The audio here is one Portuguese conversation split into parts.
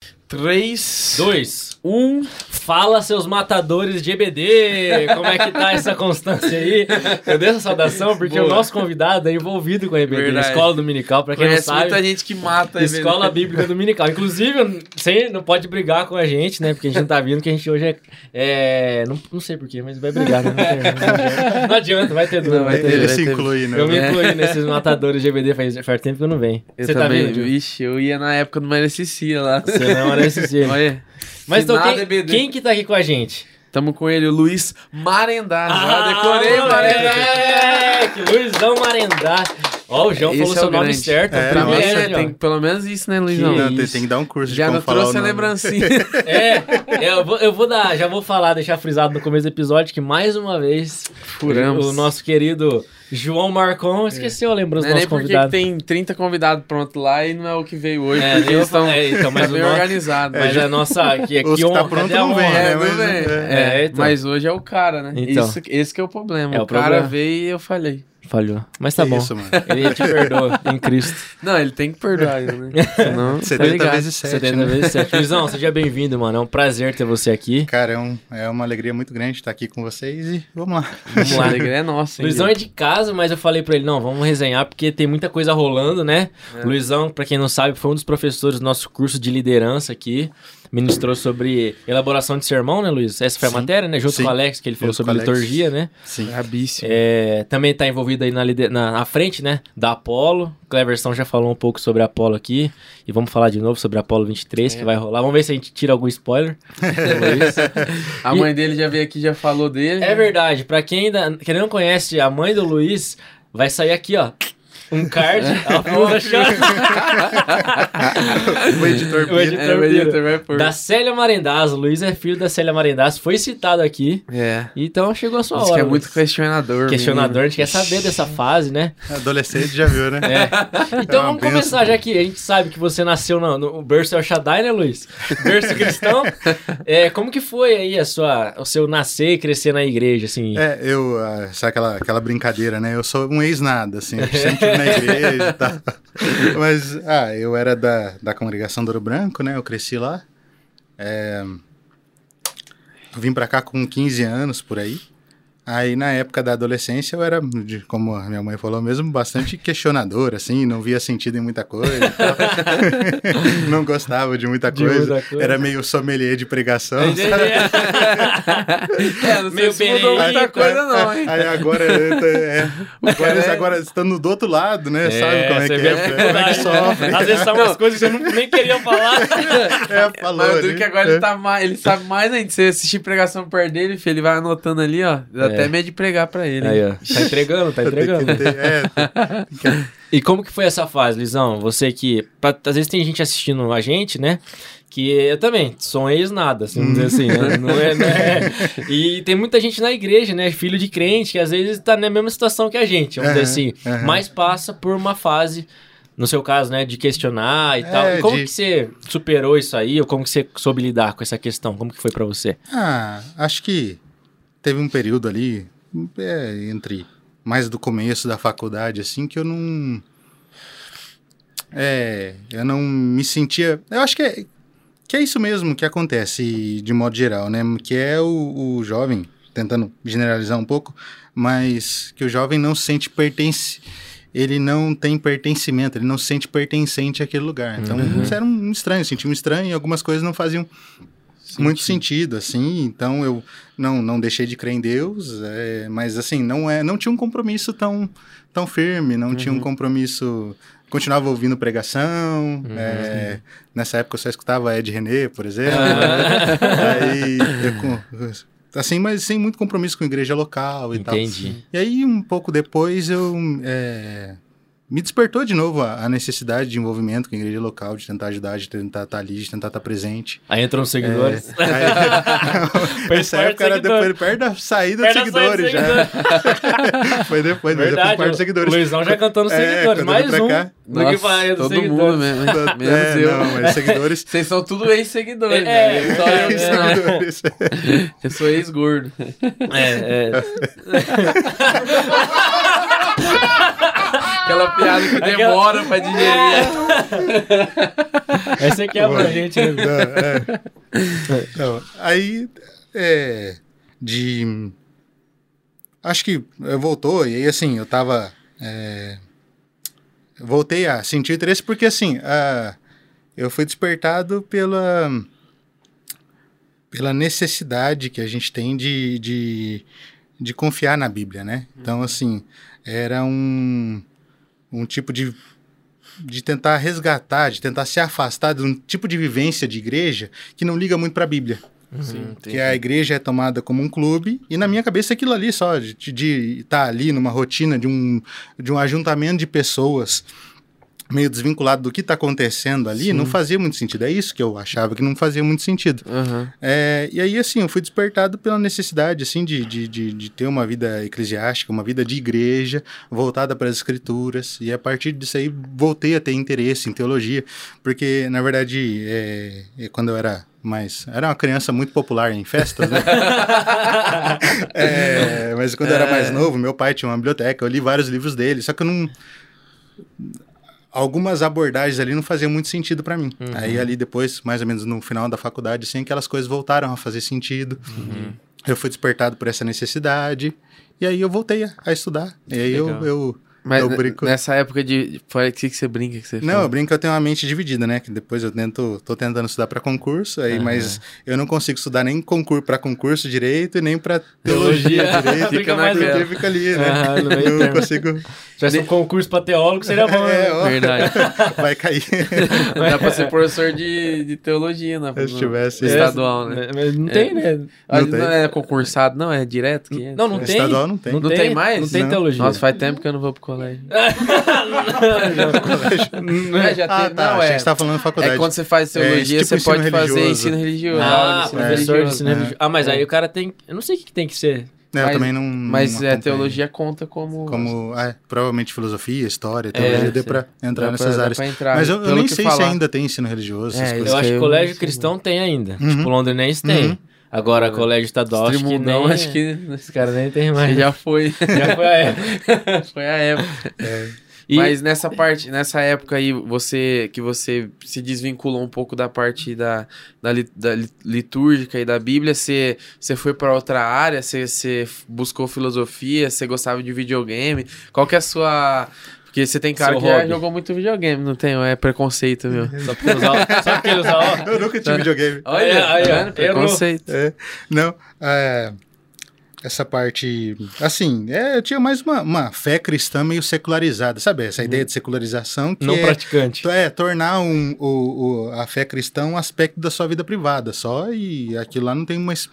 3, 2, 1. Fala, seus matadores de EBD! Como é que tá essa constância aí? Eu dei essa saudação porque o nosso convidado é envolvido com a EBD, Verdade. Escola Dominical, pra quem Conhece não sabe. muita gente que mata a EBD. Escola Bíblica Dominical. Inclusive, você não pode brigar com a gente, né? Porque a gente não tá vindo, que a gente hoje não sei porquê, mas vai brigar, né? Não adianta, vai ter dúvida. Ele se inclui, né? Eu me incluí nesses matadores de EBD faz tempo que eu não venho. Eu Você também, tá vindo, Gil? vixe, eu ia na época do Marecicia lá. Você não era esse dia. Olha, Mas então, finado EBD. quem que tá aqui com a gente? Tamo com ele, o Luiz Marendá. Já decorei o Marendá. Que Luizão Marendá. Ó, o João Esse falou é seu o nome grande. certo. Pra mim, primeiro, ó. tem pelo menos isso, né, Luizão? Não, isso. tem que dar um curso de Já como não falar trouxe o a nome. lembrancinha. Eu vou falar, deixar frisado no começo do episódio que mais uma vez Furamos. o nosso querido João Marcon esqueceu a lembrança Não do é nem nosso porque convidado. tem 30 convidados prontos lá e não é o que veio hoje, É, porque eu eles estão então, mas bem o nosso- organizados. Mas a nossa... Os que tá pronto cadê a não vem, honra? né? Não mas- vem. então. Mas hoje é o cara, né? Então. Esse que é o problema. É o o cara problema. veio e eu falei. Falhou. Mas tá Que bom. isso, mano. Ele te perdoa em Cristo. Não, ele tem que perdoar, né? Senão, 70 ligado. vezes 7, 70 né? vezes 7. Luizão, seja bem-vindo, mano. É um prazer ter você aqui. Cara, é uma alegria muito grande estar aqui com vocês e vamos lá. Vamos lá. A alegria é nossa, hein? Luizão é de casa, mas eu falei pra ele, não, vamos resenhar, porque tem muita coisa rolando, né? Luizão, pra quem não sabe, foi um dos professores do nosso curso de liderança aqui. Ministrou sobre elaboração de sermão, né, Luiz? Essa foi a Sim. matéria, né? Junto Sim. com o Alex, que ele falou Junto sobre com o Alex. liturgia, né? Sim. Brabíssimo. Também tá envolvido aí na frente, né? Da Apollo. Cleverson já falou um pouco sobre a Apollo aqui. E vamos falar de novo sobre a Apollo 23, que vai rolar. Vamos ver se a gente tira algum spoiler. Luiz. A mãe dele já veio aqui, já falou dele. É verdade, pra quem não conhece a mãe do Luiz, vai sair aqui, ó. Um card. O editor O editor É, o editor vai pôr. Da Célia Marendaz. O Luiz é filho da Célia Marendaz. Foi citado aqui. É. Então chegou a sua Diz hora. que é muito Luiz. questionador. Questionador. A gente quer saber dessa fase, né? Adolescente já viu, né? Então É uma vamos começar, benção. já que a gente sabe que você nasceu no berço El Shaddai, né, Luiz? Berço cristão. Como que foi aí o seu nascer e crescer na igreja, assim? Sabe aquela brincadeira, né? Eu sou um ex-nada, assim, eu sempre tive na igreja e tal. Mas, eu era da congregação do Ouro Branco, né? Eu cresci lá. Vim pra cá com 15 anos, por aí. Aí, na época da adolescência, eu era, como a minha mãe falou mesmo, bastante questionador, assim, não via sentido em muita coisa e tal. Não gostava de muita coisa. Era meio sommelier de pregação, sabe? Não Meio sei se mudou Benedito, muita coisa, não, hein? Aí agora estando do outro lado, né? Sabe como é que você vê a é? Como é dificuldade, que sofre. né? Às vezes são umas coisas que você nem queria falar. Falou Mas o ali. Duque agora ele tá mais, ele sabe mais ainda. Se você assistir pregação perto dele, filho, ele vai anotando ali, ó. Dá até medo de pregar pra ele. Aí, ó. Tá entregando. Tem que- E como que foi essa fase, Lisão? Você que... Às vezes tem gente assistindo a gente, né? Que eu também sou um ex-nada, assim, vamos dizer assim, né? Não é. E tem muita gente na igreja, né? Filho de crente, que às vezes tá na mesma situação que a gente, vamos dizer assim. Mas passa por uma fase, no seu caso, né? De questionar e tal. E como que você superou isso aí? Ou como que você soube lidar com essa questão? Como que foi pra você? Acho que teve um período ali, entre mais do começo da faculdade, assim, que eu não me sentia... Eu acho que é isso mesmo que acontece de modo geral, né? Que é o jovem, tentando generalizar um pouco, mas que o jovem não se sente ele não tem pertencimento, ele não se sente pertencente àquele lugar. Então, isso era um estranho, sentia um estranho e algumas coisas não faziam muito sentido, assim. Então, eu não deixei de crer em Deus, mas, assim, não tinha um compromisso tão firme, não tinha um compromisso... Continuava ouvindo pregação, nessa época eu só escutava Ed René, por exemplo. Aí, assim, mas sem muito compromisso com a igreja local e tal. Entendi. E aí, um pouco depois, me despertou de novo a necessidade de envolvimento com a igreja local, de tentar ajudar, de tentar estar ali, de tentar estar presente. Aí entram os seguidores. Essa época era depois, perto da saída dos seguidores já. Foi depois, mas depois parte dos seguidores. O Luizão já cantando seguidores, quando eu vim mais pra um cá. do que vai dos todo seguidores. mundo mesmo. Menos eu. Não, mas seguidores... Vocês são tudo ex-seguidores, né? Só eu que não. seguidores. Eu sou ex-gordo. Aquela piada que demora pra digerir. Essa aqui é pra gente, né? Não, aí, acho que voltou, e aí, assim, eu tava... voltei a sentir interesse porque, assim, eu fui despertado pela necessidade que a gente tem de confiar na Bíblia, né? Então, assim, era um tipo de tentar resgatar, de tentar se afastar de um tipo de vivência de igreja que não liga muito para a Bíblia. Sim, Que a igreja é tomada como um clube, e na minha cabeça aquilo ali só, de estar ali numa rotina de um ajuntamento de pessoas meio desvinculado do que está acontecendo ali, Sim. não fazia muito sentido. É isso que eu achava que não fazia muito sentido. Uhum. E aí, assim, eu fui despertado pela necessidade, assim, de ter uma vida eclesiástica, uma vida de igreja, voltada para as escrituras, e a partir disso aí voltei a ter interesse em teologia, porque, na verdade, quando eu era uma criança muito popular em festas, né? Mas quando eu era mais novo, meu pai tinha uma biblioteca, eu li vários livros dele, só que eu não... Algumas abordagens ali não faziam muito sentido para mim. Aí ali depois, mais ou menos no final da faculdade, assim, aquelas coisas voltaram a fazer sentido. Eu fui despertado por essa necessidade, e aí eu voltei a estudar. E aí Mas eu brinco... nessa época o que você brinca? Que você Não, fala? eu brinco que eu tenho uma mente dividida, né? Que depois eu tô tentando estudar para concurso, mas eu não consigo estudar nem para concurso direito e nem para teologia direito. Fica porque fica ali, né? Não não consigo... Se tivesse um concurso pra teólogo, seria bom. Verdade. Vai cair. Dá pra ser professor de teologia, né? Se tivesse... Estadual, né? Mas não tem, né? Não é concursado, não, é direto que é. Não tem. Estadual não tem. Não tem mais? Não tem Não. teologia. Nossa, faz tempo que eu não vou pro colégio. Já Ah, tá. Achei que você tava falando de faculdade. É quando você faz teologia, tipo você ensino pode fazer religioso. ensino religioso. Ah, aula de ensino professor de religioso. ensino religioso. Ah, mas aí o cara tem... Eu não sei o que tem que ser. Eu Mas- também não... Mas não a acompanho. teologia conta como provavelmente filosofia, história, teologia, deu pra entrar dá nessas dá áreas. pra entrar, Mas eu pelo nem que sei se falar. ainda tem ensino religioso, essas É, coisas. Eu acho que eu colégio não sei, cristão tem ainda. Tipo, londrinense tem. Agora, colégio estadual, acho que Trimundão, nem... acho que Esse cara nem tem mais. já foi. Já foi a época. Foi a época. E- Mas nessa época aí, você se desvinculou um pouco da parte da litúrgica e da Bíblia, você foi para outra área, você buscou filosofia, você gostava de videogame, qual que é a sua... Porque você tem cara Seu que já hobby. jogou muito videogame, não tem? É preconceito, meu. Só porque ele usa ó. Eu nunca tive videogame. Olha, Aí, ó, tá vendo? Preconceito. Não, essa parte... Assim, eu tinha mais uma fé cristã meio secularizada, sabe? Essa ideia de secularização que Não praticante. tornar a fé cristã um aspecto da sua vida privada só, e aquilo lá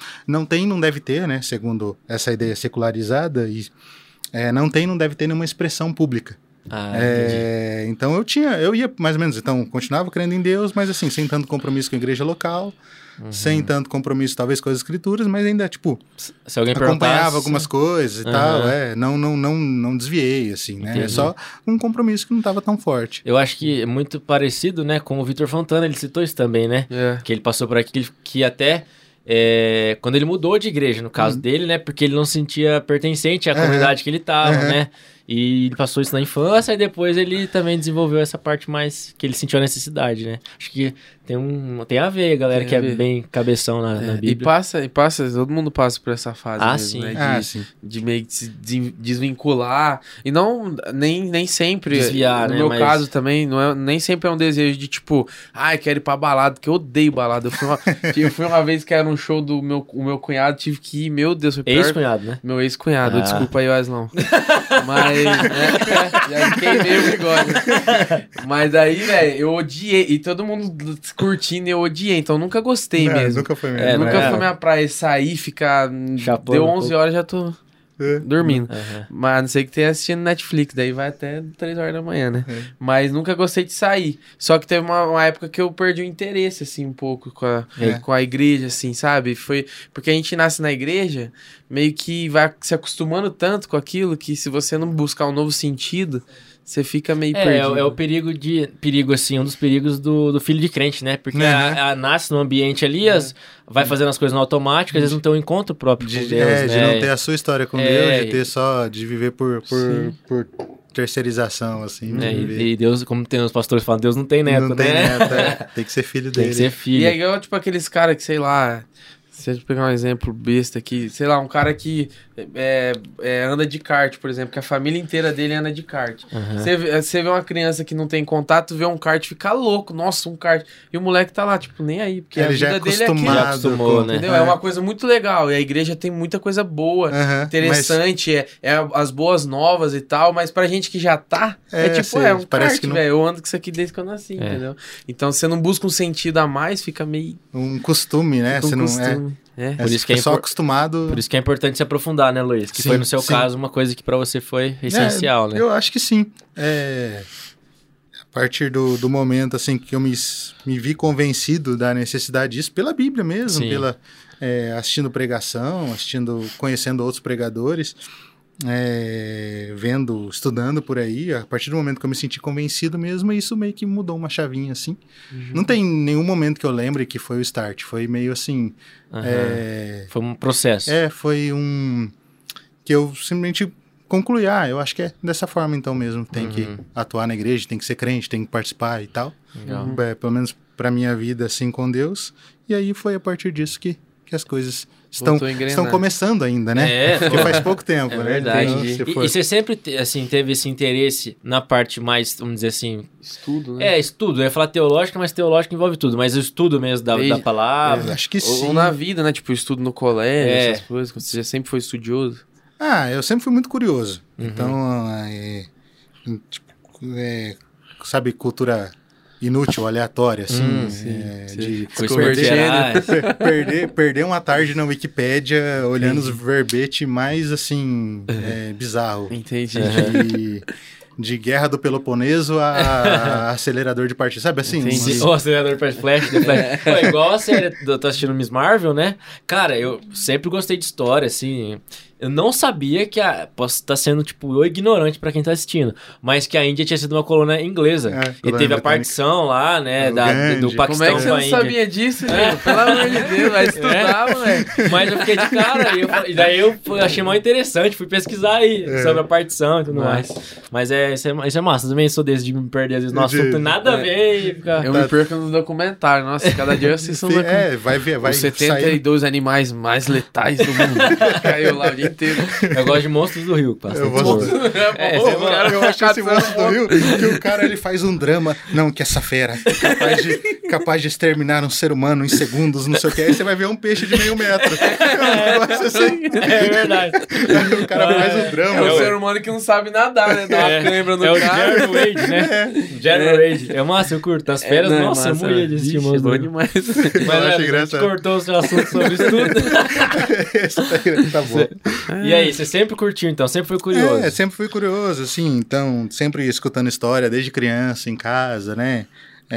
não deve ter, né? Segundo essa ideia secularizada, e não deve ter nenhuma expressão pública. Ah, entendi. Então eu ia mais ou menos, então continuava crendo em Deus, mas assim, sem tanto compromisso com a igreja local, sem tanto compromisso talvez com as escrituras, mas ainda tipo, Se alguém acompanhava perguntasse... algumas coisas e tal, não desviei, assim, né? É Entendi. só um compromisso que não estava tão forte. Eu acho que é muito parecido, né, com o Vitor Fontana, ele citou isso também, né? É. Que ele passou por aqui, que até... quando ele mudou de igreja, no caso dele, né? Porque ele não se sentia pertencente à comunidade que ele tava, né? E ele passou isso na infância e depois ele também desenvolveu essa parte mais que ele sentiu a necessidade, né? Acho que tem a ver, galera, Tem que a é ver. bem cabeção na E Bíblia. passa, todo mundo passa por essa fase Ah, mesmo, sim. né? Sim. De meio que se desvincular. E não, nem sempre. Desviar, no né, meu mas- caso também, nem sempre é um desejo de tipo, quero ir pra balada, porque eu odeio balada. Eu fui uma vez que era um show do meu cunhado, tive que ir, meu Deus, foi pior. Ex-cunhado, né? Meu ex-cunhado, Ah. desculpa aí, Weslão. Mas, já queimei o bigode. Mas aí, velho, eu odiei. E todo mundo curtindo, eu odiei. Então, nunca gostei Não, mesmo. nunca foi mesmo. Nunca né? foi minha praia sair, ficar... Chapando Deu um 11 pouco. horas, já tô É. dormindo. Aham. Mas a não sei que tenha assistindo Netflix, daí vai até 3 horas da manhã, né? Mas nunca gostei de sair. Só que teve uma época que eu perdi o interesse, assim, um pouco com a igreja, assim, sabe? Foi porque a gente nasce na igreja, meio que vai se acostumando tanto com aquilo que se você não buscar um novo sentido, você fica meio perdido. É o perigo, assim, um dos perigos do filho de crente, né? Porque nasce no ambiente ali, vai fazendo as coisas no automático, às vezes não tem um encontro próprio com Deus, né? De não ter a sua história com Deus, de ter só, de viver por terceirização, assim. E Deus, como tem os pastores falam, Deus não tem neto, não tem né? neto, tem que ser filho dele. Tem que ser filho. E é igual, tipo, aqueles caras que, sei lá... Se a gente pegar um exemplo besta aqui, sei lá, um cara que anda de kart, por exemplo, que a família inteira dele anda de kart. Você vê uma criança que não tem contato, vê um kart, fica louco, nossa, um kart. E o moleque tá lá, tipo, nem aí, porque a vida dele é aquilo. Já acostumou, né? Entendeu? É uma coisa muito legal, e a igreja tem muita coisa boa, interessante, as boas novas e tal, mas pra gente que já tá, um kart, velho, eu ando com isso aqui desde que eu nasci, entendeu? Então, você não busca um sentido a mais, fica meio... Um costume, né? Você não por isso que é só acostumado. Por isso que é importante se aprofundar, né, Luiz? Que foi no seu caso uma coisa que pra você foi essencial, né? Eu acho que sim. A partir do momento assim que eu me vi convencido da necessidade disso pela Bíblia mesmo, assistindo pregação, conhecendo outros pregadores, estudando por aí, a partir do momento que eu me senti convencido mesmo, isso meio que mudou uma chavinha, assim. Não tem nenhum momento que eu lembre que foi o start, foi meio assim... Foi um processo. Foi que eu simplesmente concluí, eu acho que é dessa forma então mesmo, tem que atuar na igreja, tem que ser crente, tem que participar e tal. Pelo menos pra minha vida, assim, com Deus. E aí foi a partir disso que as coisas estão começando ainda, né? Porque faz pouco tempo, né? Verdade. Então, e você sempre, assim, teve esse interesse na parte mais, vamos dizer assim... Estudo, né? Estudo. Eu ia falar teológica, mas teológica envolve tudo. Mas o estudo mesmo da palavra... acho que sim. Ou na vida, né? Tipo, estudo no colégio, essas coisas. Você já sempre foi estudioso. Eu sempre fui muito curioso. Então, sabe, cultura... inútil, aleatória, assim, de perder uma tarde na Wikipédia olhando os verbetes mais, assim, bizarro. Entendi. De Guerra do Peloponeso a acelerador de partida, sabe assim? O acelerador de partida, Flash. Igual a série, eu tô assistindo Miss Marvel, né? Cara, eu sempre gostei de história, assim... Eu não sabia que posso estar sendo, tipo, eu ignorante pra quem tá assistindo, mas que a Índia tinha sido uma colônia inglesa. E teve a partição lá, né, do Paquistão. Como é que você não sabia disso, gente? Pelo amor de Deus, vai estudar, moleque. Mas eu fiquei de cara, e daí eu achei mal interessante, fui pesquisar aí sobre a partição e tudo mais. Mas isso é massa, eu também sou desse de me perder às vezes no assunto, nada a ver e ficar... Eu me perco no documentário, nossa, cada dia eu assisto um documentário. Vai ver, vai Os 72 animais mais letais do mundo. Caiu lá o dia inteiro. Eu gosto de Monstros do Rio, passa. Eu acho esse Monstros do Rio que o cara ele faz um drama. Não, que essa fera capaz de exterminar um ser humano em segundos, não sei o que. Aí você vai ver um peixe de meio metro. É verdade. O cara faz um drama. É um ser humano que não sabe nadar, né? Dá uma câimbra no cara. É o Jerry Wade, né? Jerry Wade. É massa, eu curto. As férias, nossa, eu morria de assistir Monstros do Rio. Demais. Mas a gente cortou o seu assunto sobre isso tudo. Esse tá bom. E aí, você sempre curtiu, então? Sempre foi curioso? Sempre fui curioso, assim. Então, sempre escutando história desde criança, em casa, né?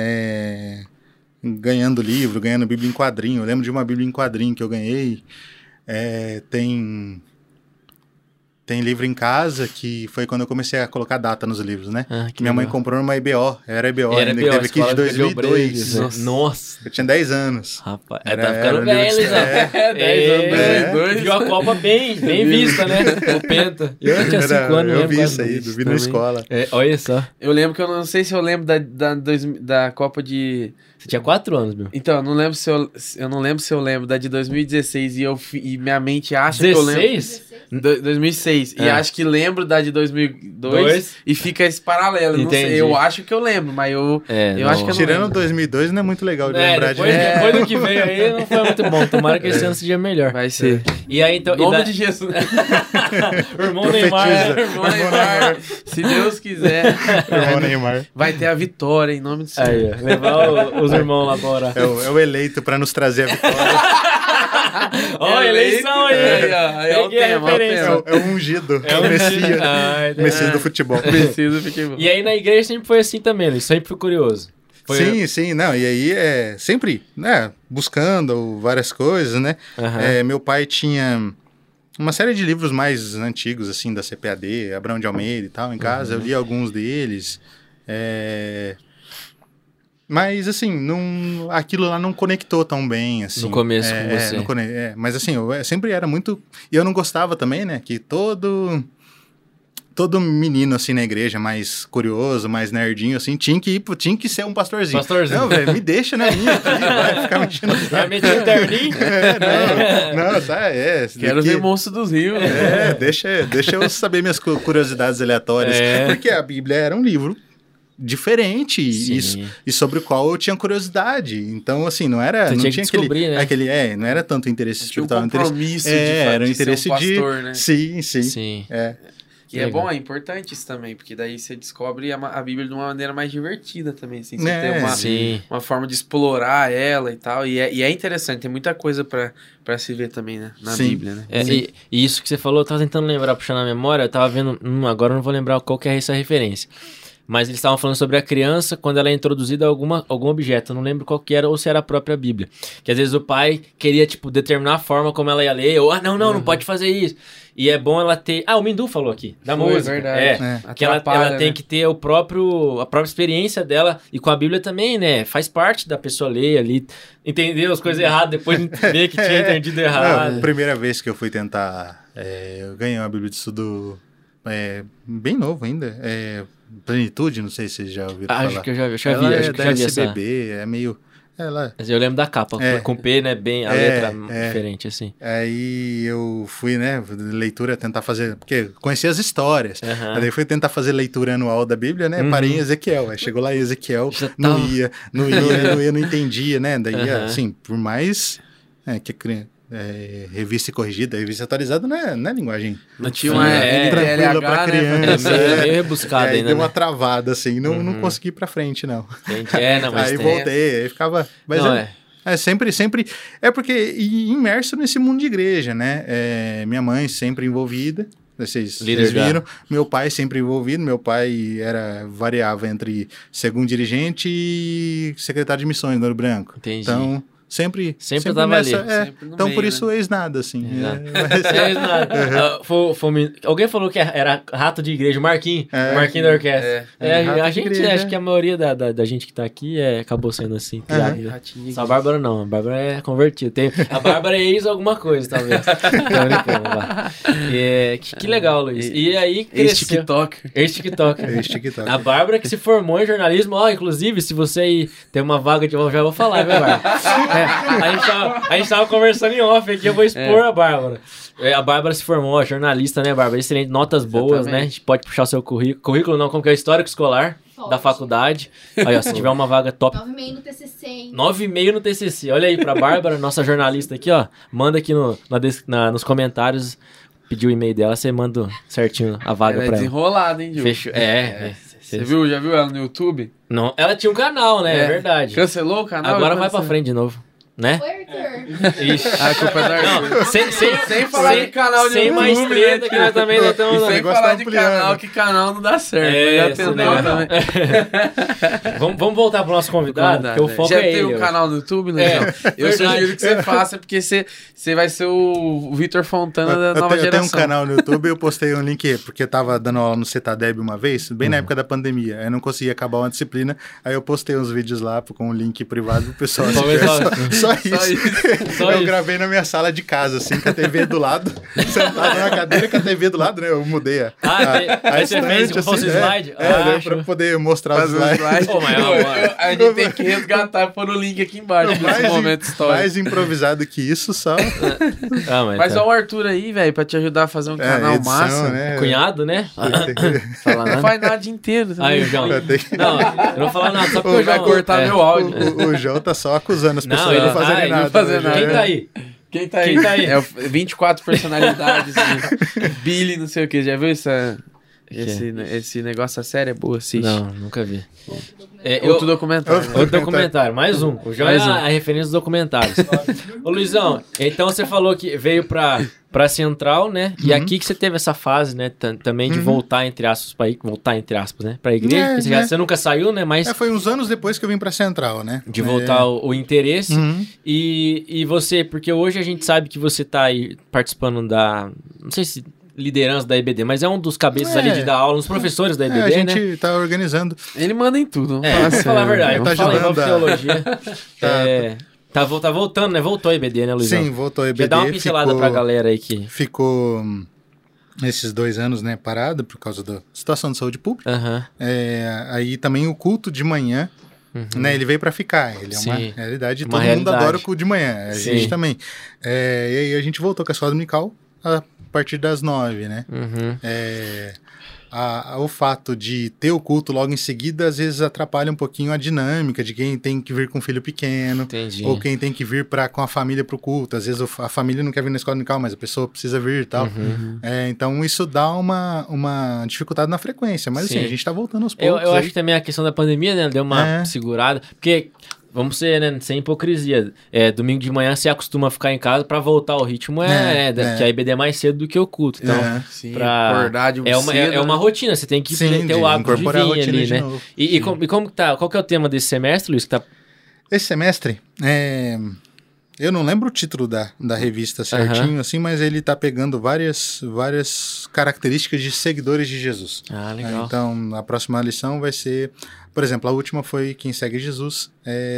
Ganhando livro, ganhando Bíblia em quadrinho. Eu lembro de uma Bíblia em quadrinho que eu ganhei. Tem livro em casa que foi quando eu comecei a colocar data nos livros, né? Que minha mãe comprou numa EBO. Era EBO, ainda que teve aqui de 2002. Nossa. Eu tinha 10 anos. Rapaz, tá ficando velho, Lisão. 10 anos, 2002. Viu a Copa bem vista, né? O Penta. Eu tinha 5 anos. Eu vi isso aí, vi na escola. Olha só. Eu lembro que eu não sei se eu lembro da Copa de... Você tinha 4 anos, meu. Então, eu não lembro se eu lembro da de 2016 e minha mente acha que eu lembro... 2006. E acho que lembro da de 2002 e fica esse paralelo. Não sei, eu acho que eu lembro, mas eu acho que eu não Tirando lembro. 2002 não é muito legal de lembrar de depois do que veio aí não foi muito bom. Tomara que esse ano seja melhor. Vai ser. E aí, então... Nome de Jesus. O irmão Neymar. Irmão Neymar. Se Deus quiser. Irmão Neymar. Vai ter a vitória em nome do Senhor. Aí, levar os irmãos lá pra orar. É o eleito pra nos trazer a vitória. Ó, eleição aí. É o tema. É o ungido. É o Messias. Messias do futebol. Messias do futebol. E aí na igreja sempre foi assim também, Luiz. Sempre fui curioso. Sim. Não, e aí sempre, né, buscando várias coisas, né? Meu pai tinha uma série de livros mais antigos, assim, da CPAD, Abrão de Almeida e tal, em casa. Eu li alguns deles. Mas, assim, aquilo lá não conectou tão bem, assim. No começo com você. Mas, assim, eu sempre era muito... E eu não gostava também, né? Que todo todo menino, assim, na igreja, mais curioso, mais nerdinho, assim, tinha que ser um pastorzinho. Não, velho, me deixa na minha aqui, vai ficar mexendo. Vai meter o terninho? Não, tá, Quero ver Monstro dos Rios. Deixa eu saber minhas curiosidades aleatórias. Porque a Bíblia era um livro diferente e sobre o qual eu tinha curiosidade. Então, assim, não tinha aquele não era tanto interesse espiritual. Tinha um compromisso era um de interesse ser um pastor, né? Sim. E é bom, é importante isso também, porque daí você descobre a Bíblia de uma maneira mais divertida também, assim, você tem uma forma de explorar ela e tal, e é interessante, tem muita coisa pra se ver também, né, na Bíblia, né? E isso que você falou, eu tava tentando lembrar, puxando a memória, eu tava vendo, agora eu não vou lembrar qual que é essa referência. Mas eles estavam falando sobre a criança quando ela é introduzida a algum objeto. Eu não lembro qual que era ou se era a própria Bíblia. Que às vezes o pai queria, determinar a forma como ela ia ler. Ou, não pode fazer isso. E é bom ela ter... o Mindu falou aqui, da música. Verdade. Que ela tem que ter a própria experiência dela. E com a Bíblia também, né? Faz parte da pessoa ler ali, entender as coisas erradas, depois ver que tinha entendido errado. A primeira vez que eu fui tentar... eu ganhei uma Bíblia de estudo bem novo ainda. Plenitude, não sei se vocês já ouviram falar. Acho que eu já vi. Acho que da SBB, é meio... Mas eu lembro da capa, com P, né, bem, a letra diferente, assim. Aí eu fui, né, leitura, tentar fazer, porque conhecia as histórias. Aí fui tentar fazer leitura anual da Bíblia, né, parei em Ezequiel. Aí chegou lá em Ezequiel, não entendia, né, daí, assim, por mais revista corrigida, revista atualizada não é linguagem. Não tinha uma tranquila pra criança. É meio rebuscada ainda. Deu uma travada, assim, não consegui ir pra frente, não. Mas aí voltei, aí ficava... Mas sempre... É porque imerso nesse mundo de igreja, né? Minha mãe sempre envolvida, vocês viram. Meu pai sempre envolvido. Meu pai variava entre segundo dirigente e secretário de missões no Ouro Branco. Entendi. Então... Sempre tava nessa, ali. Então, meio, por isso, né? ex-nada, assim. Ex-nada. Alguém falou que era rato de igreja, o Marquinho da orquestra. A gente, acho que a maioria da gente que tá aqui acabou sendo assim. Só a Bárbara não, a Bárbara é convertida. A Bárbara é ex alguma coisa, talvez. Que legal, Luiz. E aí, Ex-TikToker. A Bárbara que se formou em jornalismo, inclusive, se você tem uma vaga de... Eu já vou falar, viu, Bárbara? A gente tava conversando em off aqui, eu vou expor a Bárbara. A Bárbara se formou, jornalista, né, Bárbara? Excelente, notas boas, né? A gente pode puxar o seu currículo. Currículo não, como que é? Histórico escolar da faculdade. Aí, se tiver uma vaga top. 9,5 no TCC, hein? 9,5 no TCC. Olha aí pra Bárbara, nossa jornalista aqui, ó. Manda aqui nos comentários, pediu o e-mail dela, você manda certinho a vaga pra ela. É desenrolada, hein, Gil? Fechou. Você já viu ela no YouTube? Não, ela tinha um canal, né? É verdade. Cancelou o canal? Agora vai pra frente de novo. Né? Oi, Arthur. Ixi. A culpa é do Arthur. Não, sem falar de canal de sem YouTube, mais treta, que nós também não estamos... Sem falar de canal, que canal não dá certo. Já tentou também. Vamos voltar pro nosso convidado, porque o foco já é ele. Já tem um canal no YouTube, né? Eu sugiro que você faça, porque você vai ser o Vitor Fontana da nova geração. Eu tenho um canal no YouTube, eu postei um link, porque eu tava dando aula no Cetadeb uma vez, bem na época da pandemia. Eu não conseguia acabar uma disciplina, aí eu postei uns vídeos lá com um link privado pro pessoal assistir. Só isso. Eu gravei na minha sala de casa, assim, com a TV do lado, sentado na cadeira com a TV do lado, né? Eu mudei aí você fez como fosse slide? Pra poder mostrar os slides. A gente tem que resgatar e pôr o link aqui embaixo nesse momento histórico. Mais improvisado que isso, só. Mas olha o Arthur aí, velho, pra te ajudar a fazer um canal edição, massa. Né? Cunhado, né? Não faz nada o dia inteiro. Aí, o João. Não, eu não vou falar nada, só porque o João vai cortar meu áudio. O João tá só acusando as pessoas de não fazerem nada. Quem tá aí? Quem tá aí? É 24 personalidades. Billy, não sei o que. Já viu esse negócio? A série é boa, assiste. Não, nunca vi. Outro documentário. Outro documentário, mais um. O João é a referência dos documentários. Ô, Luizão, então você falou que veio pra Central, né? E aqui que você teve essa fase, né? Também de voltar, entre aspas, né? Pra igreja. Você nunca saiu, né? Mas foi uns anos depois que eu vim pra Central, né? De voltar o interesse. E você, porque hoje a gente sabe que você tá aí participando não sei se liderança da EBD, mas é um dos cabeças ali de dar aula, uns professores da EBD, né? A gente tá organizando. Ele manda em tudo. Vou falar a verdade. Tá ajudando teologia. Tá voltando, né? Voltou a EBD, né, Luizão? Sim, voltou a EBD. Já dá uma pincelada pra galera aí que... Ficou esses 2 anos, né, parado por causa da situação de saúde pública. Aham. Aí também o culto de manhã, né, ele veio para ficar. Ele é uma Sim. realidade. Uma Todo mundo realidade. adora o culto de manhã. A Sim. gente também. E aí a gente voltou com a escola dominical a partir das 9, né? Uhum. O fato de ter o culto logo em seguida, às vezes atrapalha um pouquinho a dinâmica de quem tem que vir com um filho pequeno, Entendi. ou quem tem que vir com a família pro culto. Às vezes a família não quer vir na escola dominical, mas a pessoa precisa vir e tal. Então isso dá uma dificuldade na frequência, mas Sim. assim, a gente tá voltando aos poucos. Eu aí. acho que também a questão da pandemia, né, deu uma segurada, porque, vamos ser, né, sem hipocrisia, domingo de manhã você acostuma a ficar em casa pra voltar ao ritmo, que a IBD é mais cedo do que o culto, então, Sim, pra... acordar de é uma rotina, você tem que ter o hábito de vir ali, né? novo. E como que tá, qual que é o tema desse semestre, Luiz, que tá... Esse semestre, eu não lembro o título da revista certinho, assim, mas ele tá pegando várias características de seguidores de Jesus. Ah, legal. Então, a próxima lição vai ser, por exemplo, a última foi quem segue Jesus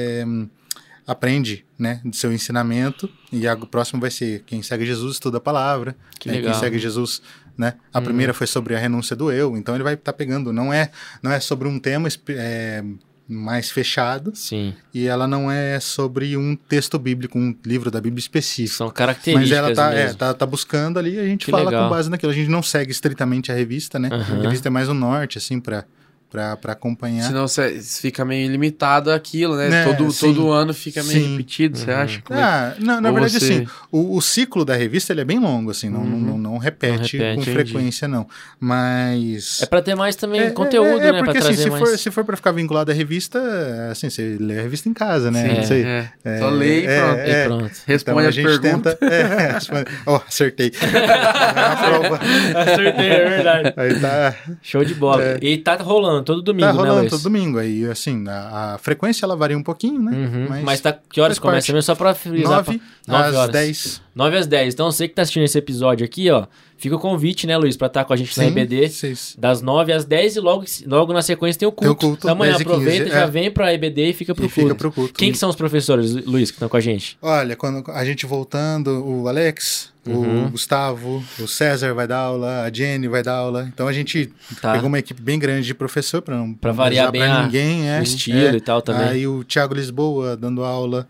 aprende, né, de seu ensinamento, e a próxima vai ser quem segue Jesus estuda a palavra. Que legal. Quem segue Jesus, né? A primeira foi sobre a renúncia do eu, então ele vai estar pegando, não é sobre um tema mais fechado. Sim. E ela não é sobre um texto bíblico, um livro da Bíblia específico. São características. Mas ela mesmo. tá buscando ali e a gente Que fala legal. com base naquilo. A gente não segue estritamente a revista, né? A revista é mais um norte, assim, pra acompanhar. Senão você fica meio limitado àquilo, né? Sim. Todo ano fica meio Sim. repetido, você acha? Na Ou verdade, você- assim, o ciclo da revista ele é bem longo, assim, não repete com entendi. frequência, não. Mas... É pra ter mais também conteúdo, né? Porque, pra assim, trazer mais... se for pra ficar vinculado à revista, assim, você lê a revista em casa, né? Sim, Não sei. Só lê e pronto. E pronto. Responde Então, a a gente pergunta. tenta... acertei. A prova. Acertei, é verdade. Aí tá... Show de bola. E tá rolando todo domingo, Tá né, rolando Luiz? todo domingo. Aí, assim, a frequência ela varia um pouquinho, né? Mas tá, que horas faz começa parte. mesmo? Só pra frisar. 9 9 às horas. 10. 9 às 10. Então, você que tá assistindo esse episódio aqui, ó, fica o convite, né, Luiz, pra estar com a gente na EBD. Das 9 às 10 e logo na sequência tem o culto. Tem o culto, da manhã. 10 e 15, Aproveita, já vem pra EBD e fica pro culto. Fica pro culto. Quem que são os professores, Luiz, que estão com a gente? Olha, quando a gente voltando, o Alex, o Gustavo, o César vai dar aula, a Jenny vai dar aula. Então a gente pegou uma equipe bem grande de professor para não variar bem pra ninguém, o estilo e tal também. Aí o Thiago Lisboa dando aula,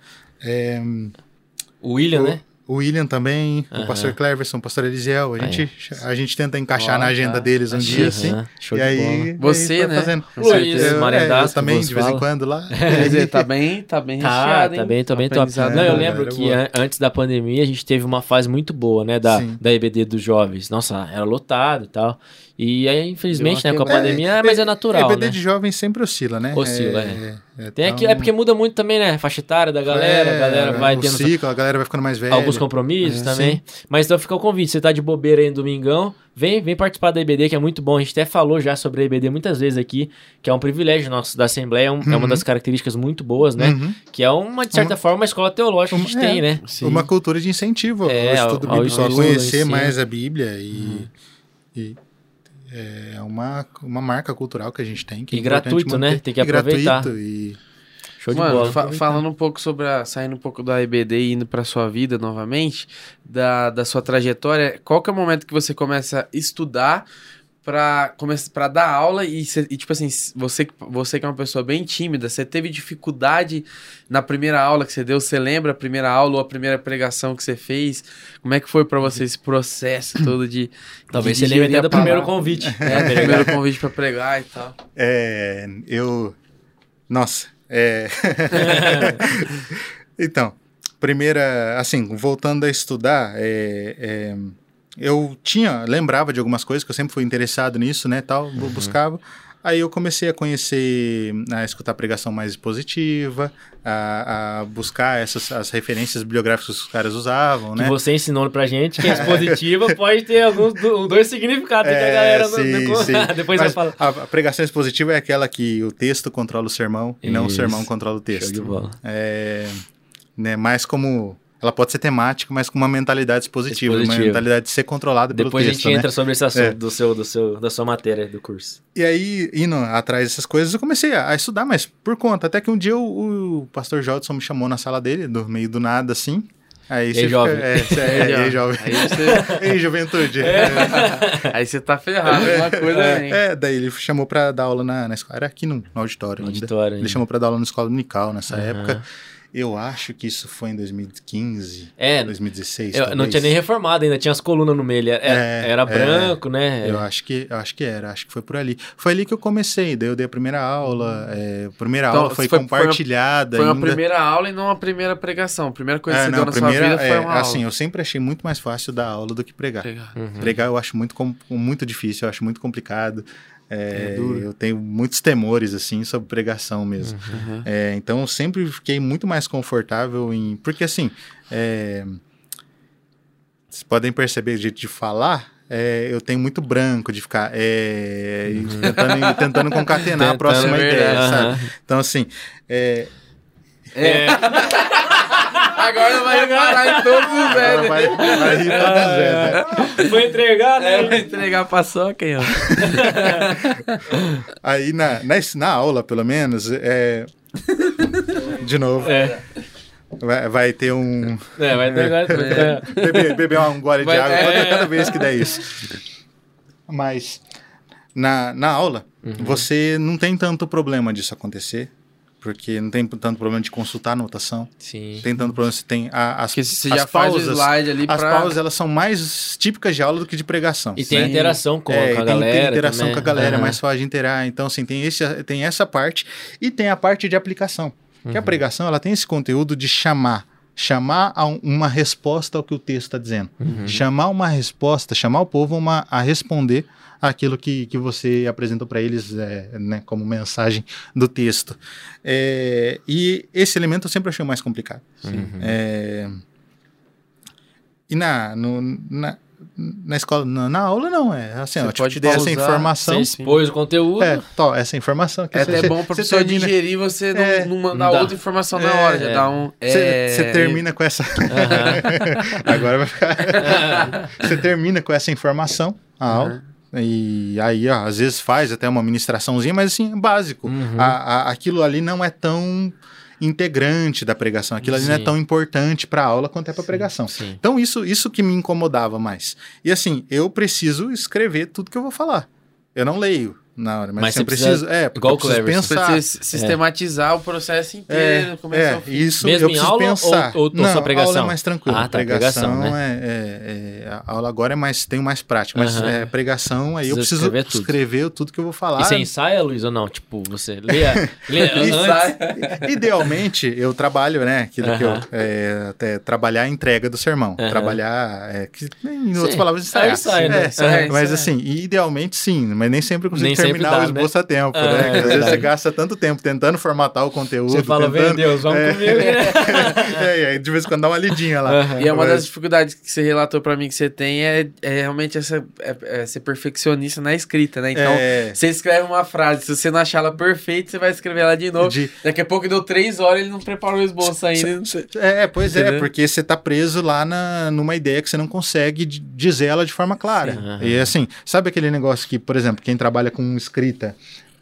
o William, né? O William também, o pastor Cleverson, o pastor Elisiel. A gente tenta encaixar na agenda deles um dia, assim. Show E de aí, bola. Você, né? Fazendo. Luiz, Marendato, eu também, de vez em quando lá. Quer dizer, tá bem recheado, hein? Tá bem top. Aprendizado Não, eu bom. lembro que antes da pandemia a gente teve uma fase muito boa, né, da EBD dos jovens. Nossa, era lotado e tal. E aí, infelizmente, né, com a pandemia, mas é natural, EBD né? de jovens sempre oscila, né? Oscila, Tem aqui, é porque muda muito também, né? Faixa etária da galera, a galera vai tendo... ciclo, a galera vai ficando mais velha. Alguns compromissos também. Sim. Mas então fica o convite, você tá de bobeira aí no domingão, vem participar da EBD, que é muito bom. A gente até falou já sobre a EBD muitas vezes aqui, que é um privilégio nosso da Assembleia, é uma das características muito boas, né? Que é de certa forma, uma escola teológica que a gente tem, né? Sim. Uma cultura de incentivo ao estudo bíblico, a conhecer mais a Bíblia e é uma marca cultural que a gente tem. Que e gratuito, né? Tem que aproveitar. Show de bola. Falando um pouco saindo um pouco da EBD e indo pra sua vida novamente, da sua trajetória, qual que é o momento que você começa a estudar pra dar aula e tipo assim, você que é uma pessoa bem tímida, você teve dificuldade na primeira aula que você deu? Você lembra a primeira aula ou a primeira pregação que você fez? Como é que foi pra você esse processo todo de... Talvez você lembre até do primeiro convite. Primeiro convite pra pregar e tal. Então, primeira, assim, voltando a estudar, eu lembrava de algumas coisas, que eu sempre fui interessado nisso, né, tal, buscava. Aí eu comecei a escutar pregação mais expositiva, a buscar as referências bibliográficas que os caras usavam, né? Que você ensinou pra gente que a expositiva pode ter dois significados que a galera depois vai falar. A pregação expositiva é aquela que o texto controla o sermão e não o sermão controla o texto. Show de bola. Né, mais como... Ela pode ser temática, mas com uma mentalidade expositiva. Uma mentalidade de ser controlada pelo texto. Depois a gente entra sobre esse assunto da sua matéria, do curso. E aí, indo atrás dessas coisas, eu comecei a estudar, mas por conta. Até que um dia o pastor Jodson me chamou na sala dele, do meio do nada, assim. Aí Ei, jovem. Ei, jovem. Aí você, Ei, juventude. aí você tá ferrado, uma coisa bem. Daí ele chamou pra dar aula na escola. Era aqui no auditório. Auditório, Ele chamou pra dar aula na escola dominical nessa época. Eu acho que isso foi em 2015, 2016, eu não tinha nem reformado ainda, tinha as colunas no meio, era branco, né? Eu acho que era, acho que foi por ali. Foi ali que eu comecei, daí eu dei a primeira aula, aula foi compartilhada Foi ainda. uma primeira aula e não a primeira pregação, a primeira coisa que você deu na sua vida foi uma aula. Assim, eu sempre achei muito mais fácil dar aula do que pregar. Pregar eu acho muito difícil, eu acho muito complicado. Eu tenho muitos temores, assim, sobre pregação mesmo. Então, eu sempre fiquei muito mais confortável em... Porque, assim, vocês podem perceber o jeito de falar, eu tenho muito branco de ficar tentando concatenar a próxima ideia, sabe? Então, assim... Agora vai reparar em todos os Zé. Vai rir todos os Zé. Foi entregar, né? Vai entregar a paçoca aí, ó. Aí, na aula, pelo menos, de novo... Vai ter um... vai ter agora... beber um gole de água cada vez que der isso. Mas, na aula, você não tem tanto problema disso acontecer. Porque não tem tanto problema de consultar a anotação. Sim. Tem tanto problema, você tem porque você já faz o slide ali as pausas, elas são mais típicas de aula do que de pregação. E tem interação com a galera. Tem interação também. Com a galera, é mais fácil de interar. Então, assim, tem essa parte. E tem a parte de aplicação. Que a pregação, ela tem esse conteúdo de chamar uma resposta ao que o texto está dizendo. Chamar uma resposta, chamar o povo a responder aquilo que você apresentou para eles né, como mensagem do texto. E esse elemento eu sempre achei o mais complicado. E na escola, na aula não, assim, eu te dei essa informação. Você expôs o conteúdo. Essa informação. É até bom para a pessoa digerir, você não mandar outra informação na hora, já dá um... Você termina com essa... Agora vai ficar... Você termina com essa informação, a aula, e aí, às vezes faz até uma ministraçãozinha, mas assim, básico. Aquilo ali não é tão integrante da pregação, aquilo ali não é tão importante para a aula quanto é para a pregação. Então, isso que me incomodava mais. E assim, eu preciso escrever tudo que eu vou falar. Eu não leio na hora, mas eu preciso... porque eu preciso pensar. Você precisa sistematizar o processo inteiro, começar ao fim. Isso mesmo eu preciso aula pensar. Ou não, sua pregação? A aula é mais tranquila. Pregação, né? A aula agora tenho mais prática, mas pregação, aí eu preciso escrever tudo que eu vou falar. E você ensaia, Luiz, ou não? Tipo, você lê antes? Idealmente, eu trabalho, né? Aquilo que eu... até trabalhar a entrega do sermão. Trabalhar... em outras palavras, ensaiar. Mas assim, idealmente sim, mas nem sempre eu consigo terminar o esboço a tempo, né? Às vezes você gasta tanto tempo tentando formatar o conteúdo. Você fala, vem Deus, vamos comigo. E aí de vez em quando dá uma lidinha lá. E uma das dificuldades que você relatou pra mim que você tem é realmente ser perfeccionista na escrita, né? Então, você escreve uma frase, se você não achar ela perfeita, você vai escrever ela de novo. Daqui a pouco deu 3 horas e ele não preparou o esboço ainda. Porque você tá preso lá numa ideia que você não consegue dizer ela de forma clara. E assim, sabe aquele negócio que, por exemplo, quem trabalha com escrita,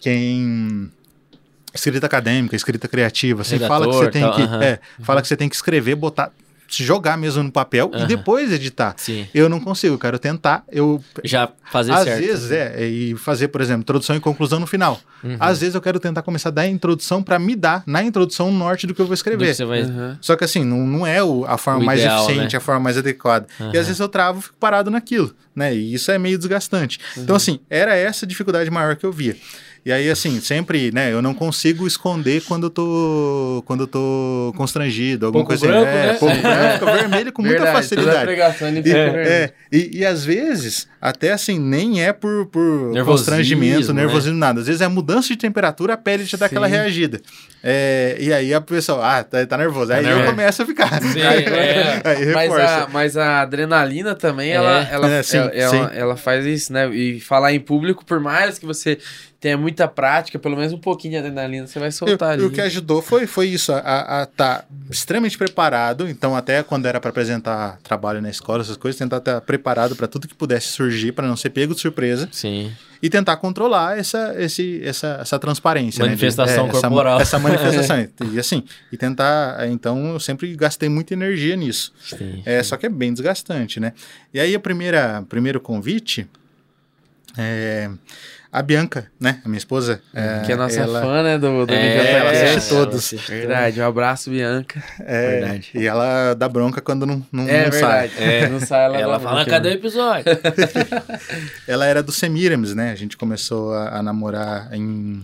escrita acadêmica, escrita criativa, assim, fala que você tem fala que você tem que escrever, botar, jogar mesmo no papel e depois editar. Eu não consigo, eu quero tentar, já fazer às certo. Vezes e fazer, por exemplo, introdução e conclusão no final. Às vezes eu quero tentar começar a dar a introdução para me dar, na introdução, o norte do que eu vou escrever. Só que assim, não é a forma mais eficiente, a forma mais adequada. E às vezes eu travo e fico parado naquilo, né? E isso é meio desgastante. Então assim, era essa dificuldade maior que eu via. E aí, assim, sempre, né, eu não consigo esconder quando eu tô constrangido, alguma coisa branco, assim. né? Pouco branco, fica vermelho com muita facilidade. Pregação, E às vezes, até assim, nem é por constrangimento, nervosismo, nada. Às vezes é mudança de temperatura, a pele já dá aquela reagida. E aí a pessoa, tá nervoso. Aí eu começo a ficar. Aí reforça. Mas a adrenalina também, ela faz isso, né? E falar em público, por mais que você tenha muita prática, pelo menos um pouquinho de adrenalina, você vai soltar ali. E o que ajudou foi isso, a estar extremamente preparado. Então, até quando era para apresentar trabalho na escola, essas coisas, tentar estar preparado para tudo que pudesse surgir, para não ser pego de surpresa. Sim. E tentar controlar essa transparência. Manifestação corporal. Essa manifestação. E assim, e tentar... Então, eu sempre gastei muita energia nisso. Sim. Só que é bem desgastante, né? E aí, primeiro convite... A Bianca, né? A minha esposa. Que é nossa fã, né? Do ela assiste todos. Verdade, um abraço, Bianca. Verdade. E ela dá bronca quando não verdade. sai. Não sai, ela fala, cadê o episódio? Ela era do Semiramis, né? A gente começou a namorar em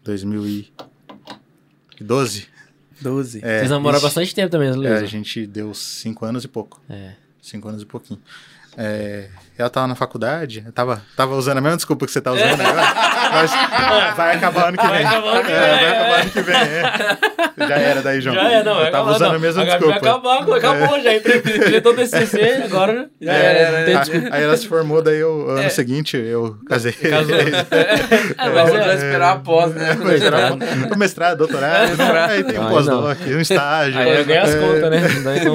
2012. Vocês namoraram bastante tempo também, Luiz? A gente deu 5 anos e pouco. 5 anos e pouquinho. Ela tava na faculdade, tava usando a mesma desculpa que você tá usando agora, mas vai acabar ano que vem. Vai acabar ano que vem. Já era daí, João. Já é, não. Eu tava usando a mesma desculpa. Acabou já. Entretou DCC, agora já era. Aí ela se formou, daí ano seguinte eu casei. Casou. Mas vai esperar a pós, né? O mestrado, doutorado, aí tem um pós-doc, um estágio. Aí eu ganho as contas, né?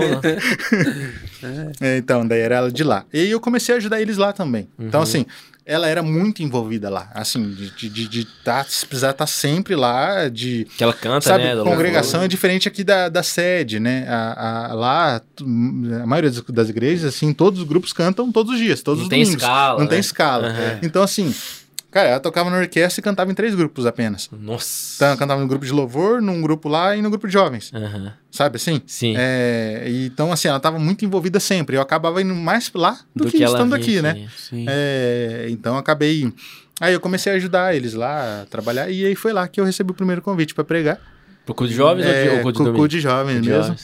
Então, daí era ela de lá. E eu comecei a ajudar eles lá também. Então, assim, ela era muito envolvida lá. Assim, de precisar estar sempre lá, que ela canta, sabe, né? Congregação é diferente aqui da sede, né? Lá, a maioria das igrejas, assim, todos os grupos cantam todos os dias, todos os domingos. Não tem escala. Não tem escala. Então, assim... Cara, ela tocava na orquestra e cantava em 3 grupos apenas. Nossa. Então, ela cantava no grupo de louvor, num grupo lá e no grupo de jovens. Sabe assim? Sim. Então, assim, ela estava muito envolvida sempre. Eu acabava indo mais lá do que estando aqui, né? Sim. Então, acabei... Aí eu comecei a ajudar eles lá a trabalhar. E aí foi lá que eu recebi o primeiro convite para pregar. Pro culto de jovens ou culto de domingo? Culto de jovens mesmo.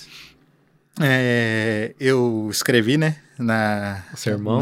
Eu escrevi, né? Sermão?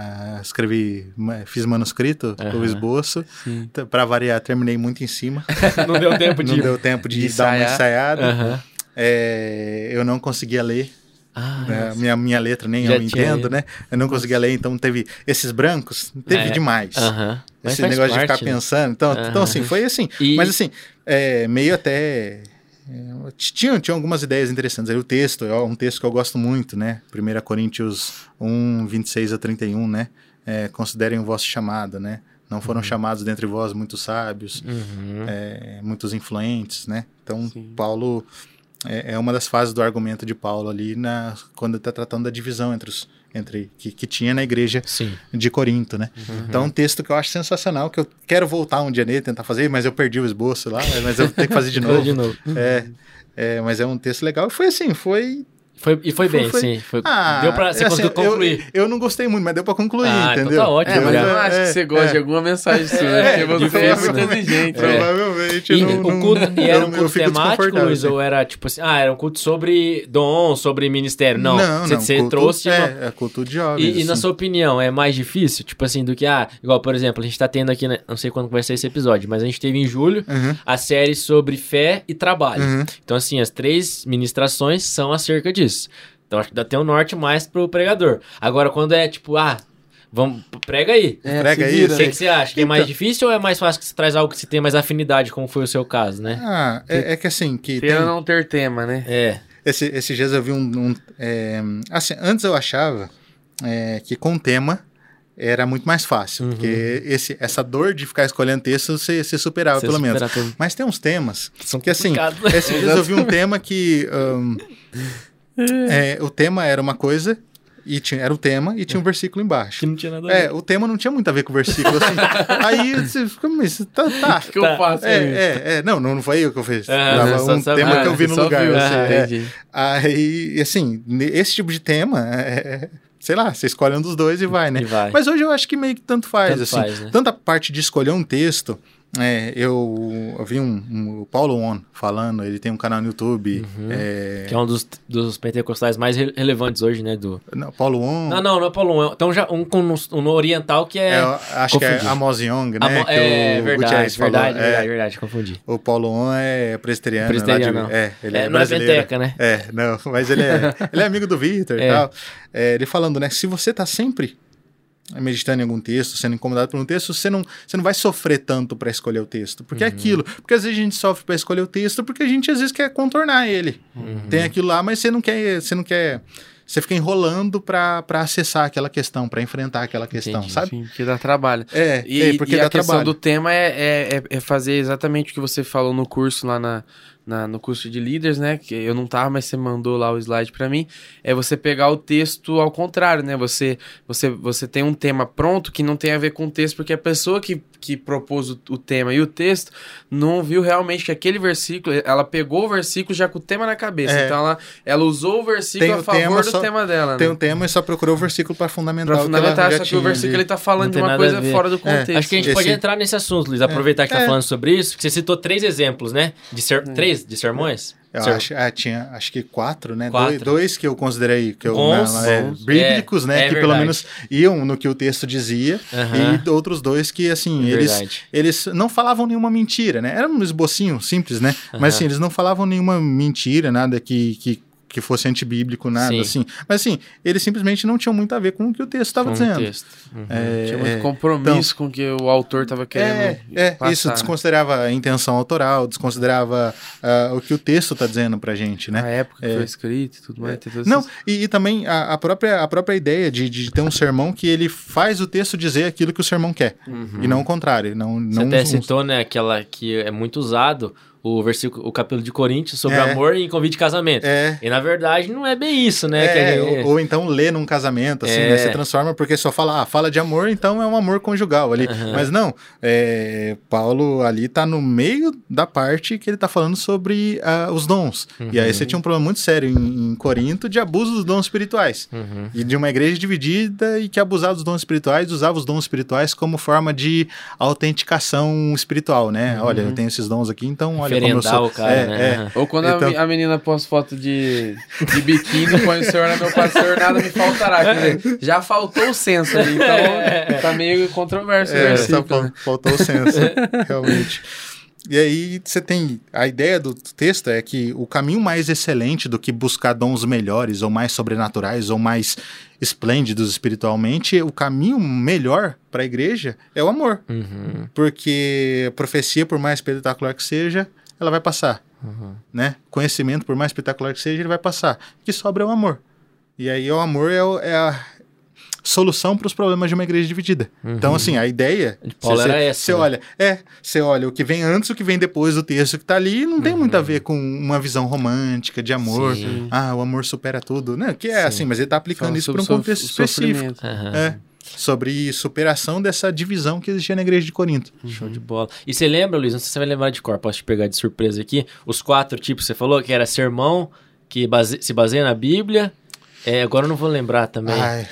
Fiz manuscrito, o esboço. Para variar, terminei muito em cima. Não deu tempo de dar uma ensaiada. Eu não conseguia ler. Minha letra nem eu entendo, né? Eu não conseguia ler, então teve esses brancos, teve demais. Esse negócio de ficar pensando. Então, assim, foi assim. Mas assim, meio até... Tinha algumas ideias interessantes. Aí o texto, é um texto que eu gosto muito, né? 1 Coríntios 1, 26 a 31, né? Considerem o vosso chamado, né? Não foram chamados dentre vós muitos sábios, muitos influentes, né? Então, Paulo... É uma das fases do argumento de Paulo ali, quando ele está tratando da divisão que tinha na igreja de Corinto, né? Então, é um texto que eu acho sensacional, que eu quero voltar um dia nele, tentar fazer, mas eu perdi o esboço lá, mas eu tenho que fazer de novo. Mas é um texto legal. E foi assim, foi bem, sim. Deu pra você conseguir concluir. Eu não gostei muito, mas deu pra concluir, entendeu? Então tá ótimo. Mas eu não acho que você gosta de alguma mensagem sua, porque você é muito exigente. Provavelmente. E era um culto temático, Luiz? Ou era tipo assim, era um culto sobre dom, sobre ministério? Não, você culto, trouxe... É culto de jovens. E na sua opinião, é mais difícil? Tipo assim, do que, igual, por exemplo, a gente tá tendo aqui, não sei quando vai ser esse episódio, mas a gente teve em julho a série sobre fé e trabalho. Então, assim, as 3 ministrações são acerca disso. Então acho que dá até um norte mais pro pregador. Agora, quando é tipo, vamos, prega aí. Prega aí. O que você acha? Que é mais difícil ou é mais fácil que você traz algo que você tem mais afinidade, como foi o seu caso, né? É que assim... Pena não ter tema, né? Esses dias eu vi assim, antes eu achava que com tema era muito mais fácil, porque essa dor de ficar escolhendo texto você superava, pelo menos. Mas tem uns temas que, assim, esses dias eu vi um tema que o tema era uma coisa, era o tema e tinha um versículo embaixo. Que não tinha nada a ver. O tema não tinha muito a ver com o versículo, assim. Aí você fica, mas tá. O que eu faço? Não foi eu que eu fiz. Um tema que eu vi no lugar. Aí, assim, esse tipo de tema... sei lá, você escolhe um dos dois e vai, né? Mas hoje eu acho que meio que tanto faz, né? Tanto a parte de escolher um texto, eu vi o Paulo On falando, ele tem um canal no YouTube. Que é um dos pentecostais mais relevantes hoje, né? Não, Paulo On? Não é Paulo On. Então já um no oriental que é... acho que é Amos Young, né? Verdade, confundi. O Paulo On é presbiteriano. Ele é não brasileiro. É penteca, né? Não, mas ele é amigo do Vitor e tal. Ele falando, né? Se você tá sempre meditando em algum texto, sendo incomodado por um texto, você não vai sofrer tanto para escolher o texto. Porque é aquilo. Porque às vezes a gente sofre para escolher o texto porque a gente às vezes quer contornar ele. Tem aquilo lá, mas você não quer... Você fica enrolando para acessar aquela questão, para enfrentar aquela questão, sabe? Sim, porque dá trabalho. Porque e dá a questão trabalho. do tema é fazer exatamente o que você falou no curso lá no curso de líderes, né? Que eu não tava, mas você mandou lá o slide pra mim. É você pegar o texto ao contrário, né? Você tem um tema pronto que não tem a ver com o texto, porque a pessoa que propôs o tema e o texto não viu realmente que aquele versículo, ela pegou o versículo já com o tema na cabeça. Então ela usou o versículo a favor do tema dela. Tem né? um tema e só procurou o versículo pra fundamentar o que ela já só que tinha o versículo ali. ele tá falando de uma coisa fora do contexto. Acho que a gente pode entrar nesse assunto, Luiz, aproveitar que tá falando sobre isso, que você citou 3 exemplos, né? De sermões? Acho que 4, né? 4. Dois que eu considerei Bons. bíblicos, né? Que verdade. pelo menos iam no que o texto dizia. E outros 2 que, assim, eles não falavam nenhuma mentira, né? Era um esbocinho simples, né? Mas, assim, eles não falavam nenhuma mentira, nada que fosse antibíblico, nada assim. Mas, assim, eles simplesmente não tinham muito a ver com o que o texto estava dizendo. Tinha muito compromisso com o que o autor estava querendo passar. Isso desconsiderava a intenção autoral, desconsiderava o que o texto está dizendo pra gente, né? A época que foi escrito e tudo mais. Não, e também a própria ideia de ter um sermão que ele faz o texto dizer aquilo que o sermão quer, e não o contrário. Você até citou, né, aquela que é muito usado, o capítulo de Coríntios sobre amor e convite de casamento. E na verdade não é bem isso, né? Ou então lê num casamento, assim, né? Você transforma porque só fala de amor, então é um amor conjugal ali. Mas não, Paulo ali tá no meio da parte que ele tá falando sobre os dons. E aí você tinha um problema muito sério em Corinto de abuso dos dons espirituais. E de uma igreja dividida e que abusava dos dons espirituais, usava os dons espirituais como forma de autenticação espiritual, né? Olha, eu tenho esses dons aqui, então olha como eu sou. O cara, né? Ou quando a menina posta foto de biquíni, põe o Senhor é meu pastor, nada me faltará. Quer dizer, já faltou o senso ali, então tá meio controverso o versículo. Faltou o senso, realmente. E aí você tem... A ideia do texto é que o caminho mais excelente do que buscar dons melhores, ou mais sobrenaturais, ou mais esplêndidos espiritualmente, o caminho melhor para a igreja é o amor. Porque profecia, por mais espetacular que seja, ela vai passar. Né? Conhecimento, por mais espetacular que seja, ele vai passar. O que sobra é o amor. E aí o amor é a solução para os problemas de uma igreja dividida. Então, assim, a ideia... Paulo era essa. Você olha o que vem antes, o que vem depois do texto que está ali, não tem muito a ver com uma visão romântica de amor. Sim. O amor supera tudo. Né? Que é assim, mas ele está aplicando isso para um contexto específico. Sobre superação dessa divisão que existia na igreja de Corinto. Show de bola. E você lembra, Luiz, não sei se você vai lembrar de cor, posso te pegar de surpresa aqui, os 4 tipos que você falou, que era sermão, que se baseia na Bíblia. Agora eu não vou lembrar também.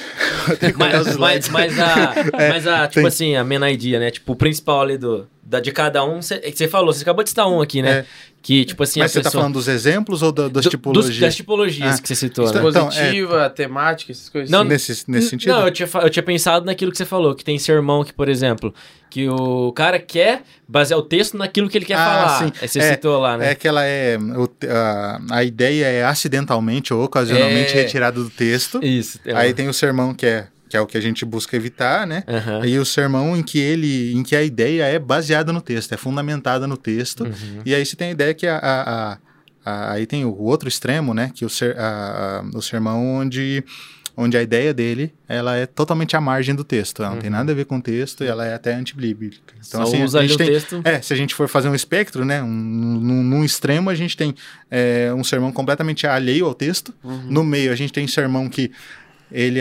Mas tipo assim, a main idea, né? Tipo, o principal ali de cada um, você falou, você acabou de citar um aqui, né? Que, tipo assim, mas você tá falando dos exemplos ou das tipologias? Das tipologias que você citou, né? Dispositiva, temática, essas coisas. Não, nesse sentido? Não, eu tinha pensado naquilo que você falou, que tem sermão que, por exemplo, que o cara quer basear o texto naquilo que ele quer falar. Sim. Aí você citou lá, né? É que ela a ideia é acidentalmente ou ocasionalmente retirada do texto. Isso. Aí tem o sermão que é o que a gente busca evitar, né? E o sermão em que a ideia é baseada no texto, é fundamentada no texto. E aí você tem a ideia que aí tem o outro extremo, né? Que o sermão onde a ideia dele, ela é totalmente à margem do texto. Ela não tem nada a ver com o texto e ela é até antibíblica. Então, só assim, usa ali o texto. Se a gente for fazer um espectro, né? Num extremo, a gente tem um sermão completamente alheio ao texto. No meio, a gente tem sermão que ele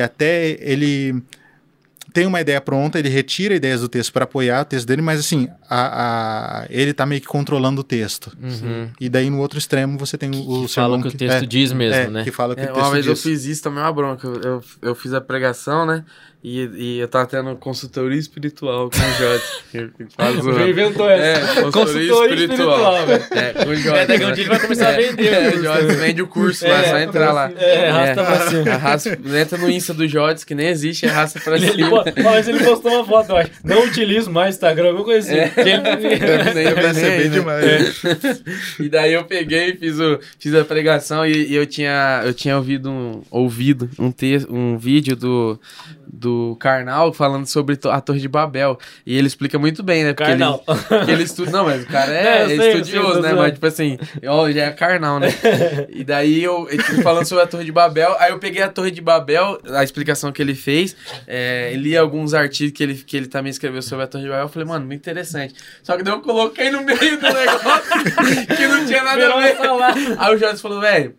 tem uma ideia pronta, ele retira ideias do texto para apoiar o texto dele, mas assim, ele tá meio que controlando o texto. E daí no outro extremo você tem o sermão que o texto diz mesmo, né? Que fala que o texto uma vez diz. eu fiz isso também, uma bronca. Eu fiz a pregação, né? E eu tava tendo consultoria espiritual com o Jode. Você inventou essa. Consultoria espiritual, velho. Com o Jode. Daqui um dia ele vai começar a vender. O Jode vende o curso lá, só entrar lá. Arrasta pra cima. Entra no Insta do Jodes, que nem existe, arrasta pra cima. Mas ele postou uma foto, eu acho. Não utilizo mais Instagram, alguma coisa assim. Eu percebi demais. E daí eu peguei, fiz a pregação e eu tinha ouvido um vídeo do Karnal falando sobre a Torre de Babel. E ele explica muito bem, né? Porque Karnal. ele estuda... Não, mas o cara é estudioso, né? Mas, tipo assim, já é Karnal, né? E daí ele falando sobre a Torre de Babel, aí eu peguei a Torre de Babel, a explicação que ele fez, li alguns artigos que ele também escreveu sobre a Torre de Babel, eu falei, mano, muito interessante. Só que daí eu coloquei no meio do negócio que não tinha nada a ver. Aí o Jorge falou, velho,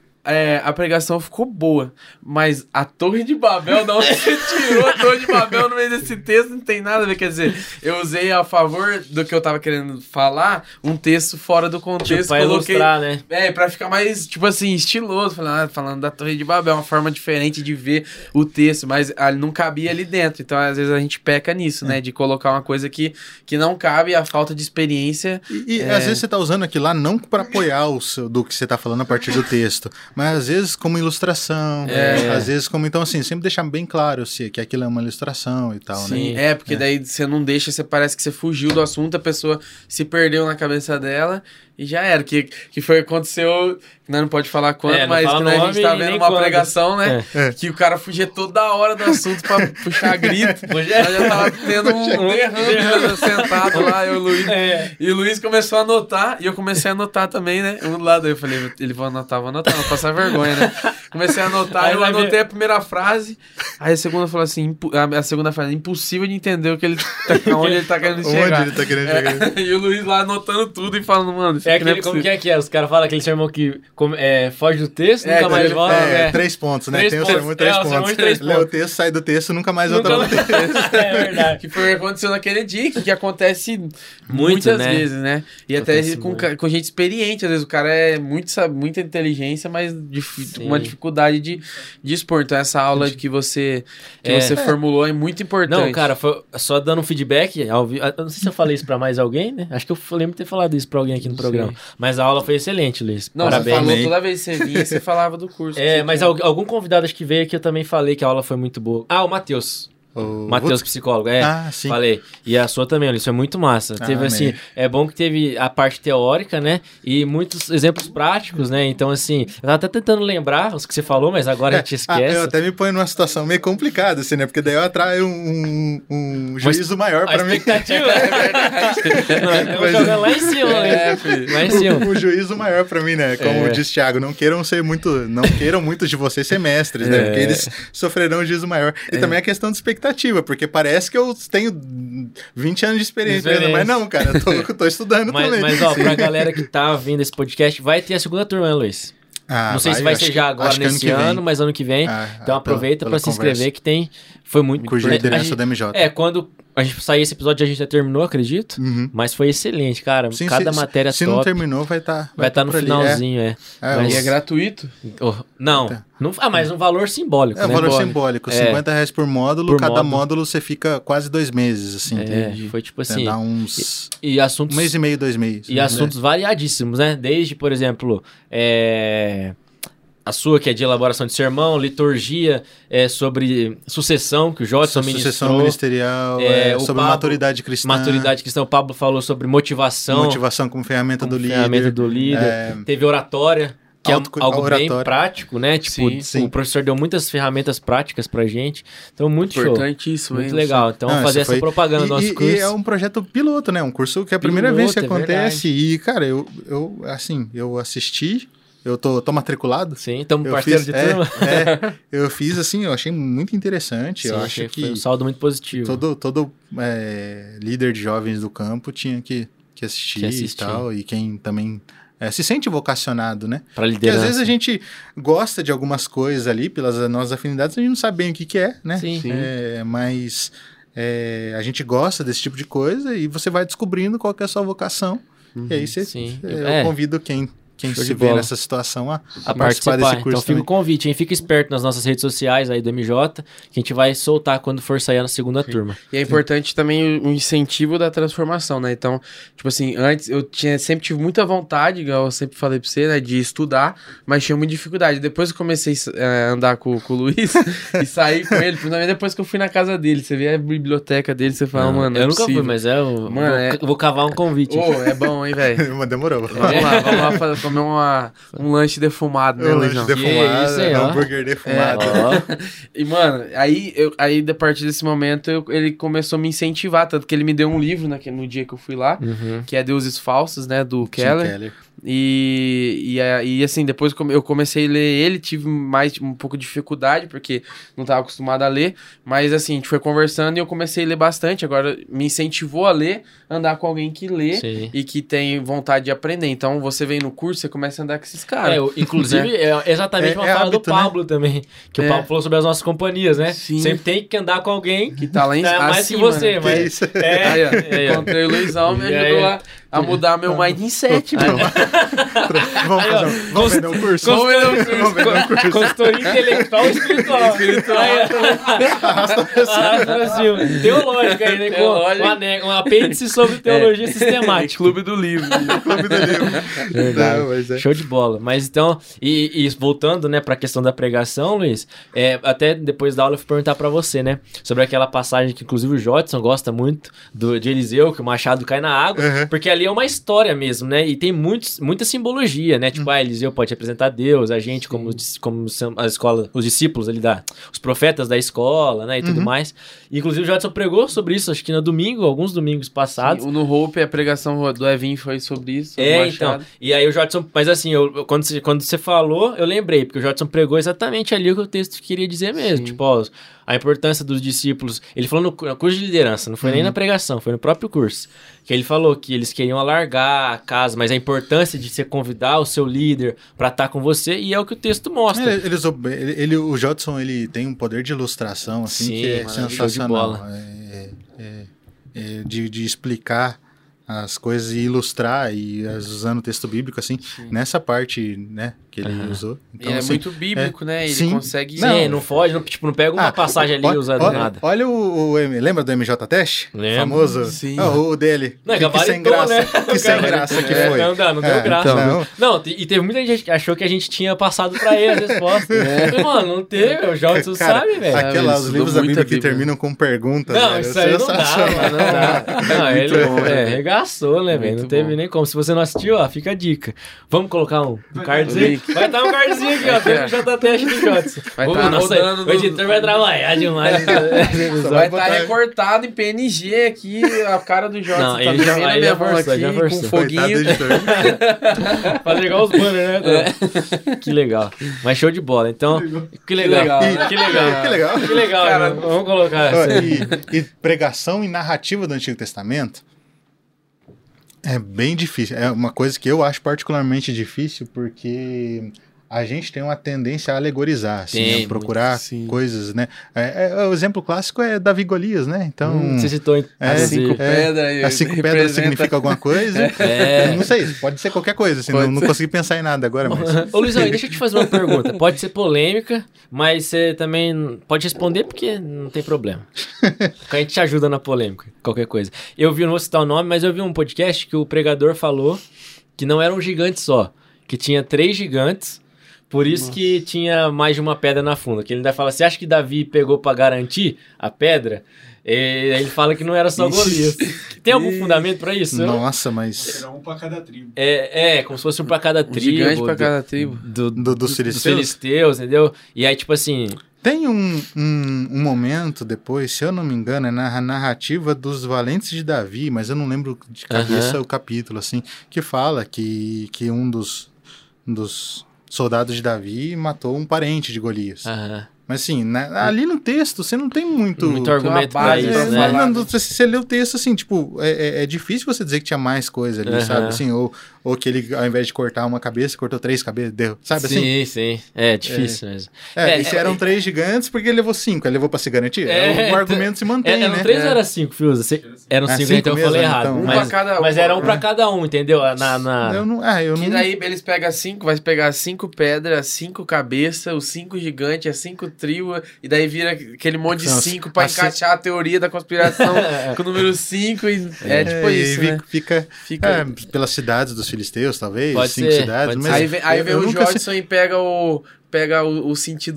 a pregação ficou boa, mas a Torre de Babel, de onde você tirou a Torre de Babel no meio desse texto, não tem nada a ver. Quer dizer, eu usei a favor do que eu tava querendo falar, um texto fora do contexto. Tipo, pra coloquei, ilustrar, né? Pra ficar mais, tipo assim, estiloso. Falando da Torre de Babel, uma forma diferente de ver o texto, mas não cabia ali dentro. Então, às vezes, a gente peca nisso, né? De colocar uma coisa que não cabe, a falta de experiência. E às vezes você tá usando aquilo lá não para apoiar do que você tá falando a partir do texto, mas às vezes como ilustração, às vezes como... Então, assim, sempre deixar bem claro que aquilo é uma ilustração e tal, Sim, né? porque daí você não deixa, parece que você fugiu do assunto, a pessoa se perdeu na cabeça dela e já era. Que aconteceu, não pode falar quando, mas que, né, a gente tá vendo uma pregação, né? Que o cara fugia toda hora do assunto pra puxar grito. Nós já tava tendo um derrame sentado lá, eu e o Luiz. E o Luiz começou a anotar, e eu comecei a anotar também, né? Um do lado, eu falei, ele vou anotar, vou passar vergonha, né? Comecei a anotar, eu anotei a primeira frase, aí a segunda falou assim, a segunda frase, impossível de entender onde ele tá querendo chegar. Onde ele tá querendo chegar. E o Luiz lá anotando tudo e falando, mano, isso aqui não é possível. Como que é? Os caras falam aquele sermão que foge do texto, nunca mais volta. 3 pontos, né? Tem o sermão 3 pontos. Lê o texto, sai do texto, nunca mais volta no texto. É verdade. Que foi o que aconteceu naquele dia, que acontece muitas vezes, né? E até com gente experiente, às vezes o cara muita inteligência, mas uma dificuldade de expor. Então essa aula que você formulou é muito importante. Não, cara, só dando um feedback, eu não sei se eu falei isso pra mais alguém, né? Acho que eu lembro de ter falado isso pra alguém aqui no programa. Mas a aula foi excelente, Luiz. Não, parabéns. Você falou, toda vez que você vinha, você falava do curso. Mas algum convidado acho que veio aqui, eu também falei que a aula foi muito boa. O Matheus. Matheus, psicólogo, sim. Falei. E a sua também, isso é muito massa. Teve assim, é bom que teve a parte teórica, né? E muitos exemplos práticos, né? Então, assim, eu tava até tentando lembrar os que você falou, mas agora a gente esquece. Eu até me ponho numa situação meio complicada, assim, né? Porque daí eu atraio um juízo maior pra mim. Expectativa, é verdade. Eu jogando lá em cima, né? Lá em cima. Um juízo maior pra mim, né? Como diz Thiago, não queiram muitos de vocês ser mestres, né? Porque eles sofrerão um juízo maior. E também a questão de expectativa, porque parece que eu tenho 20 anos de experiência. Mas não, cara, eu tô estudando também. Mas, pra galera que tá ouvindo esse podcast, vai ter a segunda turma, né, Luiz? Não sei se vai ser já agora nesse ano, mas ano que vem. Então aproveita pra se inscrever que foi muito... Cuja liderança da MJ. Quando a gente sair esse episódio, a gente já terminou, acredito. Mas foi excelente, cara. Sim, cada matéria se top. Se não terminou, vai estar no finalzinho, Mas é gratuito? Não. Mas um valor simbólico, né? É um valor simbólico. R$50 por módulo. Cada módulo você fica quase 2 meses, assim. Foi tipo assim... Dá uns... E assuntos... 1 mês e meio, 2 meses. E assuntos variadíssimos, né? Desde, por exemplo... A sua, que é de elaboração de sermão, liturgia, sobre sucessão, que o Jodson ministrou. Sucessão ministerial, sobre maturidade cristã. Maturidade cristã, o Pablo falou sobre motivação. Motivação como ferramenta do líder. Teve oratória, que é algo bem prático, né? Tipo, sim. O professor deu muitas ferramentas práticas pra gente. Então, muito importantíssimo, show. Muito legal. Então, fazer essa propaganda do nosso curso. E é um projeto piloto, né? Um curso que é a primeira vez que acontece. E, cara, eu assisti... Eu tô matriculado. Sim, estamos parceiro de turma. Eu fiz assim, eu achei muito interessante. Eu acho que foi um saldo muito positivo. Todo líder de jovens do campo tinha que assistir e tal. E quem também se sente vocacionado, né? Pra liderança. Porque às vezes a gente gosta de algumas coisas ali, pelas nossas afinidades, a gente não sabe bem o que é, né? Sim. Mas a gente gosta desse tipo de coisa e você vai descobrindo qual que é a sua vocação. E aí eu convido quem se vê nessa situação a participar desse curso. Então fica o convite, hein? Fica esperto nas nossas redes sociais aí do MJ, que a gente vai soltar quando for sair na segunda turma. E é importante também o incentivo da transformação, né? Então, tipo assim, antes eu sempre tive muita vontade, igual eu sempre falei pra você, né? De estudar, mas tinha muita dificuldade. Depois que eu comecei a andar com o Luiz e sair com ele, principalmente depois que eu fui na casa dele, você vê a biblioteca dele, você fala, mano, eu nunca fui, mas vou cavar um convite. É bom, hein, velho? Demorou. Vamos lá comer um lanche defumado, né, lanche Luizão? defumado, isso aí, ó. hambúrguer defumado. Ó. E, mano, aí a partir desse momento, ele começou a me incentivar, tanto que ele me deu um livro no dia que eu fui lá, que é Deuses Falsos, né, do Tim Keller. E assim, depois eu comecei a ler ele, tive um pouco de dificuldade, porque não estava acostumado a ler, mas assim, a gente foi conversando e eu comecei a ler bastante, agora me incentivou a ler, andar com alguém que lê e que tem vontade de aprender. Então, você vem no curso, você começa a andar com esses caras. Inclusive, é exatamente uma fala do Pablo, né? Também, que o Pablo falou sobre as nossas companhias, né? Sim. Sempre tem que andar com alguém que tá lá em cima, mais que você, né? mas... Encontrei o Luizão, me ajudou a mudar meu mindset, mano. Vamos vender um curso? Vamos vender um curso. Consultoria intelectual e espiritual. Arrasta pra cima. Teológica aí, né? Um apêndice sobre teologia sistemática. Clube do livro. Clube do livro. Não, show de bola. Mas então, e voltando, né, pra questão da pregação, Luiz, até depois da aula eu fui perguntar pra você, né, sobre aquela passagem que inclusive o Jodson gosta muito, de Eliseu, que o machado cai na água, porque ali é uma história mesmo, né, e tem muita simbologia, né, tipo, Eliseu pode representar Deus, a gente como a escola, os discípulos ali, os profetas da escola, né, e tudo mais. E, inclusive o Jodson pregou sobre isso, acho que no domingo, alguns domingos passados. Sim, no Hope, a pregação do Evinho foi sobre isso. Então, e aí o Jodson, mas assim, quando você falou, eu lembrei, porque o Jodson pregou exatamente ali o que o texto queria dizer mesmo, Sim. tipo, ó, a importância dos discípulos, ele falou no curso de liderança, não foi nem na pregação, foi no próprio curso, que ele falou que eles queriam alargar a casa, mas a importância de você convidar o seu líder para estar com você, e é o que o texto mostra. O Jodson, ele tem um poder de ilustração, assim, sim, que é sensacional. De explicar as coisas e ilustrar, e usando o texto bíblico, assim, nessa parte, né, que ele usou. Então, ele assim, é muito bíblico, né? Ele consegue... Não foge, não pega uma passagem ali e usa do nada. Olha lembra do MJ Teste? Lembro. Famoso? Sim. O dele. Não, que sem graça, né? Que sem graça que foi. Não deu graça. Então. Não, e teve muita gente que achou que a gente tinha passado pra ele as respostas. Mano, não teve, o Jodson sabe, velho. Os livros da Bíblia que terminam com perguntas. Não, velho, isso aí não dá. Não, ele regaçou, né, velho? Não teve nem como. Se você não assistiu, ó, fica a dica. Vamos colocar um cardzinho. Vai estar um cardzinho aqui, ó. Tem o JTest do Jodson. Vai estar rodando. O editor vai trabalhar demais. Vai estar recortado em PNG aqui, a cara do Jodson. Não, tá ele já na minha mão aqui, com foguinho. Fazer igual os banners, né? Que legal. Mas show de bola. Então, que legal. Que legal, cara. Vamos colocar e pregação e narrativa do Antigo Testamento é bem difícil. É uma coisa que eu acho particularmente difícil, porque a gente tem uma tendência a alegorizar, assim, a procurar coisas, né? O exemplo clássico é Davi e Golias, né? Então, você citou as 5 pedras. As 5 pedras significa alguma coisa? Não sei, pode ser qualquer coisa, assim, não consegui pensar em nada agora. Mas... Ô, Luizão, deixa eu te fazer uma pergunta. Pode ser polêmica, mas você também pode responder porque não tem problema. A gente te ajuda na polêmica, qualquer coisa. Eu não vou citar o nome, mas eu vi um podcast que o pregador falou que não era um gigante só, que tinha 3 gigantes. Por isso que tinha mais de uma pedra na funda. Que ele ainda fala, você acha que Davi pegou pra garantir a pedra? Ele fala que não era só Golias. Tem algum fundamento pra isso? Nossa, mas... Era um pra cada tribo. Como se fosse um pra cada tribo. Gigante pra cada tribo. Dos filisteus, entendeu? E aí, tipo assim... Tem um momento depois, se eu não me engano, é na narrativa dos valentes de Davi, mas eu não lembro de cabeça o capítulo, assim, que fala que um dos soldados de Davi matou um parente de Golias. Mas assim, ali no texto, você não tem muito argumento pra isso, né? Você lê o texto, assim, tipo, é difícil você dizer que tinha mais coisa ali, sabe? Assim, ou que ele, ao invés de cortar uma cabeça, cortou 3 cabeças, deu, sabe assim? Sim. É difícil mesmo. E se eram 3 gigantes, porque ele levou 5, ele levou pra se garantir? O argumento se mantém, eram né? 3 ou era 5, Fiuza? Eram 5, então eu falei errado. Então, mas era um pra cada um, entendeu? Que daí eles pegam 5, vai pegar 5 pedras, 5 cabeças, os 5 gigantes, as 5 tribos, e daí vira aquele monte de 5 pra encaixar a teoria da conspiração com o número 5, e tipo isso, né? Fica pelas cidades dos filisteus, talvez, pode 5 cidades. Mas aí vem o Jodson e pega o sentido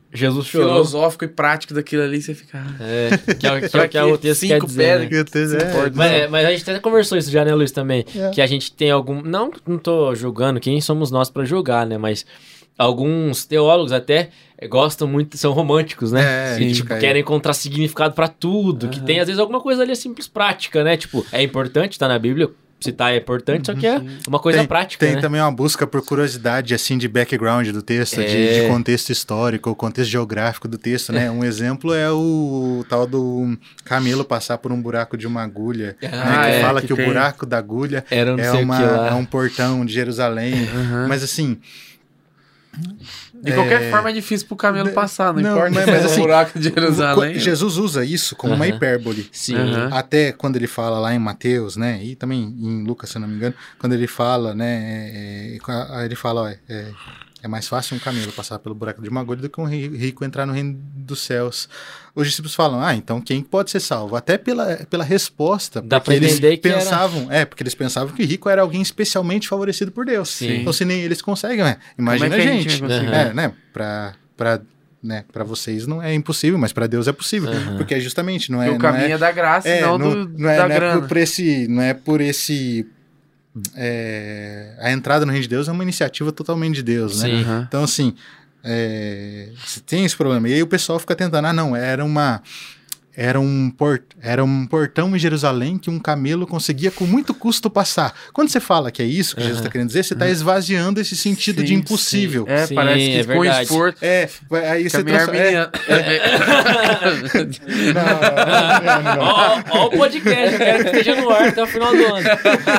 Jesus chorou. Filosófico e prático daquilo ali, você fica... Que é o texto que quer dizer, né? Mas a gente até conversou isso já, né, Luiz, também. Que a gente tem algum... Não tô julgando, quem somos nós pra julgar, né? Mas alguns teólogos até gostam muito, são românticos, né? E, tipo, querem encontrar significado pra tudo. Que tem, às vezes, alguma coisa ali simples, prática, né? Tipo, é importante, tá na Bíblia... Citar é importante, só que é uma coisa prática, Tem né? também uma busca por curiosidade, assim, de background do texto, de contexto histórico, contexto geográfico do texto, né? Um exemplo é o tal do camelo passar por um buraco de uma agulha, né? Que fala que o buraco da agulha é um portão de Jerusalém. Mas, assim... De qualquer forma é difícil pro camelo passar, não importa mas, assim, o buraco de Jerusalém. Jesus usa isso como uma hipérbole. Sim. Até quando ele fala lá em Mateus, né, e também em Lucas, se eu não me engano, quando ele fala, né, ele fala, é mais fácil um camelo passar pelo buraco de uma agulha do que um rico entrar no reino dos céus. Os discípulos falam, então quem pode ser salvo? Até pela resposta, porque eles pensavam, porque eles pensavam que rico era alguém especialmente favorecido por Deus. Sim. Então se nem eles conseguem, imagina a gente. Né? Para vocês não é impossível, mas para Deus é possível, porque é justamente não é o caminho é da graça, não da grana. Não é por esse a entrada no reino de Deus é uma iniciativa totalmente de Deus, né? Então, assim, tem esse problema. E aí o pessoal fica tentando, era um portão em Jerusalém que um camelo conseguia com muito custo passar. Quando você fala que é isso que Jesus está querendo dizer, você está esvaziando esse sentido de impossível. Parece que com esforço... aí você Ó o podcast, eu quero que esteja no ar até o final do ano.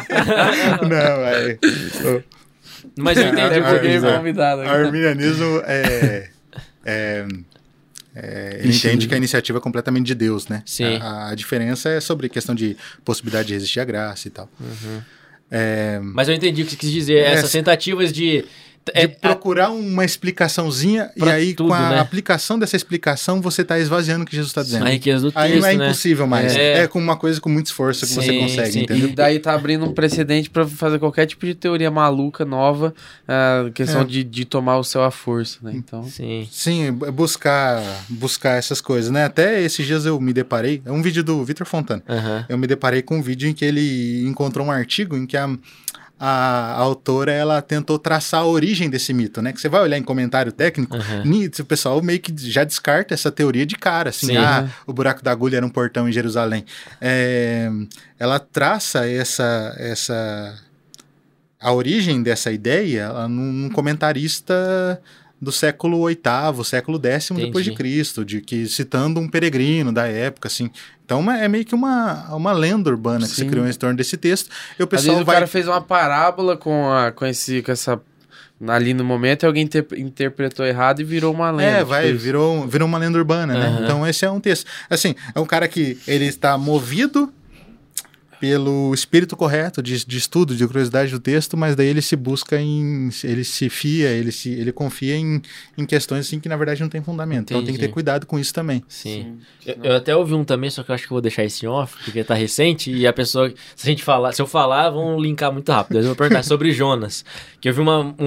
Mas eu entendi o que convidado. O arminianismo ele entende que a iniciativa é completamente de Deus, né? Sim. A diferença é sobre questão de possibilidade de resistir à graça e tal. Mas eu entendi o que você quis dizer. Essas tentativas de procurar uma explicaçãozinha e aí tudo, com a aplicação dessa explicação você está esvaziando o que Jesus está dizendo. A riqueza do texto, aí não é impossível mais. É com uma coisa com muito esforço que você consegue, entendeu? E daí tá abrindo um precedente para fazer qualquer tipo de teoria maluca, nova, questão de tomar o céu à força, né? Então... Sim, buscar essas coisas, né? Até esses dias eu me deparei, é um vídeo do Vitor Fontana, eu me deparei com um vídeo em que ele encontrou um artigo em que a autora, ela tentou traçar a origem desse mito, né? Que você vai olhar em comentário técnico, o pessoal meio que já descarta essa teoria de cara, assim, o buraco da agulha era um portão em Jerusalém. Ela traça a origem dessa ideia num comentarista do século VIII, século X depois de Cristo, citando um peregrino da época, assim. Então é meio que uma lenda urbana que se criou em torno desse texto. E o pessoal Às vezes o cara fez uma parábola com essa... Ali no momento alguém interpretou errado e virou uma lenda. Virou uma lenda urbana, né? Então esse é um texto. Assim, é um cara que ele está movido pelo espírito correto de estudo, de curiosidade do texto, mas daí ele se confia em questões assim que na verdade não tem fundamento. Então tem que ter cuidado com isso também. Sim. Eu até ouvi um também, só que eu acho que eu vou deixar esse em off, porque tá recente, e a pessoa, se eu falar, vão linkar muito rápido. Eu vou perguntar sobre Jonas, que eu vi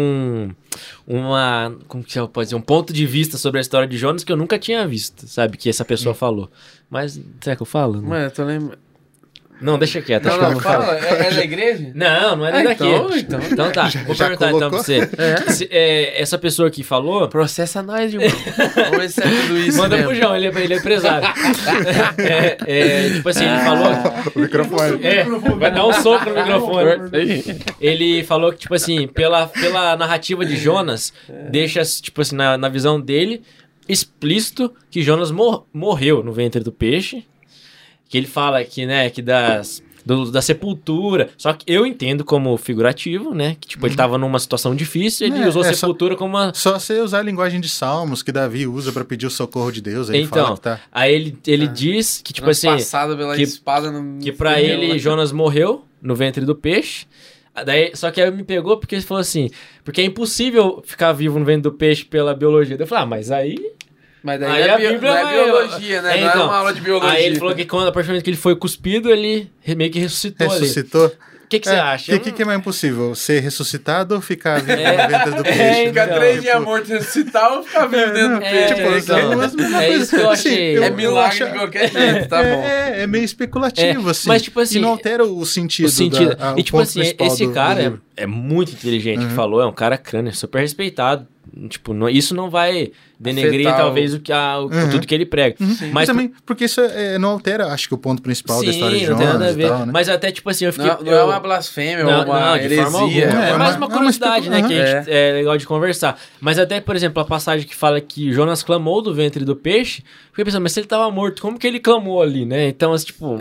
como que pode dizer, um ponto de vista sobre a história de Jonas que eu nunca tinha visto, sabe, que essa pessoa falou. Mas, será que eu falo? Mano, eu tô lembrando... Não, deixa quieto. Não, fala. É da igreja? Não é daqui. Então tá, vou perguntar então pra você. Essa pessoa que falou... Processa nós, irmão. Vamos ver se é tudo isso. Manda pro João, ele é empresário. Tipo assim, ele falou... O microfone. Vai dar um soco no microfone. Ele falou que, tipo assim, pela narrativa de Jonas, deixa, tipo assim, na visão dele, explícito que Jonas morreu no ventre do peixe. Que ele fala que, né, que da sepultura. Só que eu entendo como figurativo, né? Que, tipo, ele tava numa situação difícil, ele usou a sepultura como uma... Só você usar a linguagem de Salmos que Davi usa pra pedir o socorro de Deus. Aí então, fala que tá... aí ele diz que, tipo assim... Passada pela espada que pra ele, Jonas morreu no ventre do peixe. Daí, só que aí me pegou porque ele falou assim... Porque é impossível ficar vivo no ventre do peixe pela biologia. Daí eu falei, mas aí... Mas daí a Bíblia não é biologia, né? Não é uma aula de biologia. Aí ele falou que a partir do momento que ele foi cuspido, ele meio que ressuscitou ali. que você acha? O que é mais impossível? Ser ressuscitado ou ficar vivo no ventre do peixe? Ficar então, 3 dias morto e ressuscitar ou ficar vivo dentro do peixe? Isso que eu achei. É milagre de qualquer jeito, tá bom. É meio especulativo, assim. Mas, tipo assim... E não altera o sentido. E, tipo assim, esse cara é muito inteligente que falou, é um cara crânio, super respeitado. Tipo, isso não vai denegrir, talvez, tudo que ele prega. Mas também, porque isso não altera, acho que o ponto principal da história de Jonas. Não tem nada a ver. Tal, né? Mas até, tipo assim, eu fiquei... Não é uma blasfêmia, ou uma heresia. É mais uma curiosidade, né, que é legal de conversar. Mas até, por exemplo, a passagem que fala que Jonas clamou do ventre do peixe, fiquei pensando, mas se ele tava morto, como que ele clamou ali, né? Então, assim, tipo...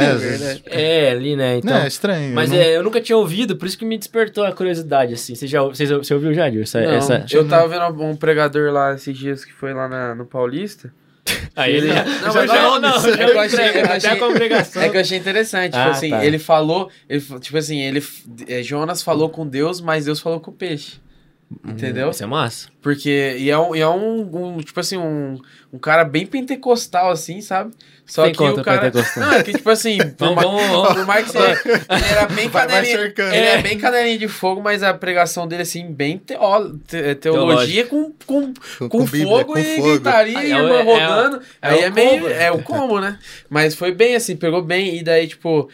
ali, né? Então, é estranho. Mas eu nunca tinha ouvido, por isso que me despertou a curiosidade, assim. Você ouviu já, Gil? Eu tava vendo um pregador lá esses dias que foi lá no Paulista. Aí ele já... Até a congregação. É que eu achei interessante. Tipo assim, ele falou... Tipo assim, Jonas falou com Deus, mas Deus falou com o peixe. Entendeu? Isso é massa. Porque... E é um tipo assim, um cara bem pentecostal, assim, sabe? Só que o cara... Não, é que tipo assim... Por mais que você... Ele era bem canelinha... Ele é bem canelinha de fogo, mas a pregação dele, assim, bem teologia com Bíblia, fogo com e fogo. gritaria e irmã rodando. Aí é meio... combo. É o combo, né? Mas foi bem assim, pegou bem. E daí, tipo...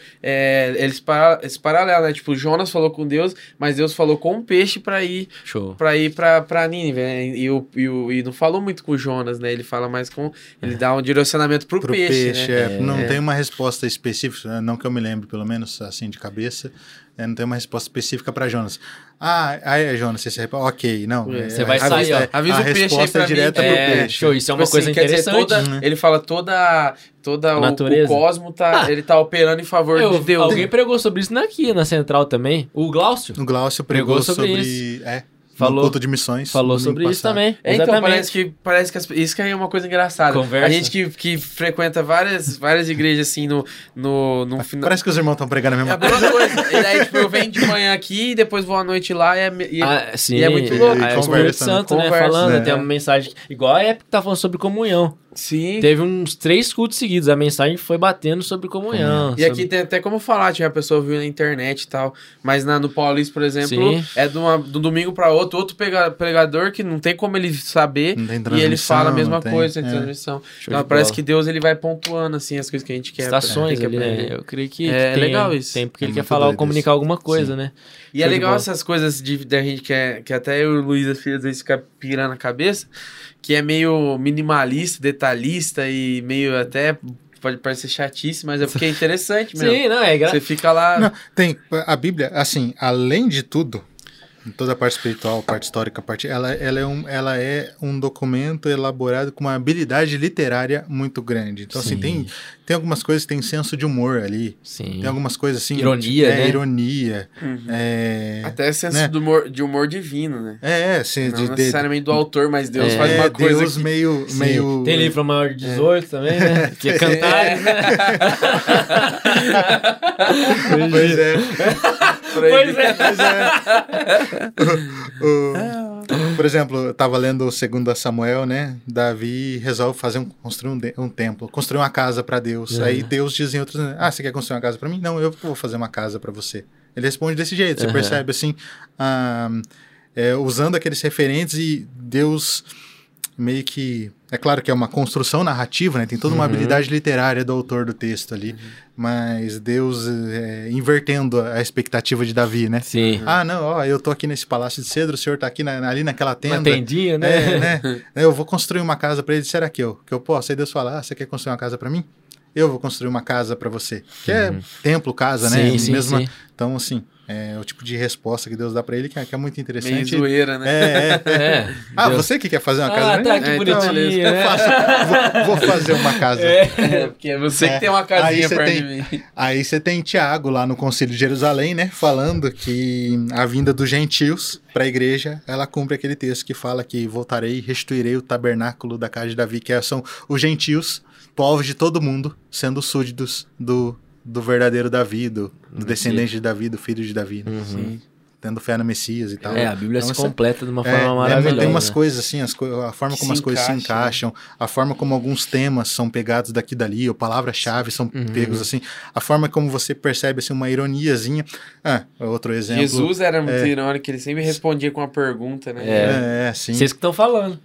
Esse paralelo, né? Tipo, Jonas falou com Deus, mas Deus falou com um peixe pra ir... Show. Pra ir pra Nínive, né? E não falou muito com o Jonas, né? Ele fala mais com... Ele dá um direcionamento pro peixe, né? Não tem uma resposta específica, não que eu me lembre, pelo menos assim de cabeça, não tem uma resposta específica para Jonas. Jonas, você ok, não. Você vai sair, ó. Avisa o peixe aí pra direta pro peixe. Show, isso é uma coisa interessante. Ele fala toda o cosmo ele tá operando em favor de Deus. Alguém pregou sobre isso aqui na Central também. O Glaucio. O Glaucio pregou sobre isso. Falou, no culto de missões. Falou sobre isso também. Então, parece que isso que é uma coisa engraçada. Conversa. A gente que frequenta várias igrejas assim no final. Parece que os irmãos estão pregando a mesma coisa. É a mesma coisa. E daí, tipo, eu venho de manhã aqui e depois vou à noite lá sim, e é muito louco. É o Espírito Santo, né? Falando, tem uma mensagem. Igual a época que tá falando sobre comunhão. Sim. Teve uns 3 cultos seguidos. A mensagem foi batendo sobre comunhão. E aqui tem até como falar, a pessoa viu na internet e tal. Mas no Paulista, por exemplo, é de um domingo para outro pregador que não tem como ele saber. E ele fala a mesma coisa em transmissão. Então parece que Deus ele vai pontuando assim as coisas que a gente quer. Estações ali, né? Eu creio que é legal isso. Tem porque ele quer falar ou comunicar alguma coisa, né? E é legal essas coisas da gente que até eu e o Luiz às vezes fica pirando a cabeça. Que é meio minimalista, detalhista e meio até... Pode parecer chatice, mas é porque é interessante mesmo. Sim, não, é Você fica lá... Não, tem a Bíblia, assim, além de tudo, toda a parte espiritual, a parte histórica, ela é um documento elaborado com uma habilidade literária muito grande. Então, assim, tem algumas coisas que tem senso de humor ali. Sim. Tem algumas coisas assim... Ironia, né? Ironia. Até senso de humor divino, né? Não necessariamente do autor, mas Deus faz uma coisa... Deus meio... Tem livro maior de 18 também, né? Que é cantar, né? Pois é. Pois é. Por exemplo, eu tava lendo o 2 Samuel, né? Davi resolve construir um templo, construir uma casa para Deus. Aí Deus diz em outros, você quer construir uma casa para mim? Não, eu vou fazer uma casa para você. Ele responde desse jeito, você percebe assim, usando aqueles referentes e Deus meio que... É claro que é uma construção narrativa, né? Tem toda uma habilidade literária do autor do texto ali, mas Deus invertendo a expectativa de Davi, né? Sim. Eu tô aqui nesse palácio de cedro, o senhor tá aqui ali naquela tenda. Uma tendinha, né? Eu vou construir uma casa para ele. Será que eu posso? Aí Deus fala, você quer construir uma casa para mim? Eu vou construir uma casa para você. Que é templo, casa, né? Sim. Então, assim... É o tipo de resposta que Deus dá pra ele que é muito interessante. Meio zoeira, né? Você que quer fazer uma casa? Tá, que bonitinho, né? Vou fazer uma casa. Porque é você que tem uma casinha perto de mim. Aí você tem Tiago lá no Concílio de Jerusalém, né? Falando que a vinda dos gentios pra igreja, ela cumpre aquele texto que fala que voltarei e restituirei o tabernáculo da casa de Davi, que são os gentios, povos de todo mundo, sendo súditos do verdadeiro Davi, do descendente de Davi, do filho de Davi. Sim. tendo fé no Messias e tal. A Bíblia então, se completa de uma forma maravilhosa. Tem umas coisas assim, a forma como as coisas se encaixa, encaixam, a forma como alguns temas são pegados daqui e dali, ou palavras-chave são pegos assim, a forma como você percebe assim, uma ironiazinha. Outro exemplo. Jesus era muito irônico, ele sempre respondia com uma pergunta, né? Sim. Vocês que estão falando.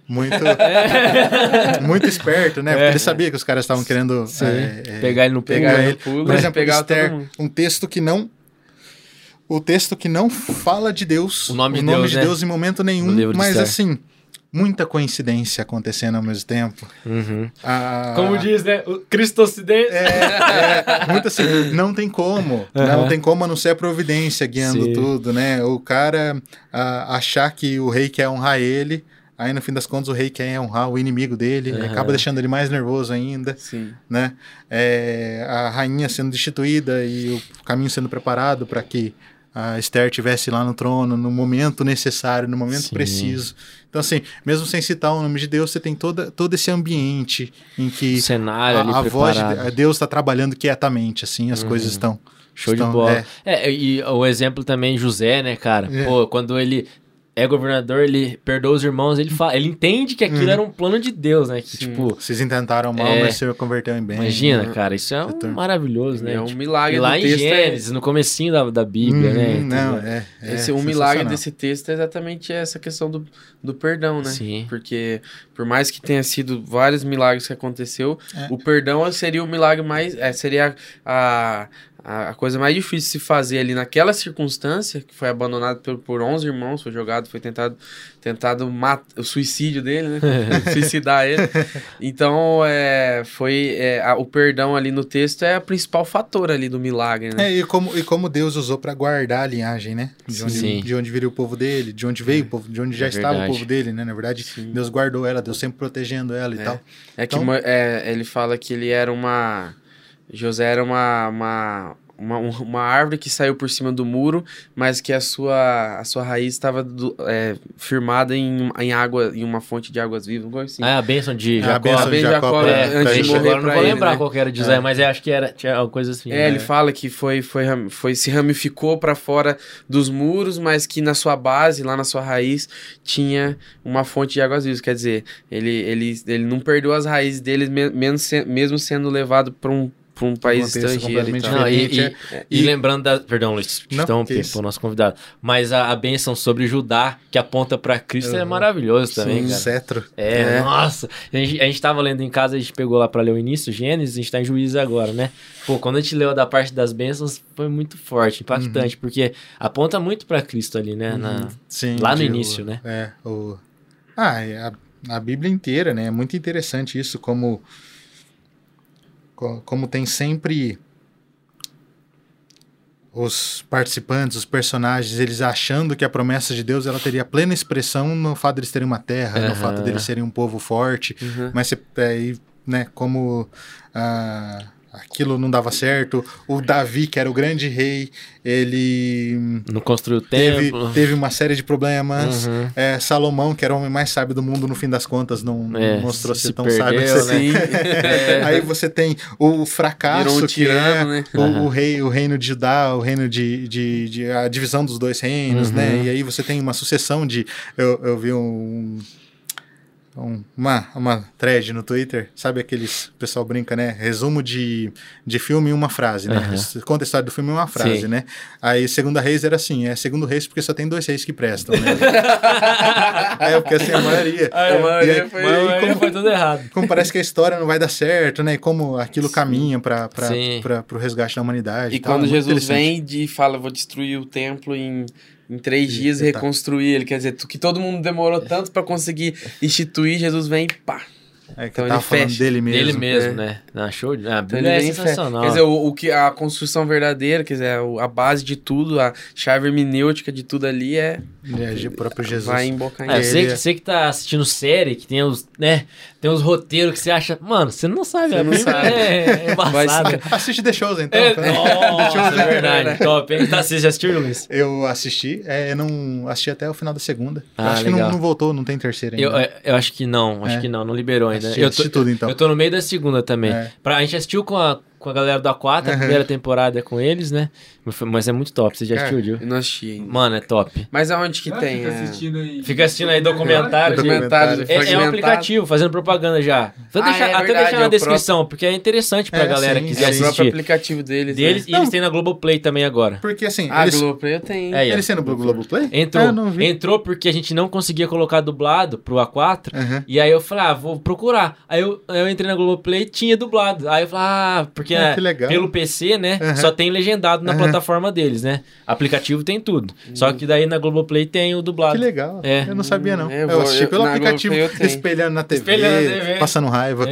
Muito esperto, né? Porque ele sabia que os caras estavam querendo pegar ele no pulo. Por exemplo, Esther, um texto que não... O texto que não fala de Deus, o nome de Deus em momento nenhum, mas assim, muita coincidência acontecendo ao mesmo tempo. Como diz, né? O Cristocidência. Muito assim, não tem como. Não tem como a não ser a providência guiando tudo, né? O cara achar que o rei quer honrar ele, aí no fim das contas o rei quer honrar o inimigo dele, acaba deixando ele mais nervoso ainda. Né? A rainha sendo destituída e o caminho sendo preparado para que a Esther estivesse lá no trono no momento necessário, no momento preciso. Então, assim, mesmo sem citar o nome de Deus, você tem todo esse ambiente em que o cenário ali a voz de Deus está trabalhando quietamente, assim, as coisas estão... Show de bola. E o exemplo também, José, né, cara? Pô, quando ele é governador, ele perdoa os irmãos, ele entende que aquilo era um plano de Deus, né? Que, tipo, vocês intentaram mal, mas você converteu em bem. Imagina, cara, isso é maravilhoso, né? É um milagre lá em Gênesis, no comecinho da Bíblia, né? Um milagre desse texto é exatamente essa questão do perdão, né? Sim. Porque por mais que tenha sido vários milagres que aconteceu, o perdão seria o milagre mais... seria a coisa mais difícil de se fazer ali naquela circunstância, que foi abandonado por 11 irmãos, foi tentado o suicídio dele, né? Suicidar ele. Então, o perdão ali no texto é o principal fator ali do milagre, né? E como Deus usou para guardar a linhagem, né? De onde viria o povo dele, de onde veio o povo, de onde já estava o povo dele, né? Na verdade, Deus guardou ela, Deus sempre protegendo ela e tal. Ele fala que ele era José era uma árvore que saiu por cima do muro, mas que a sua raiz estava firmada em água, em uma fonte de águas vivas. Assim. A bênção de Jacó. A bênção de Jacó antes de morrer. Agora não vou lembrar qual que era de José, mas acho que tinha alguma coisa assim. Ele fala que se ramificou para fora dos muros, mas que na sua base, lá na sua raiz, tinha uma fonte de águas vivas. Quer dizer, ele não perdeu as raízes dele, mesmo sendo levado para um país estrangeiro e lembrando perdão, Luiz, o nosso convidado, mas a bênção sobre Judá, que aponta para Cristo, é maravilhoso também, cara. Cetro. Nossa, a gente tava lendo em casa, a gente pegou lá para ler o início, Gênesis, a gente tá em Juízes agora, né? Pô, quando a gente leu da parte das bênçãos, foi muito forte, impactante, porque aponta muito para Cristo ali, né? Lá no início, né? A Bíblia inteira, né? É muito interessante isso, como tem sempre os participantes, os personagens, eles achando que a promessa de Deus ela teria plena expressão no fato de eles terem uma terra, no fato de eles serem um povo forte, mas como aquilo não dava certo. O Davi, que era o grande rei, ele não construiu o templo. Teve uma série de problemas. Salomão, que era o homem mais sábio do mundo, no fim das contas, não mostrou ser tão sábio assim. Aí você tem o fracasso, virou um tirano, né? O reino de Judá, o reino de a divisão dos dois reinos, né? E aí você tem uma sucessão de... Eu vi uma thread no Twitter, sabe aqueles, o pessoal brinca, né? Resumo de filme em uma frase, né? Conta a história do filme em uma frase, né? Aí Segunda Reis era assim, segundo Reis porque só tem 2 reis que prestam, né? Porque assim, a maioria. Foi tudo errado. Como parece que a história não vai dar certo, né? E como aquilo caminha para o resgate da humanidade. E quando Jesus vem e fala, vou destruir o templo em 3 dias reconstruir ele, quer dizer, que todo mundo demorou tanto para conseguir instituir, Jesus vem e pá. Então ele fecha. Dele mesmo, né? Show de... A Bíblia é sensacional. Quer dizer, a construção verdadeira, quer dizer, a base de tudo, a chave hermenêutica de tudo ali o próprio Jesus. Vai embocar em ele. Você que tá assistindo série, que tem os roteiros que você acha... Mano, você não sabe. Você não sabe. É embaçado. Assiste The Chosen, então. Nossa, é verdade. Top, hein? Você já assistiu, Luiz? Eu assisti. Eu não assisti até o final da segunda. Acho que não voltou, não tem terceira ainda. Eu acho que não. Acho que não liberou ainda. Eu assisti tudo, então. Eu tô no meio da segunda também. A gente assistiu com com a galera do A4, a primeira temporada é com eles, né? Mas é muito top. Você já assistiu, Gil? Eu não assisti ainda. Mano, é top. Mas aonde que tem? Fica assistindo aí documentário. É um aplicativo, fazendo propaganda já. Vou deixar, até deixar na descrição, porque é interessante pra galera que quiser assistir. É o próprio aplicativo deles. E eles têm na Globoplay também agora. Porque assim... A Globoplay eu tenho. Eles têm no Globoplay? Entrou porque a gente não conseguia colocar dublado pro A4. E aí eu falei, vou procurar. Aí eu entrei na Globoplay e tinha dublado. Aí eu falei, porque pelo PC, né, só tem legendado na plataforma deles, né? Aplicativo tem tudo. Só que daí na Globoplay tem o dublado. Que legal. Eu não sabia, não. Eu assisti pelo aplicativo, espelhando na TV, passando raiva.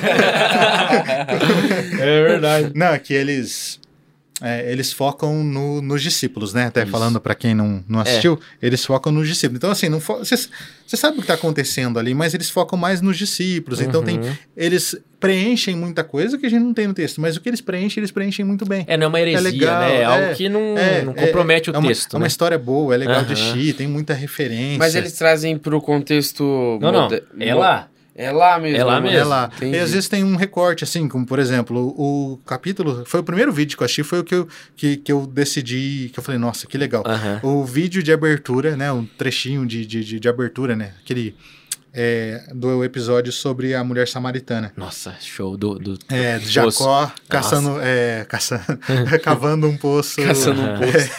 É verdade. Não, é que eles focam nos discípulos, né? Até falando pra quem não assistiu, eles focam nos discípulos. Então, assim, você sabe o que tá acontecendo ali, mas eles focam mais nos discípulos. Então, eles preenchem muita coisa que a gente não tem no texto, mas o que eles preenchem muito bem. Não é uma heresia, legal, né? É algo que não compromete o texto. É uma história boa, é legal de assistir, tem muita referência. Mas eles trazem pro contexto... Não, é lá. É lá mesmo. É lá mesmo. É lá. E às vezes tem um recorte, assim, como por exemplo, o capítulo, foi o primeiro vídeo que eu assisti, foi o que eu decidi, que eu falei, nossa, que legal. O vídeo de abertura, né, um trechinho de abertura, né, aquele... do episódio sobre a mulher samaritana. Nossa, show do Jacó caçando, cavando um poço. Caçando um poço.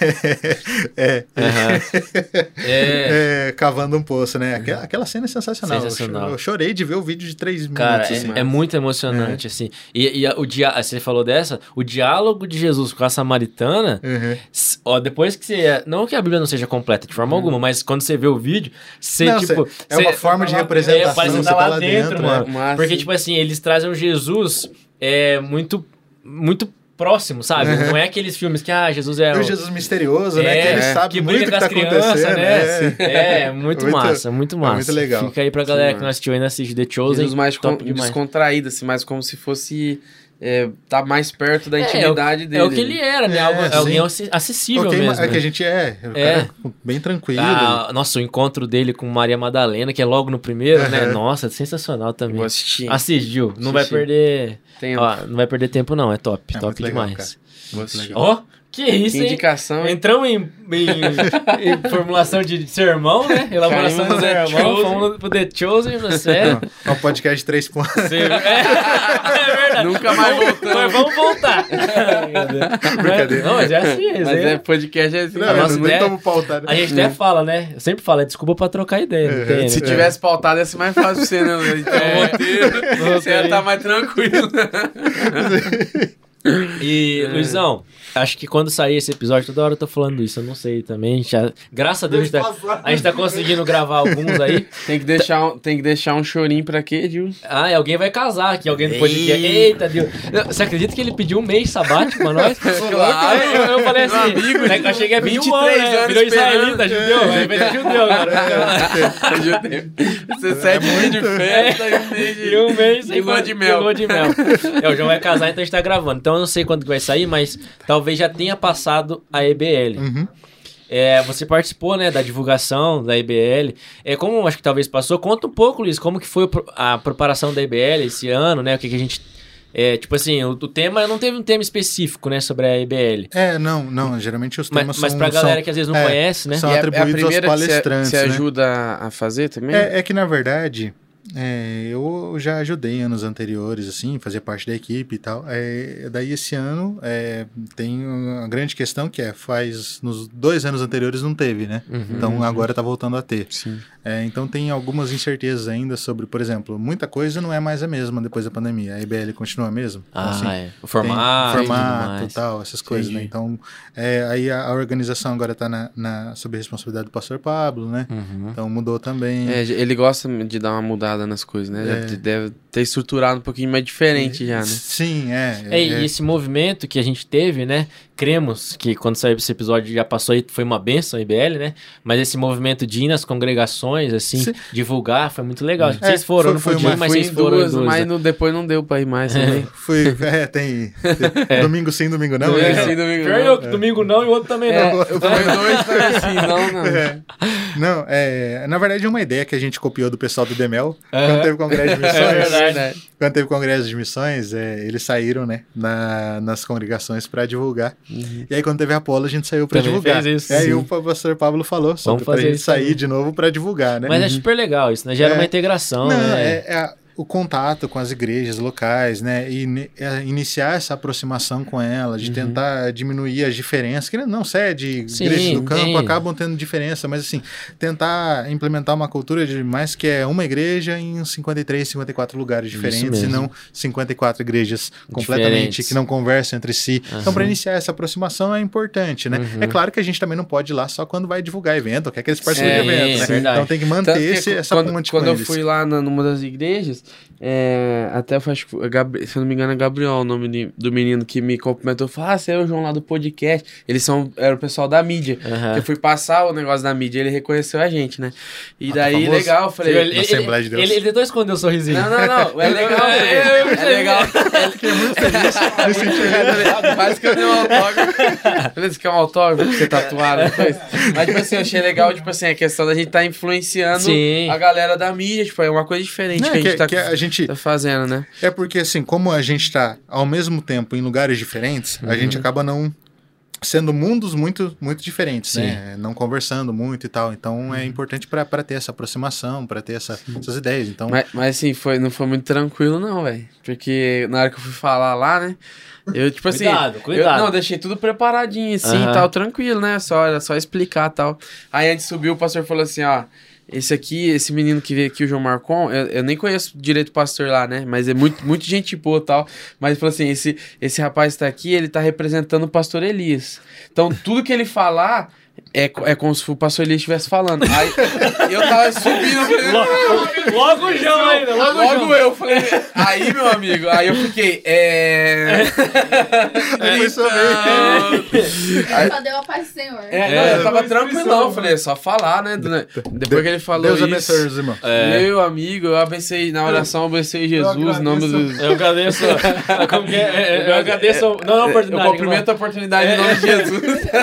Cavando um poço, né? Aquela cena é sensacional. Eu chorei de ver o vídeo de 3 minutos. Cara, assim. é muito emocionante, assim. E você falou o diálogo de Jesus com a samaritana, depois que você... Não que a Bíblia não seja completa de forma alguma, mas quando você vê o vídeo, é uma forma de representação, parece estar lá dentro, mano. Porque, tipo assim, eles trazem um Jesus muito, muito próximo, sabe? Não é aqueles filmes que, Jesus é... o Jesus misterioso, né? Que ele sabe muito o que tá acontecendo. Né? Muito massa, muito massa. Muito legal. Fica aí pra galera que não assistiu ainda, assiste The Chosen. Jesus mais descontraído, assim, mais como se fosse... tá mais perto da intimidade dele. É o que ele era, né? Alguém acessível mesmo. É que a gente cara bem tranquilo. Nossa, o encontro dele com Maria Madalena, que é logo no primeiro, né? Nossa, sensacional também. Vou assistir. Assiste, Gil. Não vai perder tempo. Não vai perder tempo, não. É top. Top legal, demais. Vou assistir. Que isso, hein? Indicação. Entramos em formulação de sermão, né? Elaboração de sermão. Fomos pro The Chosen, sério. É um podcast de 3 pontos. É verdade. Nunca mais voltamos. Mas vamos voltar. Brincadeira. Não, mas é assim. Mas podcast é assim. Não estamos pautados. A gente até fala, né? Eu sempre falo, desculpa pra trocar ideia. Se tivesse pautado, ia ser mais fácil pra você, né? Então, roteiro, você ia estar mais tranquilo. E, Luizão, acho que quando sair esse episódio, toda hora eu tô falando isso, eu não sei também. Graças a Deus a gente tá conseguindo gravar alguns aí. Tem que deixar um chorinho pra quê, Gil? Alguém vai casar aqui, alguém do podcast. Eita, Deus. Você acredita que ele pediu um mês sabático pra nós? Claro. Eu falei assim, amigo, né, eu cheguei a 23 anos, virou israelita, judeu, é judeu agora. Você 7 dias de festa e um mês e lua de mel. O João vai casar, então a gente tá gravando. Então eu não sei quando que vai sair, mas talvez já tenha passado a EBL. Você participou, né, da divulgação da EBL. Como acho que talvez passou, conta um pouco, Luiz, como que foi a preparação da EBL esse ano, né? O que a gente... tipo assim, o tema não teve um tema específico, né, sobre a EBL. Não, geralmente os temas mas pra galera que às vezes não conhece, né? São atribuídos aos palestrantes. Você ajuda a fazer também? É que, na verdade... eu já ajudei anos anteriores, assim, fazia parte da equipe e tal. Daí esse ano tem uma grande questão que nos 2 anos anteriores não teve, né? Então agora tá voltando a ter. Sim. Então tem algumas incertezas ainda sobre, por exemplo, muita coisa não é mais a mesma depois da pandemia. A EBL continua a mesma. Então, assim, o formato e tal, essas coisas, né? Então aí a organização agora tá sob a responsabilidade do pastor Pablo, né? Então mudou também. Ele gosta de dar uma mudada nas coisas, né? Já deve ter estruturado um pouquinho mais diferente já, né? Sim, E esse movimento que a gente teve, né? Cremos que quando saiu esse episódio já passou e foi uma bênção a IBL, né? Mas esse movimento de ir nas congregações, assim, divulgar, foi muito legal. Vocês foram, não podia, mas vocês foram. Mas depois não deu pra ir mais também. Tem domingo sim, domingo não. Domingo sim, domingo não. Eu que domingo não e o outro também não. Eu fui 2 também assim, não. Não, na verdade é uma ideia que a gente copiou do pessoal do Demel, Quando teve congresso de missões, verdade. quando teve congresso de missões, eles saíram, né, nas congregações para divulgar. E aí, quando teve Apolo, a gente saiu para Também divulgar. fez isso, E aí, sim. o pastor Pablo falou sobre pra fazer gente isso sair também. de novo para divulgar, né? Mas é super legal isso, né? Gera uma integração, Não, né? o contato com as igrejas locais, né? E iniciar essa aproximação com elas, de tentar diminuir as diferenças. Que não, sede, Sim, igrejas do campo tem. acabam tendo diferença, mas assim, tentar implementar uma cultura de mais que é uma igreja em 53, 54 lugares diferentes, e não 54 igrejas completamente Diferentes. que não conversam entre si. Então, para iniciar essa aproximação é importante, né? É claro que a gente também não pode ir lá só quando vai divulgar evento, quer que eles participem de evento, né? verdade. Então tem que Tanto manter que essa ponte quando com eu eles. fui lá numa das igrejas, até eu acho que se eu não me engano é Gabriel o nome do menino que me cumprimentou, falou, você é o João lá do podcast. Era o pessoal da mídia, que eu fui passar o negócio da mídia, ele reconheceu a gente, né? E daí, famoso. legal, eu falei... Na Assembleia de Deus. Ele tentou esconder o sorrisinho. Não, é legal, é legal. Fiquei muito feliz, me senti realizado. Quase que eu dei um autógrafo. Falei, você quer um autógrafo pra você tatuar depois? Mas, tipo assim, eu achei legal, tipo assim, a questão da gente tá influenciando Sim. a galera da mídia, tipo, é uma coisa diferente Não, que a gente tá fazendo, né? É porque, assim, como a gente tá ao mesmo tempo em lugares diferentes, a gente acaba não sendo mundos muito, muito diferentes, né? Não conversando muito e tal. Então, é importante para ter essa aproximação, para ter essas ideias. Então, Mas assim, não foi muito tranquilo, não, velho. Porque na hora que eu fui falar lá, né? Eu, tipo assim. Cuidado. Eu deixei tudo preparadinho, assim, tal, tranquilo, né? Era só explicar e tal. Aí antes subiu, o pastor falou assim, ó. Esse menino que veio aqui, o João Marcon, eu nem conheço direito o pastor lá, né? Mas é muito gente boa e tal. Mas ele falou assim: esse rapaz tá aqui, ele tá representando o pastor Elias. Então, tudo que ele falar é como se o pastor Elias estivesse falando. Aí eu tava subindo, eu falei, Logo o João ainda, logo eu falei, aí, meu amigo, aí eu fiquei, Aí foi Ele só deu a paz do Senhor. eu tava tranquilão, eu falei, é só falar, né? Depois que ele falou Deus isso, abençoe os irmãos. meu amigo, eu abençoei, na oração, eu abençoei Jesus, em nome do... Eu agradeço. Como que é? Eu agradeço. Não, a oportunidade. Eu cumprimento a oportunidade em nome de Jesus.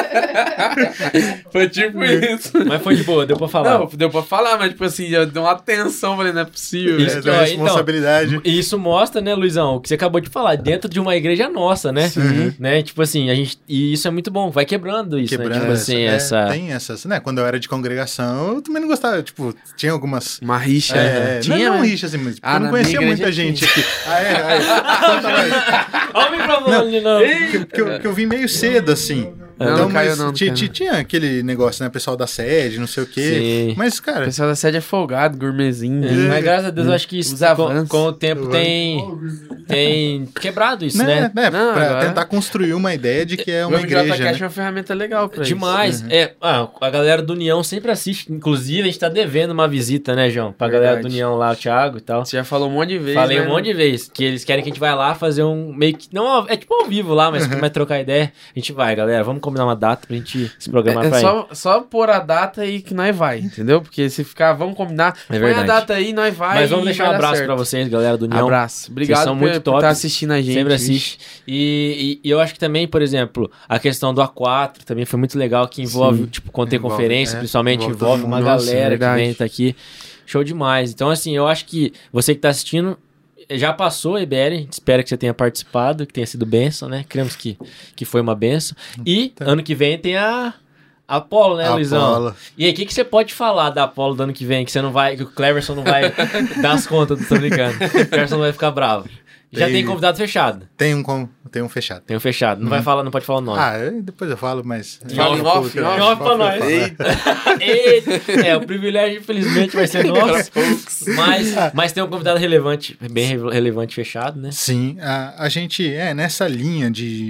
Foi tipo isso. Mas foi de boa, deu pra falar. Não, deu pra falar, mas tipo assim, já deu uma tensão, falei, não é possível. Isso, Da responsabilidade. E isso mostra, né, Luizão, o que você acabou de falar, dentro de uma igreja nossa, né? Né? Tipo assim, e isso é muito bom, vai quebrando isso, né? Tipo assim, Tem essas, né? Quando eu era de congregação, eu também não gostava, tipo, tinha algumas... Uma rixa. Tinha né? rixa, assim, mas eu não na conhecia minha muita igreja gente aqui. Conta mais. Olha o microfone de novo. Que eu vim meio cedo, assim. Não caiu, mas não caiu, não. tinha aquele negócio, né? Pessoal da sede, não sei o quê. Sim. Mas, O cara, pessoal da sede é folgado, gourmetzinho. Mas graças a Deus, eu acho que isso, Os avanços. com o tempo tem quebrado isso, né? pra Não, agora- tentar construir uma ideia de que é uma O MJCast igreja, né? é uma ferramenta legal pra Demais. A galera do União sempre assiste. Inclusive, a gente tá devendo uma visita, né, João? Pra galera do União lá, o Thiago e tal. isso. Você já falou um monte de vezes, Falei né? um monte de vezes. Que eles querem que a gente vai lá fazer um meio que... Não, é tipo ao vivo lá, mas que vai trocar ideia. A gente vai, galera. Vamos combinar uma data pra gente se programar pra ir. Só pôr a data aí que nós vai, entendeu? Porque se ficar, vamos combinar, põe verdade. a data aí, nós vai. Mas vamos e deixar um vai dar abraço certo. pra vocês, galera do União. Abraço. Obrigado Vocês são muito por top. estar assistindo a gente. Sempre assiste. E eu acho que também, por exemplo, a questão do A4 também foi muito legal, que envolve, tipo, quando tem Envolve, conferência, principalmente, envolve envolve todo uma mundo. Nossa, galera que verdade. vem tá aqui. Show demais. Então, assim, eu acho que você que tá assistindo, já passou a IBL, a gente espera que você tenha participado, que tenha sido bênção, né? Cremos que foi uma bênção. E ano que vem tem a Apolo, né, Luizão? Apolo. E aí, o que você pode falar da Apolo do ano que vem? Que você não vai, que o Cleverson não vai dar as contas, tô brincando. O Cleverson não vai ficar bravo. Já tem convidado fechado. Tem um fechado. Tem um fechado. Não vai falar, não pode falar o nome. Depois eu falo, mas... Fala em off, Em off pra nós. Eita. O privilégio, infelizmente, vai ser nosso. Mas tem um convidado relevante, bem relevante fechado, né? Sim, a gente é nessa linha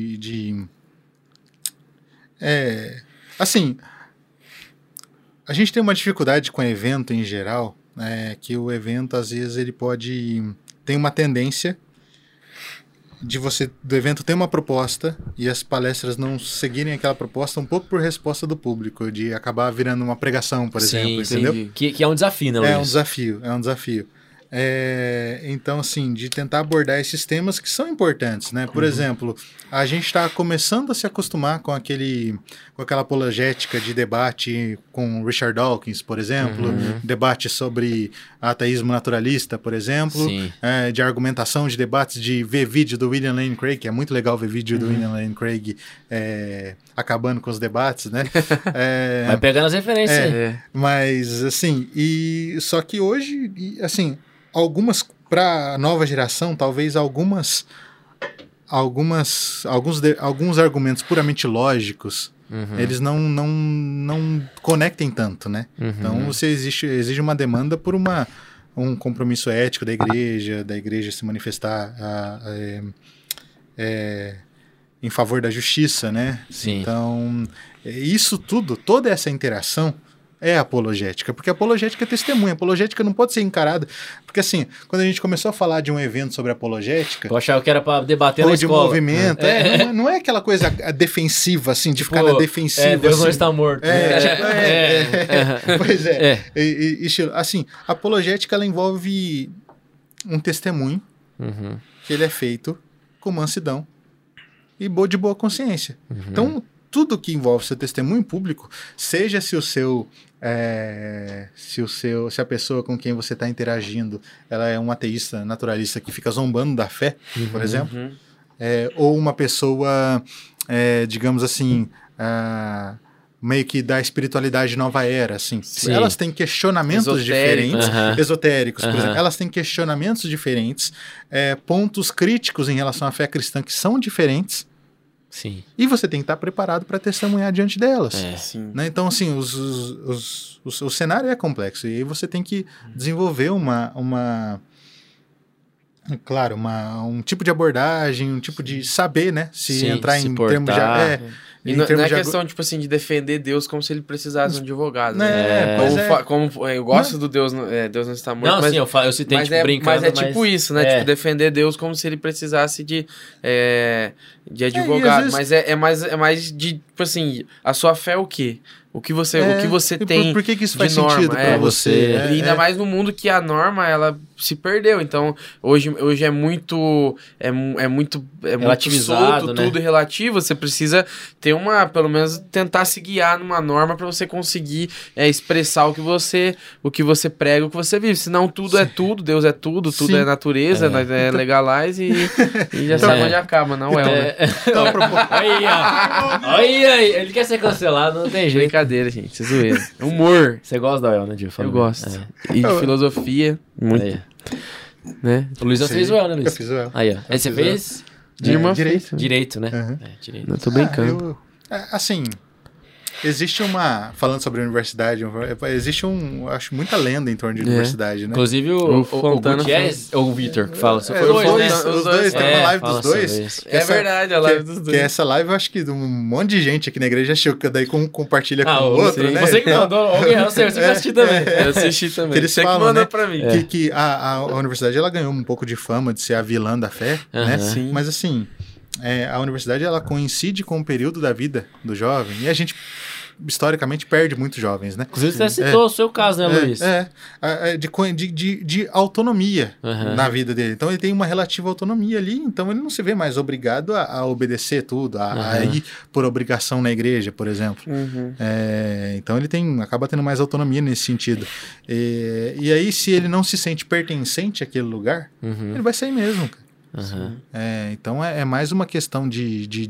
assim, a gente tem uma dificuldade com evento em geral, que o evento, às vezes, ele tem uma tendência do evento ter uma proposta e as palestras não seguirem aquela proposta um pouco por resposta do público, de acabar virando uma pregação, por exemplo, entendeu? Que é um desafio, né, Luiz? É um desafio. Então, assim, de tentar abordar esses temas que são importantes, né? Por exemplo, a gente está começando a se acostumar com aquela apologética de debate com Richard Dawkins, por exemplo, debate sobre ateísmo naturalista, por exemplo, de argumentação, de debates, de ver vídeo do William Lane Craig, que é muito legal ver vídeo do William Lane Craig acabando com os debates, né? Vai pegando as referências. Mas, assim, só que hoje, assim, para a nova geração, talvez alguns argumentos puramente lógicos, eles não conectem tanto, né? Então, exige uma demanda por um compromisso ético da igreja se manifestar em favor da justiça, né? Sim. Então, isso tudo, toda essa interação é apologética, porque apologética é testemunha, apologética não pode ser encarada, porque assim, quando a gente começou a falar de um evento sobre apologética... Eu achava que era para debater na escola. Ou de movimento, não é aquela coisa defensiva, assim, de ficar na defensiva. Deus assim. não está morto. Pois é. Assim, a apologética, ela envolve um testemunho que ele é feito com mansidão e de boa consciência. Então, tudo que envolve seu testemunho público, seja se a pessoa com quem você está interagindo, ela é um ateísta naturalista que fica zombando da fé, por exemplo, ou uma pessoa, digamos assim, meio que da espiritualidade nova era, assim. Sim. Elas têm questionamentos diferentes, esotéricos, por exemplo. Elas têm questionamentos diferentes, pontos críticos em relação à fé cristã que são diferentes. Sim. E você tem que estar preparado para testemunhar diante delas. Né? Então, assim, o cenário é complexo. E aí você tem que desenvolver um tipo de abordagem, um tipo de saber, né? Se entrar em termos de... E não é questão, tipo assim, de defender Deus como se ele precisasse de um advogado. Como eu gosto do Deus não está morto. Não, mas, sim, eu citei, tipo, brincando. Mas é tipo isso, né? Tipo, defender Deus como se ele precisasse de advogado. Vezes... Mas é mais de, tipo assim, a sua fé é o quê? O que você tem por que isso faz norma, sentido pra você? E ainda mais no mundo que a norma, ela se perdeu. Então, hoje é muito relativizado, solto, tudo relativo. Você precisa ter pelo menos tentar se guiar numa norma para você conseguir expressar o que você prega, o que você vive. Senão tudo é tudo, Deus é tudo é natureza, nós legalize e já sabe onde acaba, não é? Aí, ele quer ser cancelado, não tem jeito. Brincadeira, gente, zoeira. Humor. Você gosta da El, né, Gil? Eu gosto. E de filosofia, muito. Né? O Luizão fez o El, né, Luiz? Eu fiz o El. Aí, ó. Aí você fez? Direito, né? Direito. Eu tô brincando. Assim... Existe falando sobre a universidade, acho muita lenda em torno de universidade, né? Inclusive o Gutierrez ou o Vitor que fala. Os dois, tem uma live dos dois. Verdade, a live dos dois. Que essa live, eu acho que um monte de gente aqui na igreja achou que daí compartilha com o outro, né? Você que mandou, você assistiu também. Eu assisti também. Que eles falam, né? Pra mim. Que a universidade, ela ganhou um pouco de fama de ser a vilã da fé, né? Sim. Mas assim... a universidade, ela coincide com o período da vida do jovem e a gente, historicamente, perde muitos jovens, né? Inclusive, você citou o seu caso, né, Luiz? De autonomia na vida dele. Então, ele tem uma relativa autonomia ali, então ele não se vê mais obrigado a obedecer tudo, a ir por obrigação na igreja, por exemplo. Então, ele acaba tendo mais autonomia nesse sentido. E aí, se ele não se sente pertencente àquele lugar, ele vai sair mesmo, cara. Então é mais uma questão de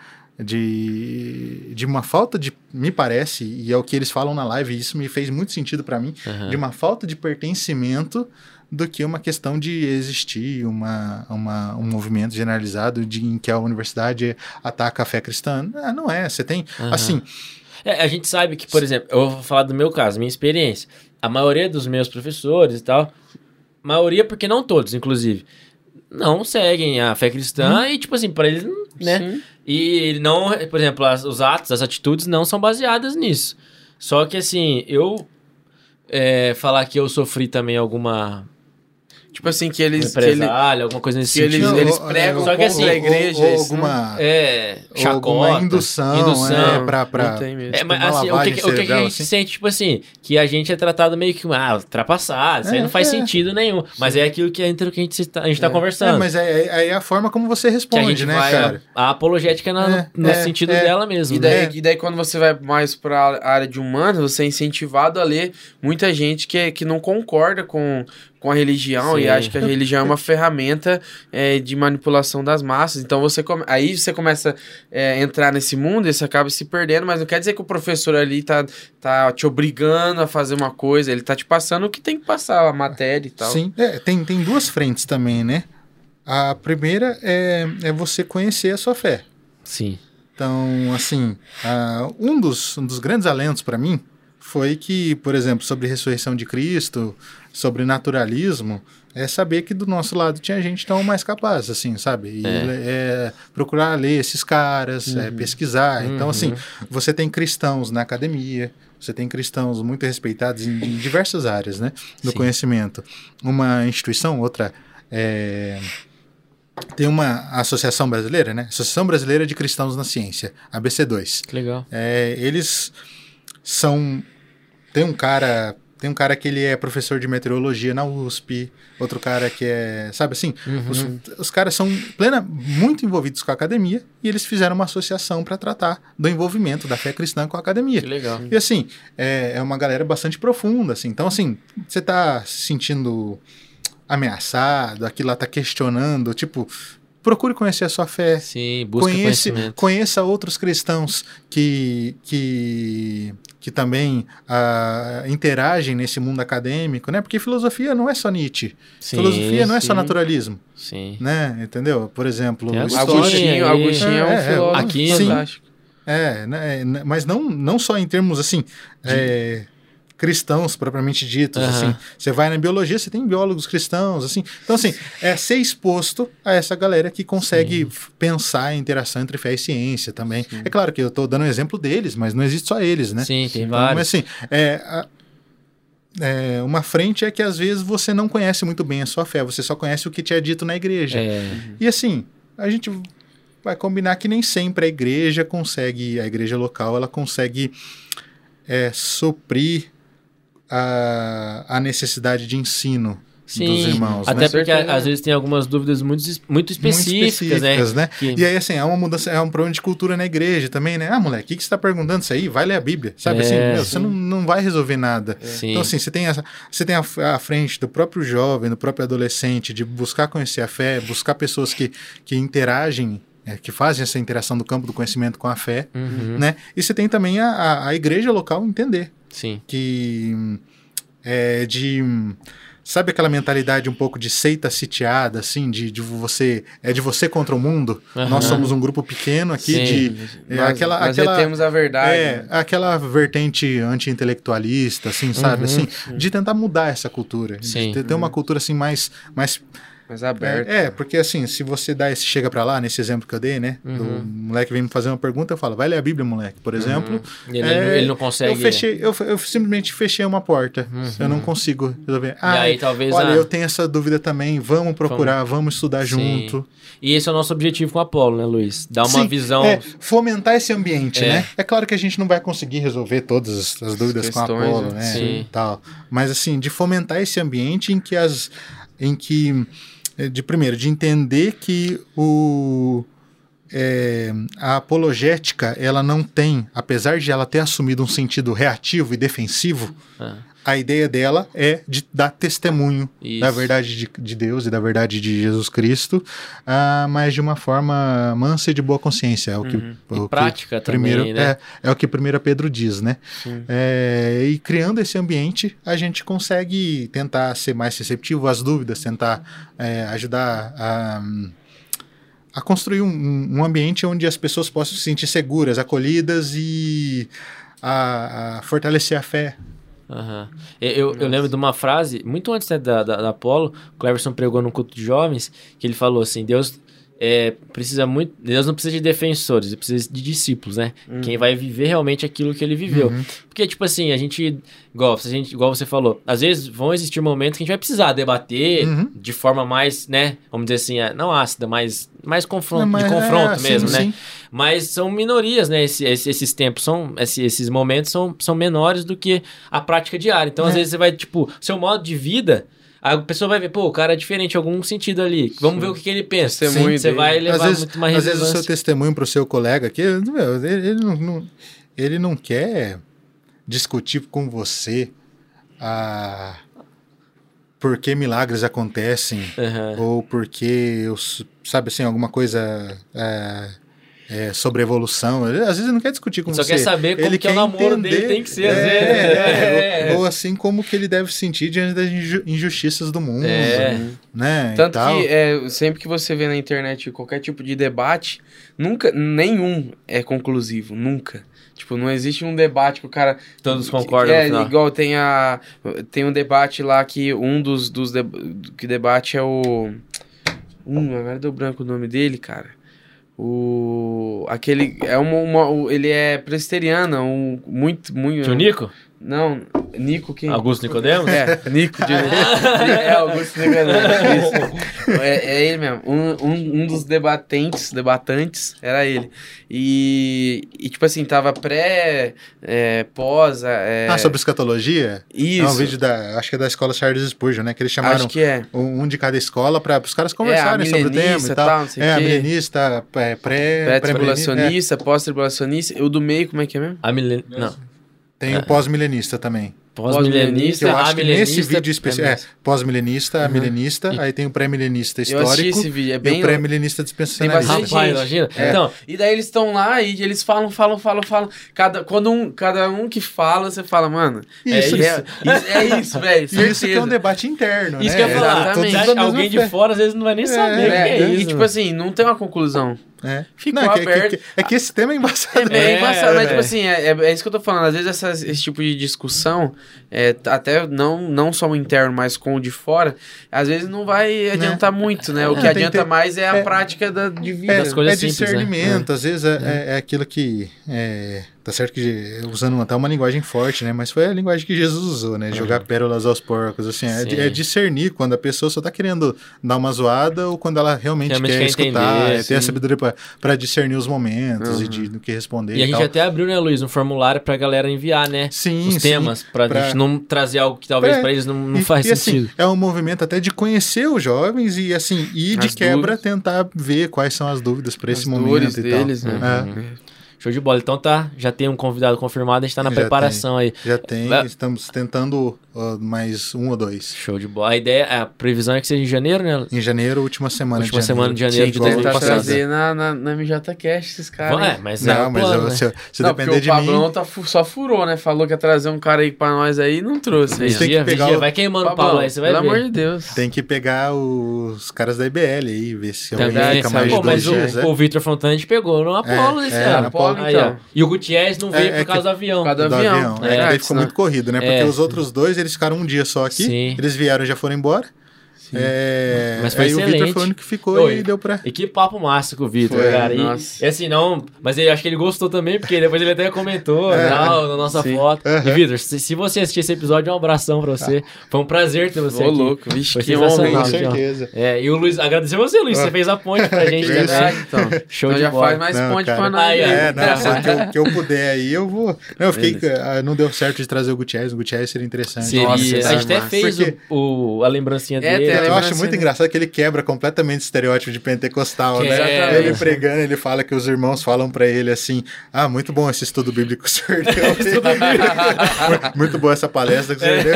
uma falta de, me parece, e é o que eles falam na live, e isso me fez muito sentido para mim, de uma falta de pertencimento do que uma questão de existir um movimento generalizado em que a universidade ataca a fé cristã. Não é, você tem, assim... a gente sabe que, por exemplo, eu vou falar do meu caso, minha experiência, a maioria dos meus professores e tal, maioria porque não todos, inclusive, não seguem a fé cristã e, tipo assim, para eles, né? Sim. E não, por exemplo, os atos, as atitudes não são baseadas nisso. Só que, assim, eu falar que eu sofri também alguma Tipo assim, que eles... alguma coisa nesse que sentido. eles pregam só que assim, a igreja. Ou alguma... chacota. Indução. Pra mas assim, o que a gente sente, tipo assim, que a gente é tratado meio que, ultrapassado, isso aí não faz sentido nenhum. Mas é aquilo que entre o que a gente tá conversando. Mas é a forma como você responde, né, cara? A apologética no sentido dela mesmo. E daí, quando você vai mais pra área de humanas, você é incentivado a ler muita gente que não concorda com a religião e acha que a religião é uma ferramenta de manipulação das massas. Então aí você começa a entrar nesse mundo e você acaba se perdendo, mas não quer dizer que o professor ali tá te obrigando a fazer uma coisa, ele tá te passando o que tem que passar, a matéria e tal. Sim, tem duas frentes também, né? A primeira é você conhecer a sua fé. Sim. Então, assim, um dos grandes alentos para mim foi que, por exemplo, sobre ressurreição de Cristo, sobre naturalismo, é saber que do nosso lado tinha gente tão mais capaz, assim, sabe? E procurar ler esses caras, pesquisar. Então, assim, você tem cristãos na academia, você tem cristãos muito respeitados em diversas áreas, né, do conhecimento. Uma instituição, outra... Tem uma associação brasileira, né? Associação Brasileira de Cristãos na Ciência, ABC2. Que legal. Eles são... Tem um cara que ele é professor de meteorologia na USP, outro cara que é... Sabe assim? Os caras são muito envolvidos com a academia e eles fizeram uma associação para tratar do envolvimento da fé cristã com a academia. Que legal. E assim, é uma galera bastante profunda, assim. Então, assim, você tá se sentindo ameaçado, aquilo lá tá questionando, tipo, procure conhecer a sua fé. Sim, busca conhecimento. Conheça outros cristãos que também interagem nesse mundo acadêmico, né? Porque filosofia não é só Nietzsche. Filosofia não é só naturalismo. Sim. Né? Entendeu? Por exemplo, Agostinho é um filósofo aqui, fantástico. Mas não só em termos assim... cristãos, propriamente ditos, assim. Você vai na biologia, você tem biólogos cristãos, assim. Então, assim, ser exposto a essa galera que consegue pensar a interação entre fé e ciência também. Sim. É claro que eu estou dando um exemplo deles, mas não existe só eles, né? Sim, tem vários. Mas, assim, uma frente é que, às vezes, você não conhece muito bem a sua fé, você só conhece o que te é dito na igreja. E, assim, a gente vai combinar que nem sempre a igreja local, ela consegue suprir a necessidade de ensino dos irmãos. Até porque às vezes tem algumas dúvidas muito específicas, né? E aí, assim, há uma mudança, um problema de cultura na igreja também, né? Moleque, o que você está perguntando isso aí? Vai ler a Bíblia, sabe? Você não vai resolver nada. Então, assim, você tem a frente do próprio jovem, do próprio adolescente, de buscar conhecer a fé, buscar pessoas que interagem, que fazem essa interação do campo do conhecimento com a fé, né? E você tem também a igreja local entender. Sim. Que sabe aquela mentalidade um pouco de seita sitiada, assim, de você contra o mundo? Nós somos um grupo pequeno aqui nós temos a verdade. Aquela vertente anti-intelectualista, assim, sabe? Assim, de tentar mudar essa cultura. Sim. De ter uma cultura assim mais aberto. Porque assim, se você dá esse chega pra lá, nesse exemplo que eu dei, né? Do moleque vem me fazer uma pergunta, eu falo, vai ler a Bíblia, moleque, por exemplo. Ele não consegue... Eu simplesmente fechei uma porta. Eu não consigo resolver. E aí, talvez... Olha, eu tenho essa dúvida também, vamos procurar, vamos estudar junto. E esse é o nosso objetivo com o Apolo, né, Luiz? Dar uma visão... fomentar esse ambiente, né? É claro que a gente não vai conseguir resolver todas as dúvidas com o Apolo, né? Sim. Tal. Mas assim, de fomentar esse ambiente em que de entender que a apologética, ela não tem, apesar de ela ter assumido um sentido reativo e defensivo, a ideia dela é de dar testemunho da verdade de Deus e da verdade de Jesus Cristo, mas de uma forma mansa e de boa consciência. Prática também, né? É o que 1 Pedro diz, né? E criando esse ambiente, a gente consegue tentar ser mais receptivo às dúvidas, tentar ajudar a construir um ambiente onde as pessoas possam se sentir seguras, acolhidas e a fortalecer a fé. Eu lembro de uma frase, muito antes, né, da Apolo, o Cleverson pregou num culto de jovens, que ele falou assim, Deus precisa muito... Deus não precisa de defensores, ele precisa de discípulos, né? Quem vai viver realmente aquilo que ele viveu. Porque, tipo assim, a gente, igual você falou, às vezes vão existir momentos que a gente vai precisar debater de forma mais, né? Vamos dizer assim, não ácida, mas mais confronto mesmo, né? Sim. Mas são minorias, né? Esses tempos, esses momentos são menores do que a prática diária. Então, às vezes você vai, tipo, seu modo de vida... A pessoa vai ver, pô, o cara é diferente em algum sentido ali. Vamos ver o que ele pensa. Sim, você vai levar muito mais relevância. Às vezes o seu testemunho pro seu colega aqui, ele não quer discutir com você por que milagres acontecem, ou porque, sabe assim, alguma coisa... sobre evolução. Às vezes ele não quer discutir com você. Só quer saber como que o namoro dele tem que ser, às vezes. Ou assim, como que ele deve sentir diante das injustiças do mundo. Né? Tanto que sempre que você vê na internet qualquer tipo de debate, nenhum é conclusivo. Nunca. Tipo, não existe um debate que o cara... Todos concordam no final. Igual tem um debate lá que que debate é o... agora deu branco o nome dele, cara. Ele é presbiteriano, muito... Tio Nico? Não, Nico quem? Augusto Nicodemos? Nico de Augusto Nicodemos, isso. É ele mesmo. Um dos debatantes era ele. E tipo assim, tava pós... sobre escatologia? Isso. É um vídeo acho que é da escola Charles Spurgeon, né? Que eles chamaram um de cada escola para os caras conversarem sobre o tema e tal. A milenista, pré-tribulacionista, pós-tribulacionista. O do meio, como é que é mesmo? Não. Tem o pós-milenista também. Pós-milenista, eu acho que nesse vídeo especial pós-milenista, milenista, aí tem o pré-milenista histórico. Eu assisti esse vídeo, é bem... E o pré-milenista dispensacionalista. Rapaz, imagina. Então, e daí eles estão lá e eles falam. Cada um que fala, você fala, mano... Isso. É isso, velho, certeza. Isso que é um debate interno, isso, né? Isso que eu ia falar. Exatamente. Alguém de fora, às vezes, não vai nem saber o que é isso. E, tipo assim, não tem uma conclusão. Ficou não, aberto. É que esse tema é embaçado. É embaçado, mas tipo assim, é isso que eu tô falando. Às vezes esse tipo de discussão, até não só o interno, mas com o de fora, às vezes não vai adiantar muito, né? O que adianta mais é a prática de vida. Das coisas simples, discernimento, né? Às vezes é aquilo que... Tá certo que usando até uma linguagem forte, né? Mas foi a linguagem que Jesus usou, né? Jogar pérolas aos porcos, assim. É discernir quando a pessoa só tá querendo dar uma zoada ou quando ela realmente quer escutar, ter a sabedoria pra discernir os momentos e do que responder. E a gente até abriu, né, Luiz, um formulário pra galera enviar, né? Os temas, pra gente não trazer algo que talvez pra eles não faz sentido. Assim, é um movimento até de conhecer os jovens e, assim, de quebra tentar ver quais são as dúvidas pra esse momento e deles, tal. Né? Show de bola. Então já tem um convidado confirmado, a gente tá na preparação aí. Já tem, estamos tentando mais 1 ou 2. Show de bola. A previsão é que seja em janeiro, né? Em janeiro, última semana de janeiro de 2024. Trazer na MJCast esses caras. Mas se depender de mim... Porque o Pablão só furou, né? Falou que ia trazer um cara aí pra nós aí e não trouxe. Aí. Tem que pegar vai queimando o Pablo aí, você vai ver. Pelo amor de Deus. Tem que pegar os caras da IBL aí, ver se alguém fica mais de 2 dias. O Vitor Fontana a gente pegou no Apollo esse ano. Então. E o Gutierrez não veio por causa do avião. Por causa do avião. Daí ficou muito corrido, né? Porque os outros dois, eles ficaram um dia só aqui. Sim. Eles vieram e já foram embora. Mas foi excelente. O Vitor foi o único que ficou e deu pra... E que papo massa com o Vitor, cara. E assim, mas acho que ele gostou também, porque depois ele até comentou na nossa foto. E Vitor, se você assistir esse episódio, um abração pra você. Foi um prazer ter você aqui. Louco, vixe, foi que honra, com certeza. E o Luiz, agradecer você, Luiz, você fez a ponte pra gente também. Então, show de já bola. faz mais ponte pra nós. Que eu puder aí, eu vou... Não, não deu certo de trazer o Gutierrez seria interessante. A gente até fez a lembrancinha dele. Eu acho muito engraçado que ele quebra completamente o estereótipo de pentecostal, né? Ele pregando, ele fala que os irmãos falam pra ele assim, muito bom esse estudo bíblico que o senhor deu. Muito boa essa palestra que o senhor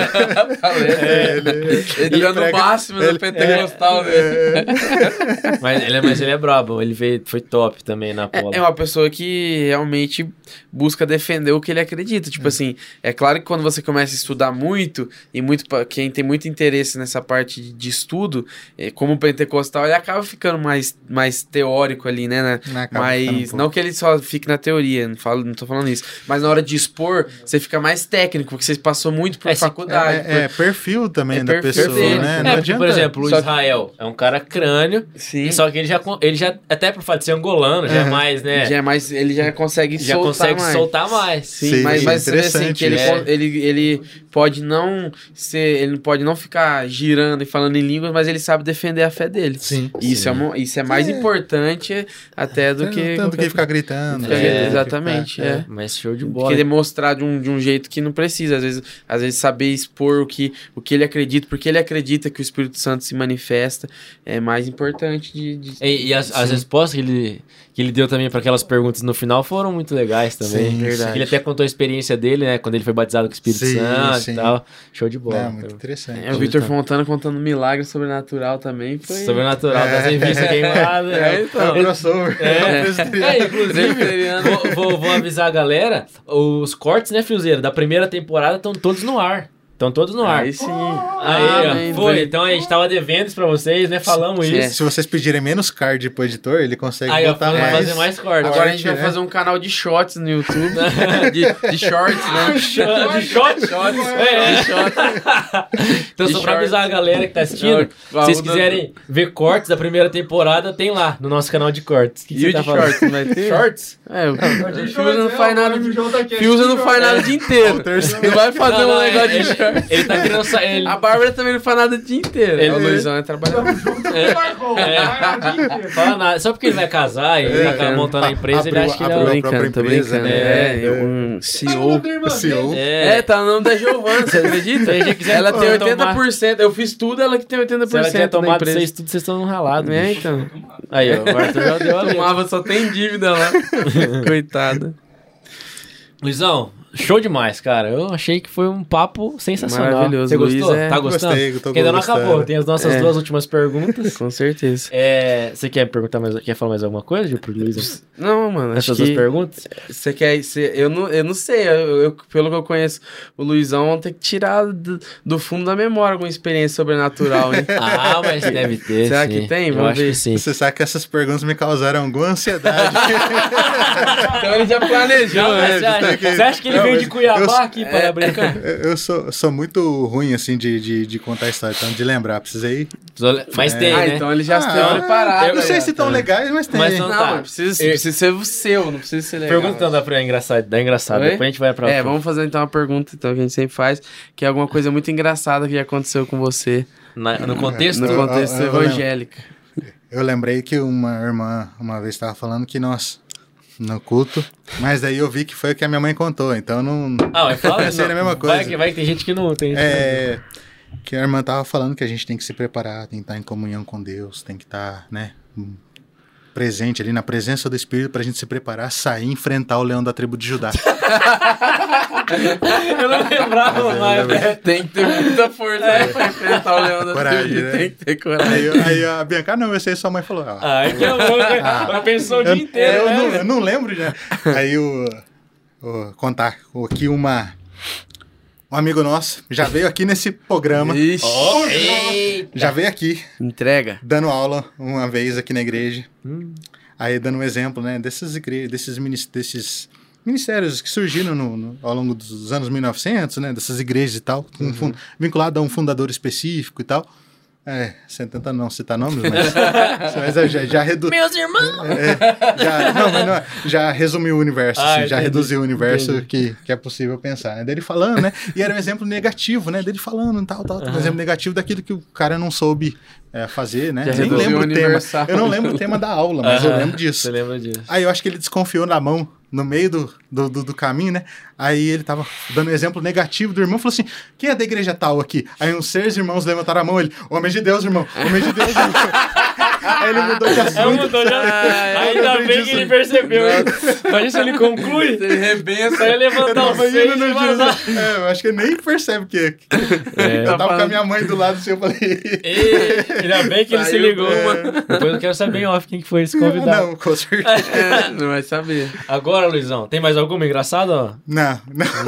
deu. Ele deu no máximo do pentecostal, né? Mas ele é brabo, foi top também na Apollo. É uma pessoa que realmente busca defender o que ele acredita. Tipo assim, é claro que quando você começa a estudar muito, e quem tem muito interesse nessa parte de estudo, como pentecostal, ele acaba ficando mais teórico ali, né? Mas não que ele só fique na teoria, não tô falando isso. Mas na hora de expor, você fica mais técnico, porque você passou muito por faculdade. Perfil também da pessoa, dele, né? Não adianta. Por exemplo, o Israel é um cara crânio, sim. Só que ele já até por fato de ser angolano, já é mais, né? Ele já consegue soltar mais. Sim, mas você vê assim, que ele pode não ser, ele pode não ficar girando e falando em línguas, mas ele sabe defender a fé dele. Sim. Isso é mais importante até do que... Tanto que ficar gritando. Exatamente, Mas show de bola. Querer mostrar de um jeito que não precisa. Às vezes saber expor o que ele acredita, porque ele acredita que o Espírito Santo se manifesta, é mais importante E as respostas que ele deu também para aquelas perguntas no final foram muito legais também. Sim, verdade. Ele até contou a experiência dele, né? Quando ele foi batizado com o Espírito Santo e tal. Show de bola. Muito interessante. O Vitor Fontana contando milagre sobrenatural também. Sobrenatural, das revistas queimadas. Então. Crossover. Inclusive, vou avisar a galera, os cortes, né, Fiozeiro, da primeira temporada estão todos no ar. Estão todos no ar. Aí sim. Aí, ó. Foi. Então a gente tava devendo isso pra vocês, né? Falamos isso. Se vocês pedirem menos card pro editor, ele consegue botar mais. Fazer mais corte. Agora a gente vai fazer um canal de shots no YouTube. de shorts, né? De shots? Então, só pra avisar a galera que tá assistindo, se vocês quiserem ver cortes da primeira temporada, tem lá no nosso canal de cortes. O que você tá falando? Shorts, vai ter? Shorts? O Fiuza não faz nada. Fiuza não faz nada o dia inteiro. Não vai fazer um negócio de shorts. Ele tá querendo sair. A Bárbara também não faz nada o dia inteiro. O Luizão é trabalhando junto. Fala nada. Só porque ele vai casar e ele tá montando a empresa, ele acha que ele é brincando, tô brincando. Um CEO. Tá no nome da Giovana, você acredita? Ela tem 80%. Eu fiz tudo, ela que tem 80%. Se ela quiser tomar vocês tudo, vocês estão ralados. Então. Aí, ó, o Arthur já deu a letra. Tomava, só tem dívida lá. Coitada. Luizão, show demais, cara. Eu achei que foi um papo sensacional. Maravilhoso. Você gostou? Luiz Tá gostando? Gostei, porque ainda não acabou. Tem as nossas duas últimas perguntas. Com certeza. Você quer falar mais alguma coisa, Gil, pro Luiz? Não, mano. Essas duas perguntas? Você quer... Eu não sei. Pelo que eu conheço, o Luizão vão ter que tirar do fundo da memória alguma experiência sobrenatural, hein? Mas deve ter. Será que tem? Vamos ver. Sim. Você sabe que essas perguntas me causaram alguma ansiedade. Então ele já planejou, né? Você acha que ele veio de Cuiabá aqui para brincar? Eu sou muito ruim, assim, de contar a história, então de lembrar. Precisei... Mas tem, né? Então ele já tem preparado. Eu não sei se estão legais, mas tem. Mas não, precisa ser o seu, não precisa ser legal. Pergunta então dá engraçado. Depois a gente vai pra outra. Vamos fazer então uma pergunta então, que a gente sempre faz, que é alguma coisa muito engraçada que já aconteceu com você. No contexto? No contexto evangélico. Eu lembrei que uma irmã uma vez estava falando que nós... no culto, mas daí eu vi que foi o que a minha mãe contou, então não... mas fala, é a mesma coisa. Vai que tem gente que não tem. Que a irmã tava falando que a gente tem que se preparar, tem que estar em comunhão com Deus, tem que estar, né, presente ali na presença do Espírito pra gente se preparar, sair e enfrentar o leão da tribo de Judá. Eu não lembrava mais, né? Tem que ter muita força pra enfrentar o leão da tribo de Judá. Tem que ter coragem. Aí a Bianca, não, eu sei, sua mãe falou. Que amor, ela pensou o dia inteiro. Eu não lembro já. Aí contar aqui um amigo nosso já veio aqui nesse programa. Já veio aqui. Entrega. Dando aula uma vez aqui na igreja. Aí dando um exemplo, né, desses ministérios que surgiram ao longo dos anos 1900, né, dessas igrejas e tal, vinculado a um fundador específico e tal. Tenta não citar nomes, mas já reduziu. Meus irmãos! Já resumiu o universo, já reduziu o universo que é possível pensar, né? Dele falando, né? E era um exemplo negativo, né? Dele falando tal. Um exemplo negativo daquilo que o cara não soube fazer, né? Nem lembro o tema. Eu não lembro o tema da aula, mas eu lembro disso. Você lembra disso? Aí eu acho que ele desconfiou na mão no meio do caminho, né? Aí ele tava dando um exemplo negativo do irmão, falou assim, quem é da igreja tal aqui? Aí uns 6 irmãos levantaram a mão, ele, homem de Deus, irmão, homem de Deus, irmão. Aí ele mudou de assunto. Mudou já. Ainda bem que ele percebeu. Imagina se ele conclui. Ele rebença. Aí levantar o seio e vazar. Eu acho que ele nem percebe que... eu tava com a minha mãe do lado assim, eu falei... Ainda bem que ele se ligou. Depois eu quero saber em off quem que foi esse convidado. Não, com certeza. Não vai saber. Agora, Luizão, tem mais alguma engraçada? Não.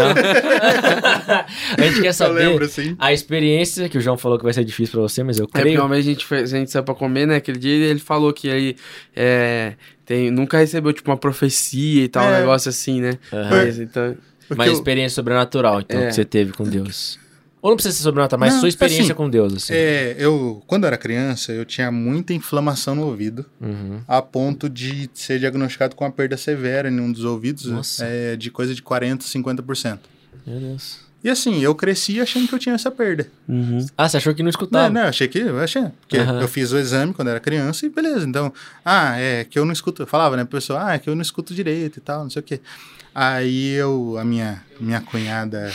A gente quer saber Eu lembro, assim. a experiência, que o João falou que vai ser difícil pra você, mas eu Porque creio. uma vez a gente saiu pra comer, né? Aquele dia ele falou que ele nunca recebeu, tipo, uma profecia e tal, um negócio assim, né? Mas, então... Mas experiência sobrenatural, então, que você teve com Deus. Ou não precisa ser sobrenatural, mas sua experiência assim, com Deus, assim. Quando eu era criança, eu tinha muita inflamação no ouvido, a ponto de ser diagnosticado com uma perda severa em um dos ouvidos, de coisa de 40%, 50%. Meu Deus. E assim, eu cresci achando que eu tinha essa perda. Ah, você achou que não escutava? Não, eu achei. Porque eu fiz o exame quando era criança e beleza. Então, que eu não escuto. Eu falava, né, pro pessoal, é que eu não escuto direito e tal, não sei o quê. Aí a minha cunhada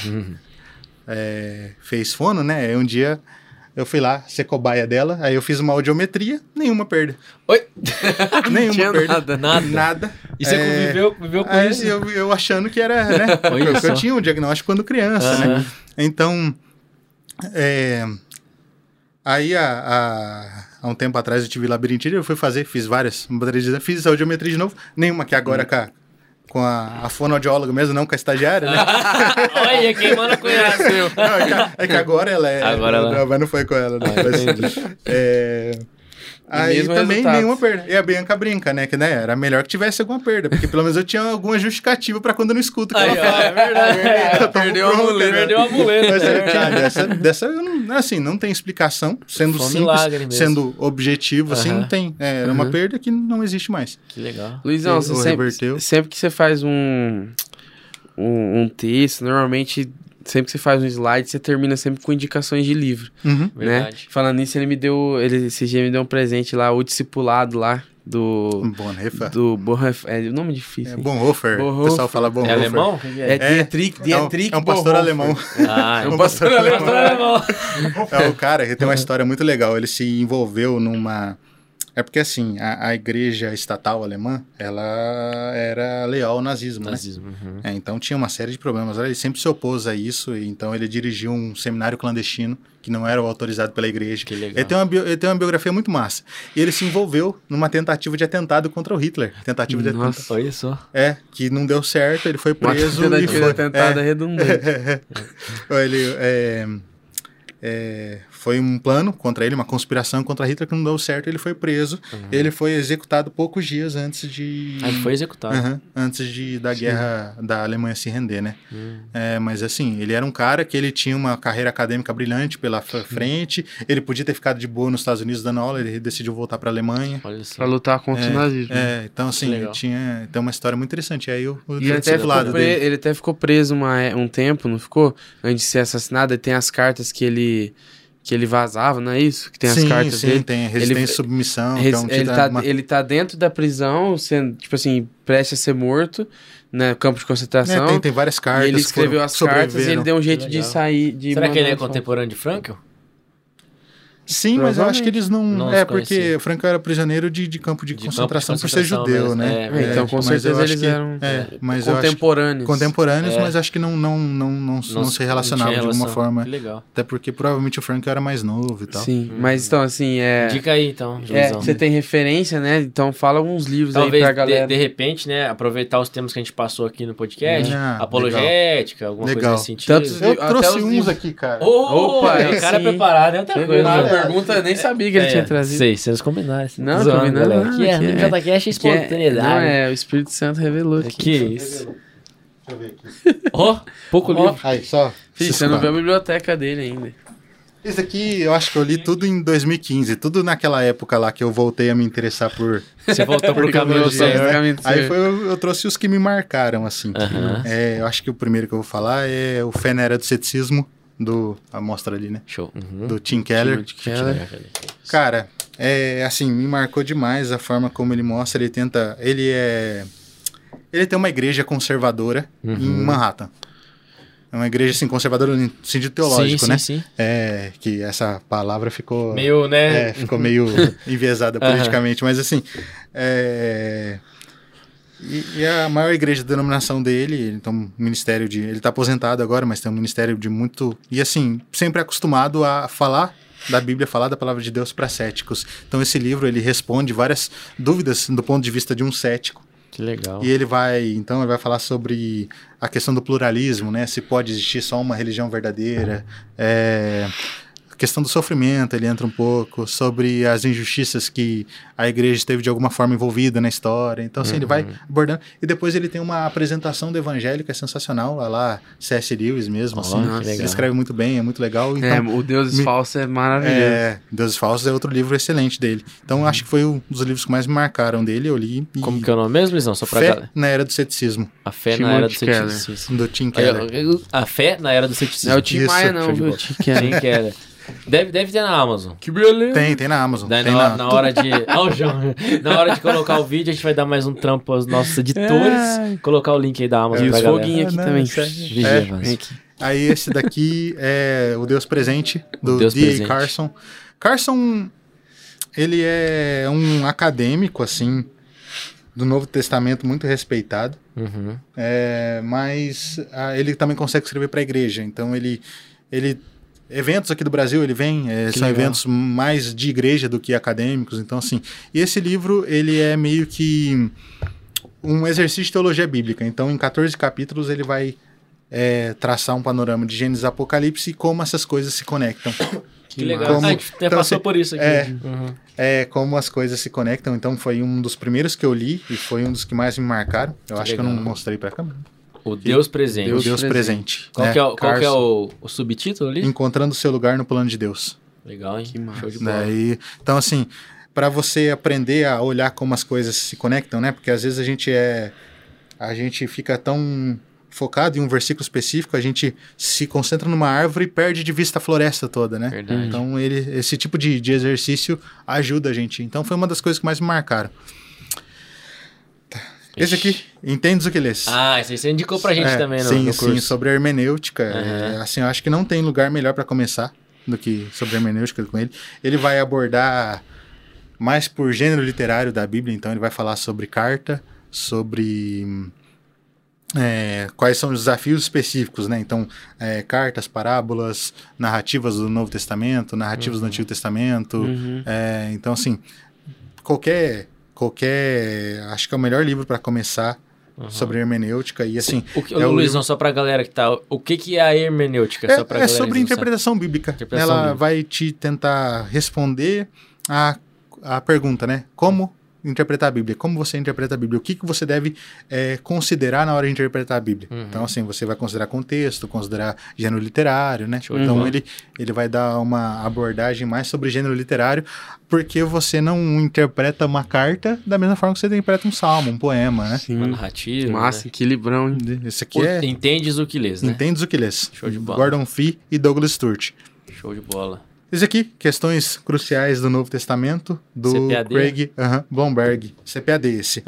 fez fono, né? Aí um dia eu fui lá ser cobaia dela, aí eu fiz uma audiometria, nenhuma perda. Oi? Nenhuma tinha perda. Nada. E você conviveu com isso? Eu achando que era, né? Porque eu tinha um diagnóstico quando criança, né? Então, aí há um tempo atrás eu tive labirintite, eu fui fiz várias, fiz audiometria de novo, nenhuma, que agora com a fonoaudióloga mesmo, não com a estagiária, né? Olha, quem manda conhece. Não, é que agora ela é... Mas não foi com ela, né? Aí também resultado. nenhuma perda. E a Bianca brinca, né? Que era melhor que tivesse alguma perda, porque pelo menos eu tinha alguma justificativa pra quando eu não escuto o que ela fala. É verdade. Perdeu a muleta. Dessa eu não, assim, não tem explicação, sendo Foi um simples, milagre mesmo. sendo objetivo, assim, não tem. Era uma perda que não existe mais. Que legal. Luizão, você sempre que você faz um texto, normalmente... Sempre que você faz um slide, você termina sempre com indicações de livro, né? Verdade. Falando nisso, esse dia me deu um presente lá, o discipulado lá do Bonhoeffer, o nome difícil. Bonhoeffer, o pessoal fala Bonhoeffer. É alemão? Dietrich É um pastor alemão. É um pastor alemão. É o cara que tem uma história muito legal, ele se envolveu numa... É porque, assim, a igreja estatal alemã, ela era leal ao nazismo, né? Então tinha uma série de problemas. Ele sempre se opôs a isso, e então ele dirigiu um seminário clandestino que não era autorizado pela igreja. Que legal. Ele tem uma biografia muito massa. E ele se envolveu numa tentativa de atentado contra o Hitler. Nossa, olha só. Que não deu certo, ele foi preso. Uma tentativa de atentado redundante. Foi um plano contra ele, uma conspiração contra Hitler que não deu certo, ele foi preso. Ele foi executado poucos dias antes de... Ele foi executado. Antes da guerra da Alemanha se render, né? Mas assim, ele era um cara que ele tinha uma carreira acadêmica brilhante pela frente, ele podia ter ficado de boa nos Estados Unidos dando aula, ele decidiu voltar pra Alemanha. Olha só. Pra lutar contra o nazismo. Então assim, tem uma história muito interessante. Aí ele até ficou preso um tempo, não ficou? Antes de ser assassinado, tem as cartas que ele vazava, não é isso? Que tem as cartas dele. Sim, tem resistência e submissão. Ele tá dentro da prisão, sendo, tipo assim, prestes a ser morto, né, campo de concentração. Tem várias cartas. E ele escreveu as cartas e ele deu um jeito de sair... Será que ele é contemporâneo de Frankl? Sim, mas eu acho que eles não porque Franco era prisioneiro de campo de concentração por ser judeu, mesmo, né? Então, com certeza eles eram contemporâneos. Contemporâneos, mas acho que não se relacionavam de alguma forma. Que legal. Até porque provavelmente o Franco era mais novo e tal. Sim, mas então, assim... Dica aí, então, Joãozão. Você tem referência, né? Então fala alguns livros talvez, aí pra galera. De repente, né? Aproveitar os temas que a gente passou aqui no podcast. Apologética, alguma coisa nesse sentido. Eu trouxe uns aqui, cara. Opa, o cara é preparado, é outra coisa. Pergunta, eu nem sabia que ele tinha trazido. Sei, vocês combinaram. Não, combinaram. Aqui é no JCast espontaneidade. O Espírito Santo revelou aqui. Que isso. Deixa eu ver aqui. Pouco livro. Aí, só. Filho, você não viu a biblioteca dele ainda. Esse aqui, eu acho que eu li tudo em 2015, tudo naquela época lá que eu voltei a me interessar por... Você voltou pro caminho do Senhor. Aí eu trouxe os que me marcaram, assim. Eu acho que o primeiro que eu vou falar é o Fé na Era do Ceticismo, a mostra ali, né? Show. Do Tim Keller. Cara, assim, me marcou demais a forma como ele mostra, ele tem uma igreja conservadora em Manhattan. É uma igreja, assim, conservadora no sentido teológico, né? Sim. É, que essa palavra ficou... Meio, né? ficou meio enviesada politicamente, mas assim... E a maior igreja de denominação dele, então, ministério de... Ele está aposentado agora, mas tem um ministério de muito... E assim, sempre acostumado a falar da Bíblia, falar da palavra de Deus para céticos. Então esse livro, ele responde várias dúvidas do ponto de vista de um cético. Que legal. E ele vai falar sobre a questão do pluralismo, né? Se pode existir só uma religião verdadeira, a questão do sofrimento, ele entra um pouco, sobre as injustiças que a igreja esteve de alguma forma envolvida na história. Então, assim, ele vai abordando. E depois ele tem uma apresentação do evangelho que é sensacional, lá C.S. Lewis mesmo, assim. Ele escreve muito bem, é muito legal. Então, o Deuses Falsos é maravilhoso. Deuses Falsos é outro livro excelente dele. Então, acho que foi um dos livros que mais me marcaram dele, eu li. Como que é o nome mesmo, Lisão? Só pra Fé na Era do Ceticismo. A Fé na Era do Ceticismo. Do Tim Keller. A Fé na Era do Ceticismo. Não é o Tim Maia, não, viu? Tim Keller. Deve ter na Amazon. Que beleza. Tem na Amazon. Daí na hora de... na hora de colocar o vídeo, a gente vai dar mais um trampo aos nossos editores. Colocar o link aí da Amazon pra galera. E os foguinhos aqui também. Vigia, Aí esse daqui é O Deus Presente, do D.A. Carson. Carson, ele é um acadêmico, assim, do Novo Testamento muito respeitado. Mas ele também consegue escrever para a igreja. Então ele eventos aqui do Brasil, ele vem, são eventos mais de igreja do que acadêmicos, então assim, e esse livro, ele é meio que um exercício de teologia bíblica, então em 14 capítulos ele vai traçar um panorama de Gênesis e Apocalipse e como essas coisas se conectam. Que legal, a gente até passou por isso aqui. Como as coisas se conectam, então foi um dos primeiros que eu li e foi um dos que mais me marcaram, eu acho que eu não mostrei pra câmera. O Deus Presente. O Deus Presente. Qual que é o subtítulo ali? Encontrando o seu lugar no plano de Deus. Legal, hein? Que massa. Show de bola. Então, assim, para você aprender a olhar como as coisas se conectam, né? Porque às vezes a gente fica tão focado em um versículo específico, a gente se concentra numa árvore e perde de vista a floresta toda, né? Verdade. Então, esse tipo de exercício ajuda a gente. Então, foi uma das coisas que mais me marcaram. Esse aqui, Entendes o que lês? Esse aí você indicou pra gente também no curso. Sim, sobre a hermenêutica. Assim, eu acho que não tem lugar melhor para começar do que sobre a hermenêutica com ele. Ele vai abordar mais por gênero literário da Bíblia, então ele vai falar sobre carta, sobre quais são os desafios específicos, né? Então, cartas, parábolas, narrativas do Novo Testamento, narrativas do Antigo Testamento. Então, assim, acho que é o melhor livro para começar sobre hermenêutica e assim... Luizão, só pra galera que tá... O que é a hermenêutica? Só pra sobre interpretação bíblica. Ela vai te tentar responder a pergunta, né? Como interpretar a Bíblia? Como você interpreta a Bíblia? O que você deve considerar na hora de interpretar a Bíblia? Então, assim, você vai considerar contexto, considerar gênero literário, né? Então, ele vai dar uma abordagem mais sobre gênero literário, porque você não interpreta uma carta da mesma forma que você interpreta um salmo, um poema, né? Sim. Uma narrativa. Massa, que librão, hein? Esse aqui Entendes o que lês, né? Entendes o que lês. Show de bola. Gordon Fee e Douglas Sturt. Show de bola. Esse aqui, Questões Cruciais do Novo Testamento, do CPAD? Craig Blomberg. CPAD esse.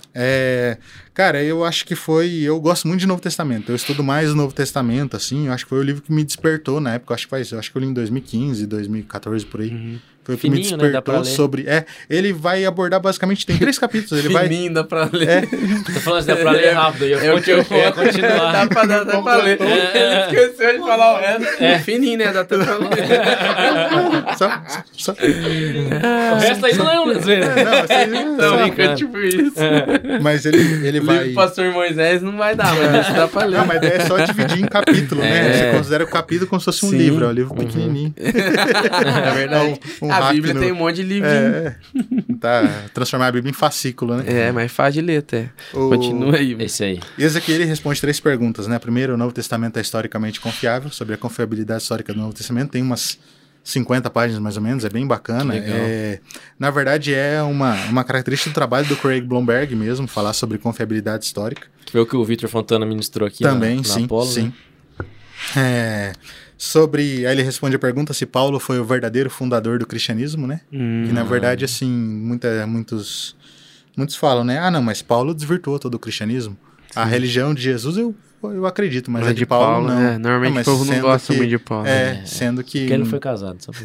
Cara, eu acho que eu gosto muito de Novo Testamento. Eu estudo mais o Novo Testamento, assim. Eu acho que foi o livro que me despertou na época. Eu acho que eu li em 2015, 2014, por aí. Foi o que me despertou sobre... ele vai abordar basicamente... Tem 3 capítulos. Fininho, dá pra ler. Tô falando assim, dá pra ler rápido. Eu ia continuar. Dá pra ler. Ele esqueceu de falar o resto. Fininho, né? Dá até pra ler. Só. O resto aí não é um... Não, tipo isso. Mas ele vai... O livro do Pastor Moisés não vai dar, mas dá pra ler. Não, mas é só dividir em capítulo, né? Você considera o capítulo como se fosse um livro. É um livro pequenininho. É verdade. A Bíblia tem um monte de livrinho. Transformar a Bíblia em fascículo, né? Mas faz de letra. Continua aí. Esse aí. E esse aqui ele responde 3 perguntas, né? Primeiro, o Novo Testamento é historicamente confiável. Sobre a confiabilidade histórica do Novo Testamento. Tem umas 50 páginas mais ou menos, é bem bacana. Na verdade, é uma característica do trabalho do Craig Blomberg mesmo, falar sobre confiabilidade histórica. Que foi o que o Victor Fontana ministrou aqui também, na Apolo, sim. Né? Aí ele responde a pergunta se Paulo foi o verdadeiro fundador do cristianismo, né? Que na verdade, assim, muitos falam, né? Não, mas Paulo desvirtuou todo o cristianismo. Sim. A religião de Jesus, eu acredito, mas a de Paulo não. Normalmente o povo não gosta muito de Paulo. Sendo que... Porque ele não foi casado. Só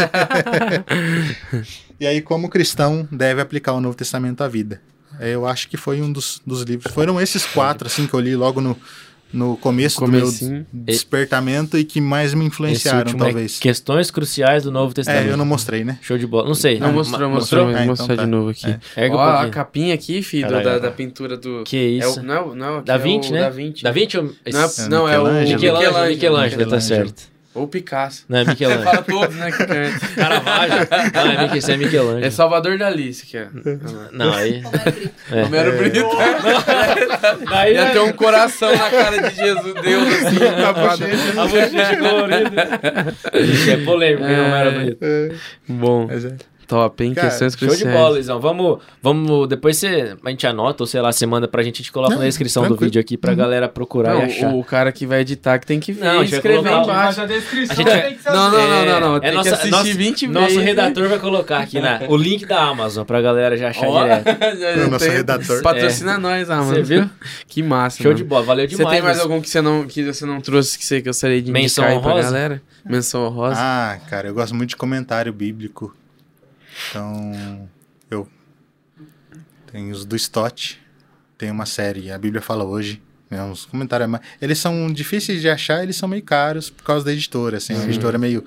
E aí, como cristão, deve aplicar o Novo Testamento à vida. Eu acho que foi um dos livros. Foram esses 4, assim, que eu li logo no começo do meu despertamento e que mais me influenciaram, talvez. Questões cruciais do Novo Testamento. Eu não mostrei, né? Show de bola. Não sei. Não mostrou, mas vou mostrar de novo aqui. Ó, a capinha aqui, filho, da pintura do... Que isso? Não, Da Vinci, né? Da Vinci. Da Vinci ou... Não, é o Michelangelo, tá certo. Ou Picasso. Não, é Michelangelo. Fala todos, né? Caravaggio. Não, esse é Michelangelo. É Salvador Dali, esse aqui, Não, aí... Homero Brito. Ia ter um coração na cara de Jesus, Deus, assim. A bochecha colorida. Ixi, é polêmico, hein, Homero Brito. Bom. Top, hein? Cara, Questões Show cruciais. de bola, Luizão. Vamos depois a gente anota, ou sei lá, você manda pra gente, a gente coloca na descrição do vídeo aqui pra galera procurar e achar. O cara que vai editar que tem que ver, a gente escrever vai colocar embaixo. A descrição A gente tem que saber. Não. Tem que assistir 20 vezes. Nosso redator vai colocar aqui o link da Amazon pra galera já achar direto. O nosso redator. Patrocina nós, mano. Você viu? Que massa, Show mano. de bola, valeu demais. Você tem mais algum que você não trouxe que você gostaria de Menção indicar aí pra honrosa? galera? Menção honrosa? Ah, cara, eu gosto muito de comentário bíblico. Então, eu tenho os do Stott, tem uma série, a Bíblia Fala Hoje, né, uns comentários, eles são difíceis de achar, eles são meio caros por causa da editora, assim, a editora é meio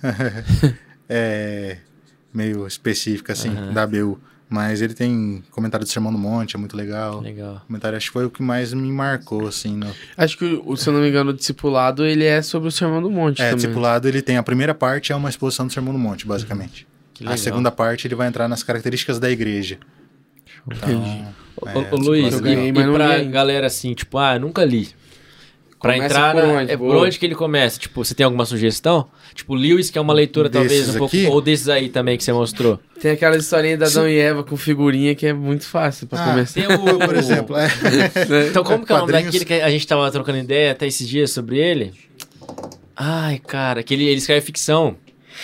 meio específica, assim, da ABU, mas ele tem comentário do Sermão do Monte, é muito legal. Comentário, acho que foi o que mais me marcou, assim. Acho que, se eu não me engano, o Discipulado, ele é sobre o Sermão do Monte também. Discipulado, ele tem, a primeira parte é uma exposição do Sermão do Monte, basicamente. A segunda parte ele vai entrar nas características da igreja. Então, Ô Luiz, e pra galera assim, tipo, eu nunca li. Pra Começa entrar, por onde? por onde que ele começa? Tipo, você tem alguma sugestão? Tipo, Lewis, que é uma leitura talvez um pouco... Ou desses aí também que você mostrou. Tem aquela historinha da Adão e Eva com figurinha que é muito fácil pra começar. Tem por exemplo. Então, como que é o nome daquele que a gente tava trocando ideia até esses dias sobre ele? Ai, cara, que ele escreve ficção.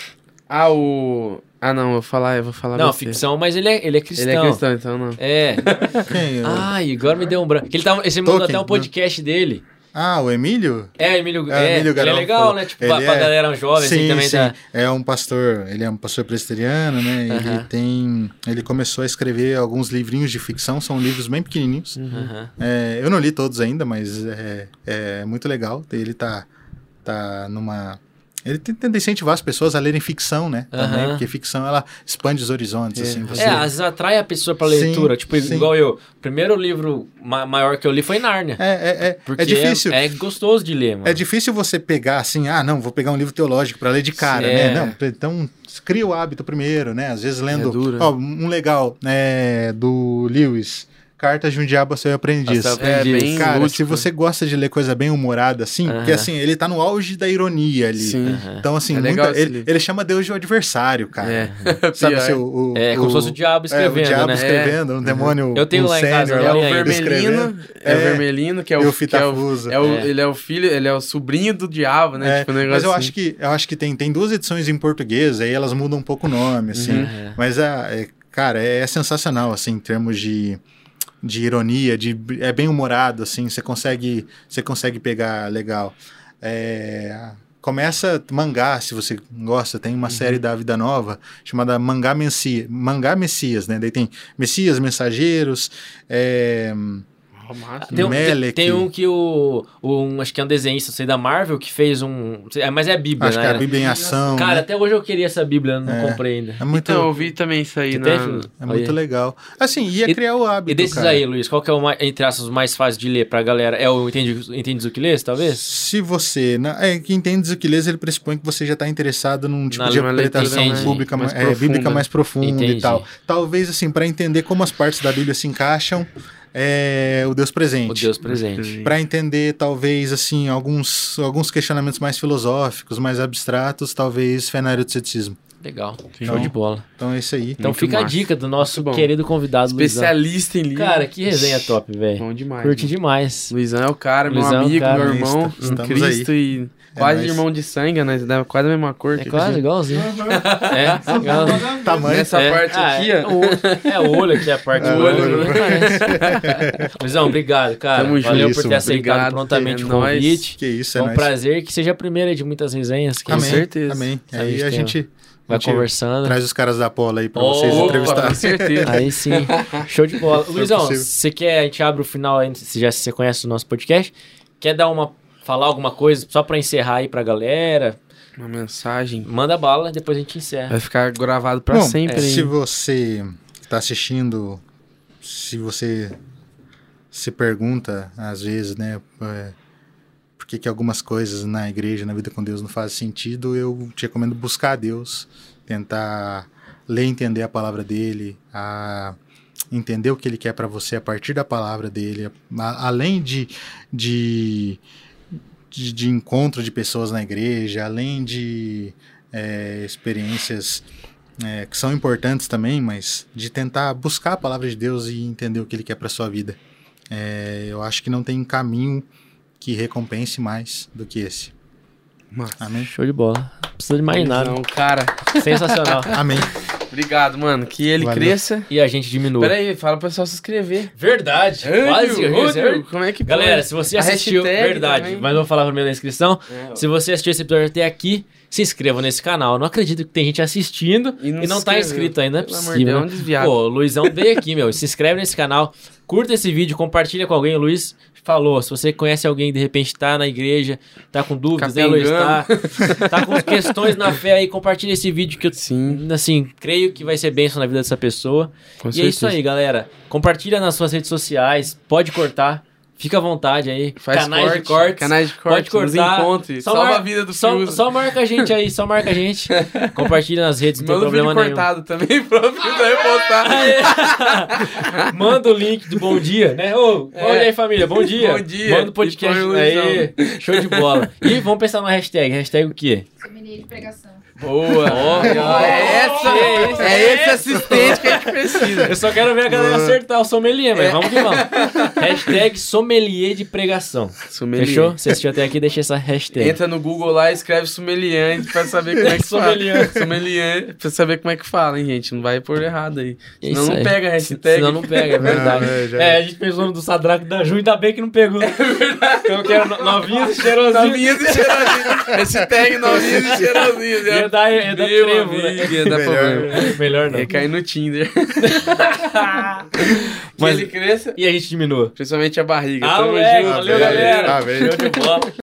Não, eu vou falar. Não, ficção, mas ele é cristão. Ele é cristão, então não. Ai, agora me deu um branco. Esse mandou até um podcast dele. O Emílio? Emílio Garão, ele é legal, né? Tipo, pra galera jovem, assim, também tá... É um pastor, ele é um pastor presbiteriano, né? Ele começou a escrever alguns livrinhos de ficção, são livros bem pequenininhos. Eu não li todos ainda, mas é muito legal. Ele tá numa... Ele tenta incentivar as pessoas a lerem ficção, né? Também, porque ficção, ela expande os horizontes, assim. Às vezes atrai a pessoa pra leitura. Tipo, igual eu. O primeiro livro maior que eu li foi Nárnia. Porque difícil. É gostoso de ler, mano. É difícil você pegar, assim, vou pegar um livro teológico pra ler de cara, né? Não, então, cria o hábito primeiro, né? Às vezes lendo... um legal, do Lewis... Cartas de um Diabo a Seu Aprendiz. Bem cara, lúdico. se você gosta de ler coisa bem humorada, assim, porque assim, ele tá no auge da ironia ali. Então, assim, ele chama Deus de um adversário, cara. Sabe assim, como se fosse o diabo escrevendo, o diabo né? escrevendo, um demônio. Eu tenho lá em casa, É o Vermelino. É o Vermelino, que é o Fitafuso. Ele é o filho, ele é o sobrinho do diabo, né? Tipo, um negócio mas eu assim. acho que tem 2 edições em português, aí elas mudam um pouco o nome, assim. Mas, cara, é sensacional, assim, em termos de ironia, é bem humorado, assim, você consegue pegar legal. Começa mangá, se você gosta, tem uma série da Vida Nova chamada Mangá Messias, né? Daí tem Messias, Mensageiros, tem um que acho que é um desenhista, sei, da Marvel, que fez mas é a Bíblia, acho né? que é a Bíblia em ação. Cara, né? Até hoje eu queria essa Bíblia, não comprei ainda. Muito, então, eu vi também isso aí. É muito legal. Assim, ia criar o hábito, E desses cara. aí, Luiz, qual que é o, entre aspas, mais fácil de ler pra galera? É o Entendes o que lês, talvez? Se você... que Entendes o que lês, ele pressupõe que você já está interessado num tipo de interpretação bíblica bíblica mais profunda e tal. Talvez, assim, para entender como as partes da Bíblia se encaixam, o Deus Presente. O Deus Presente. Para entender, talvez, assim, alguns questionamentos mais filosóficos, mais abstratos, talvez Fé na Área do Ceticismo. Legal, show de bola. Então é isso aí. Então fica a dica do nosso querido convidado, especialista Luizão. em livro. Cara, que resenha top, velho. Bom demais. Curti demais. Luizão é o cara, meu amigo, meu irmão, em Cristo. E Quase irmão de sangue, nós dava quase a mesma cor. É quase igualzinho. É, igualzinho. Tamanho. Nessa parte aqui, ó. O olho aqui, a parte do olho. Luizão, obrigado, cara. Tamo Valeu junto, por ter aceitado obrigado, prontamente é o nóis. convite. Que isso, É um prazer que seja a primeira de muitas resenhas. Com certeza. Amém. A Aí gente a gente vai conversando. traz os caras da Pola aí pra vocês entrevistarem. Com certeza. Aí sim, show de bola. Luizão, possível. você quer, a gente abre o final aí, se você conhece o nosso podcast, quer falar alguma coisa só pra encerrar aí pra galera? Uma mensagem. Manda bala, depois a gente encerra. Vai ficar gravado pra sempre. Se hein? você está assistindo, se você se pergunta, às vezes, né, por que algumas coisas na igreja, na vida com Deus não fazem sentido, eu te recomendo buscar a Deus, tentar ler e entender a palavra dele, entender o que ele quer para você a partir da palavra dele, além de encontro de pessoas na igreja, além de experiências que são importantes também, mas de tentar buscar a palavra de Deus e entender o que ele quer para sua vida. Eu acho que não tem caminho que recompense mais do que esse. Massa. Amém? Show de bola. Não precisa de mais nada. Não, cara. Sensacional. Amém. Obrigado, mano. Que ele Valeu. cresça. E a gente diminua. Pera aí, fala pro pessoal se inscrever. Verdade. Quase. Como é que Galera, pode? se você A assistiu, hashtag verdade, também. mas eu vou falar primeiro na inscrição. É, ó. Se você assistiu esse episódio até aqui, se inscreva nesse canal. Eu não acredito que tem gente assistindo E e não não se tá inscreveu. inscrito ainda. Não é Pelo amor de possível. Deus, Né? um desviado. Pô, o Luizão veio aqui, meu. Se inscreve nesse canal, curta esse vídeo, compartilha com alguém. O Luiz falou, se você conhece alguém, de repente tá na igreja, tá com dúvidas, né, Luiz? Tá com questões na fé aí, compartilha esse vídeo que eu, Sim. assim, creio que vai ser bênção na vida dessa pessoa. Com E é isso certeza. aí, galera. Compartilha nas suas redes sociais, pode cortar. Fica à vontade aí. Faz canais de corte, cortes. canais de Pode cortes, nos cortar. encontre. Só Salva mar- a vida do só, Fiuza. só marca a gente aí, só marca a gente. Compartilha nas redes, não tem Manda um problema vídeo nenhum. cortado também pra eu postar. Manda o link do bom dia, né? Ô, olha aí, família, bom dia. Bom dia. Manda o podcast E põe o aí. Show de bola. E vamos pensar na hashtag. Hashtag o quê? Sommelier de pregação. Boa. Ó, É esse assistente que a gente precisa. Eu só quero ver a galera acertar o sommelier, mas vamos que vamos. Hashtag sommelier de pregação. Sommelier. Fechou? Você assistiu até aqui, deixa essa hashtag. Entra no Google lá e escreve sommelier pra saber como é que fala. Sommelier. Sommelier pra saber como é que fala, hein, gente. Não vai por errado aí. É Senão isso não aí. pega a hashtag. Senão não pega, é verdade. A gente pensou no do Sadraco da Ju, ainda bem que não pegou. É verdade. Então eu quero novinhos e cheirosinhos. Novinhas e cheirosinhos. Hashtag novinhas e cheirosinhos. Ia dar Meu trevo, né? amigo, ia dar problema. Melhor não. Ia cair no Tinder. Mas- Que ele cresça, E a gente diminua. principalmente a barriga. Ah, Tamo moleque, junto. valeu, velho. galera. Ah, velho. Show de bola.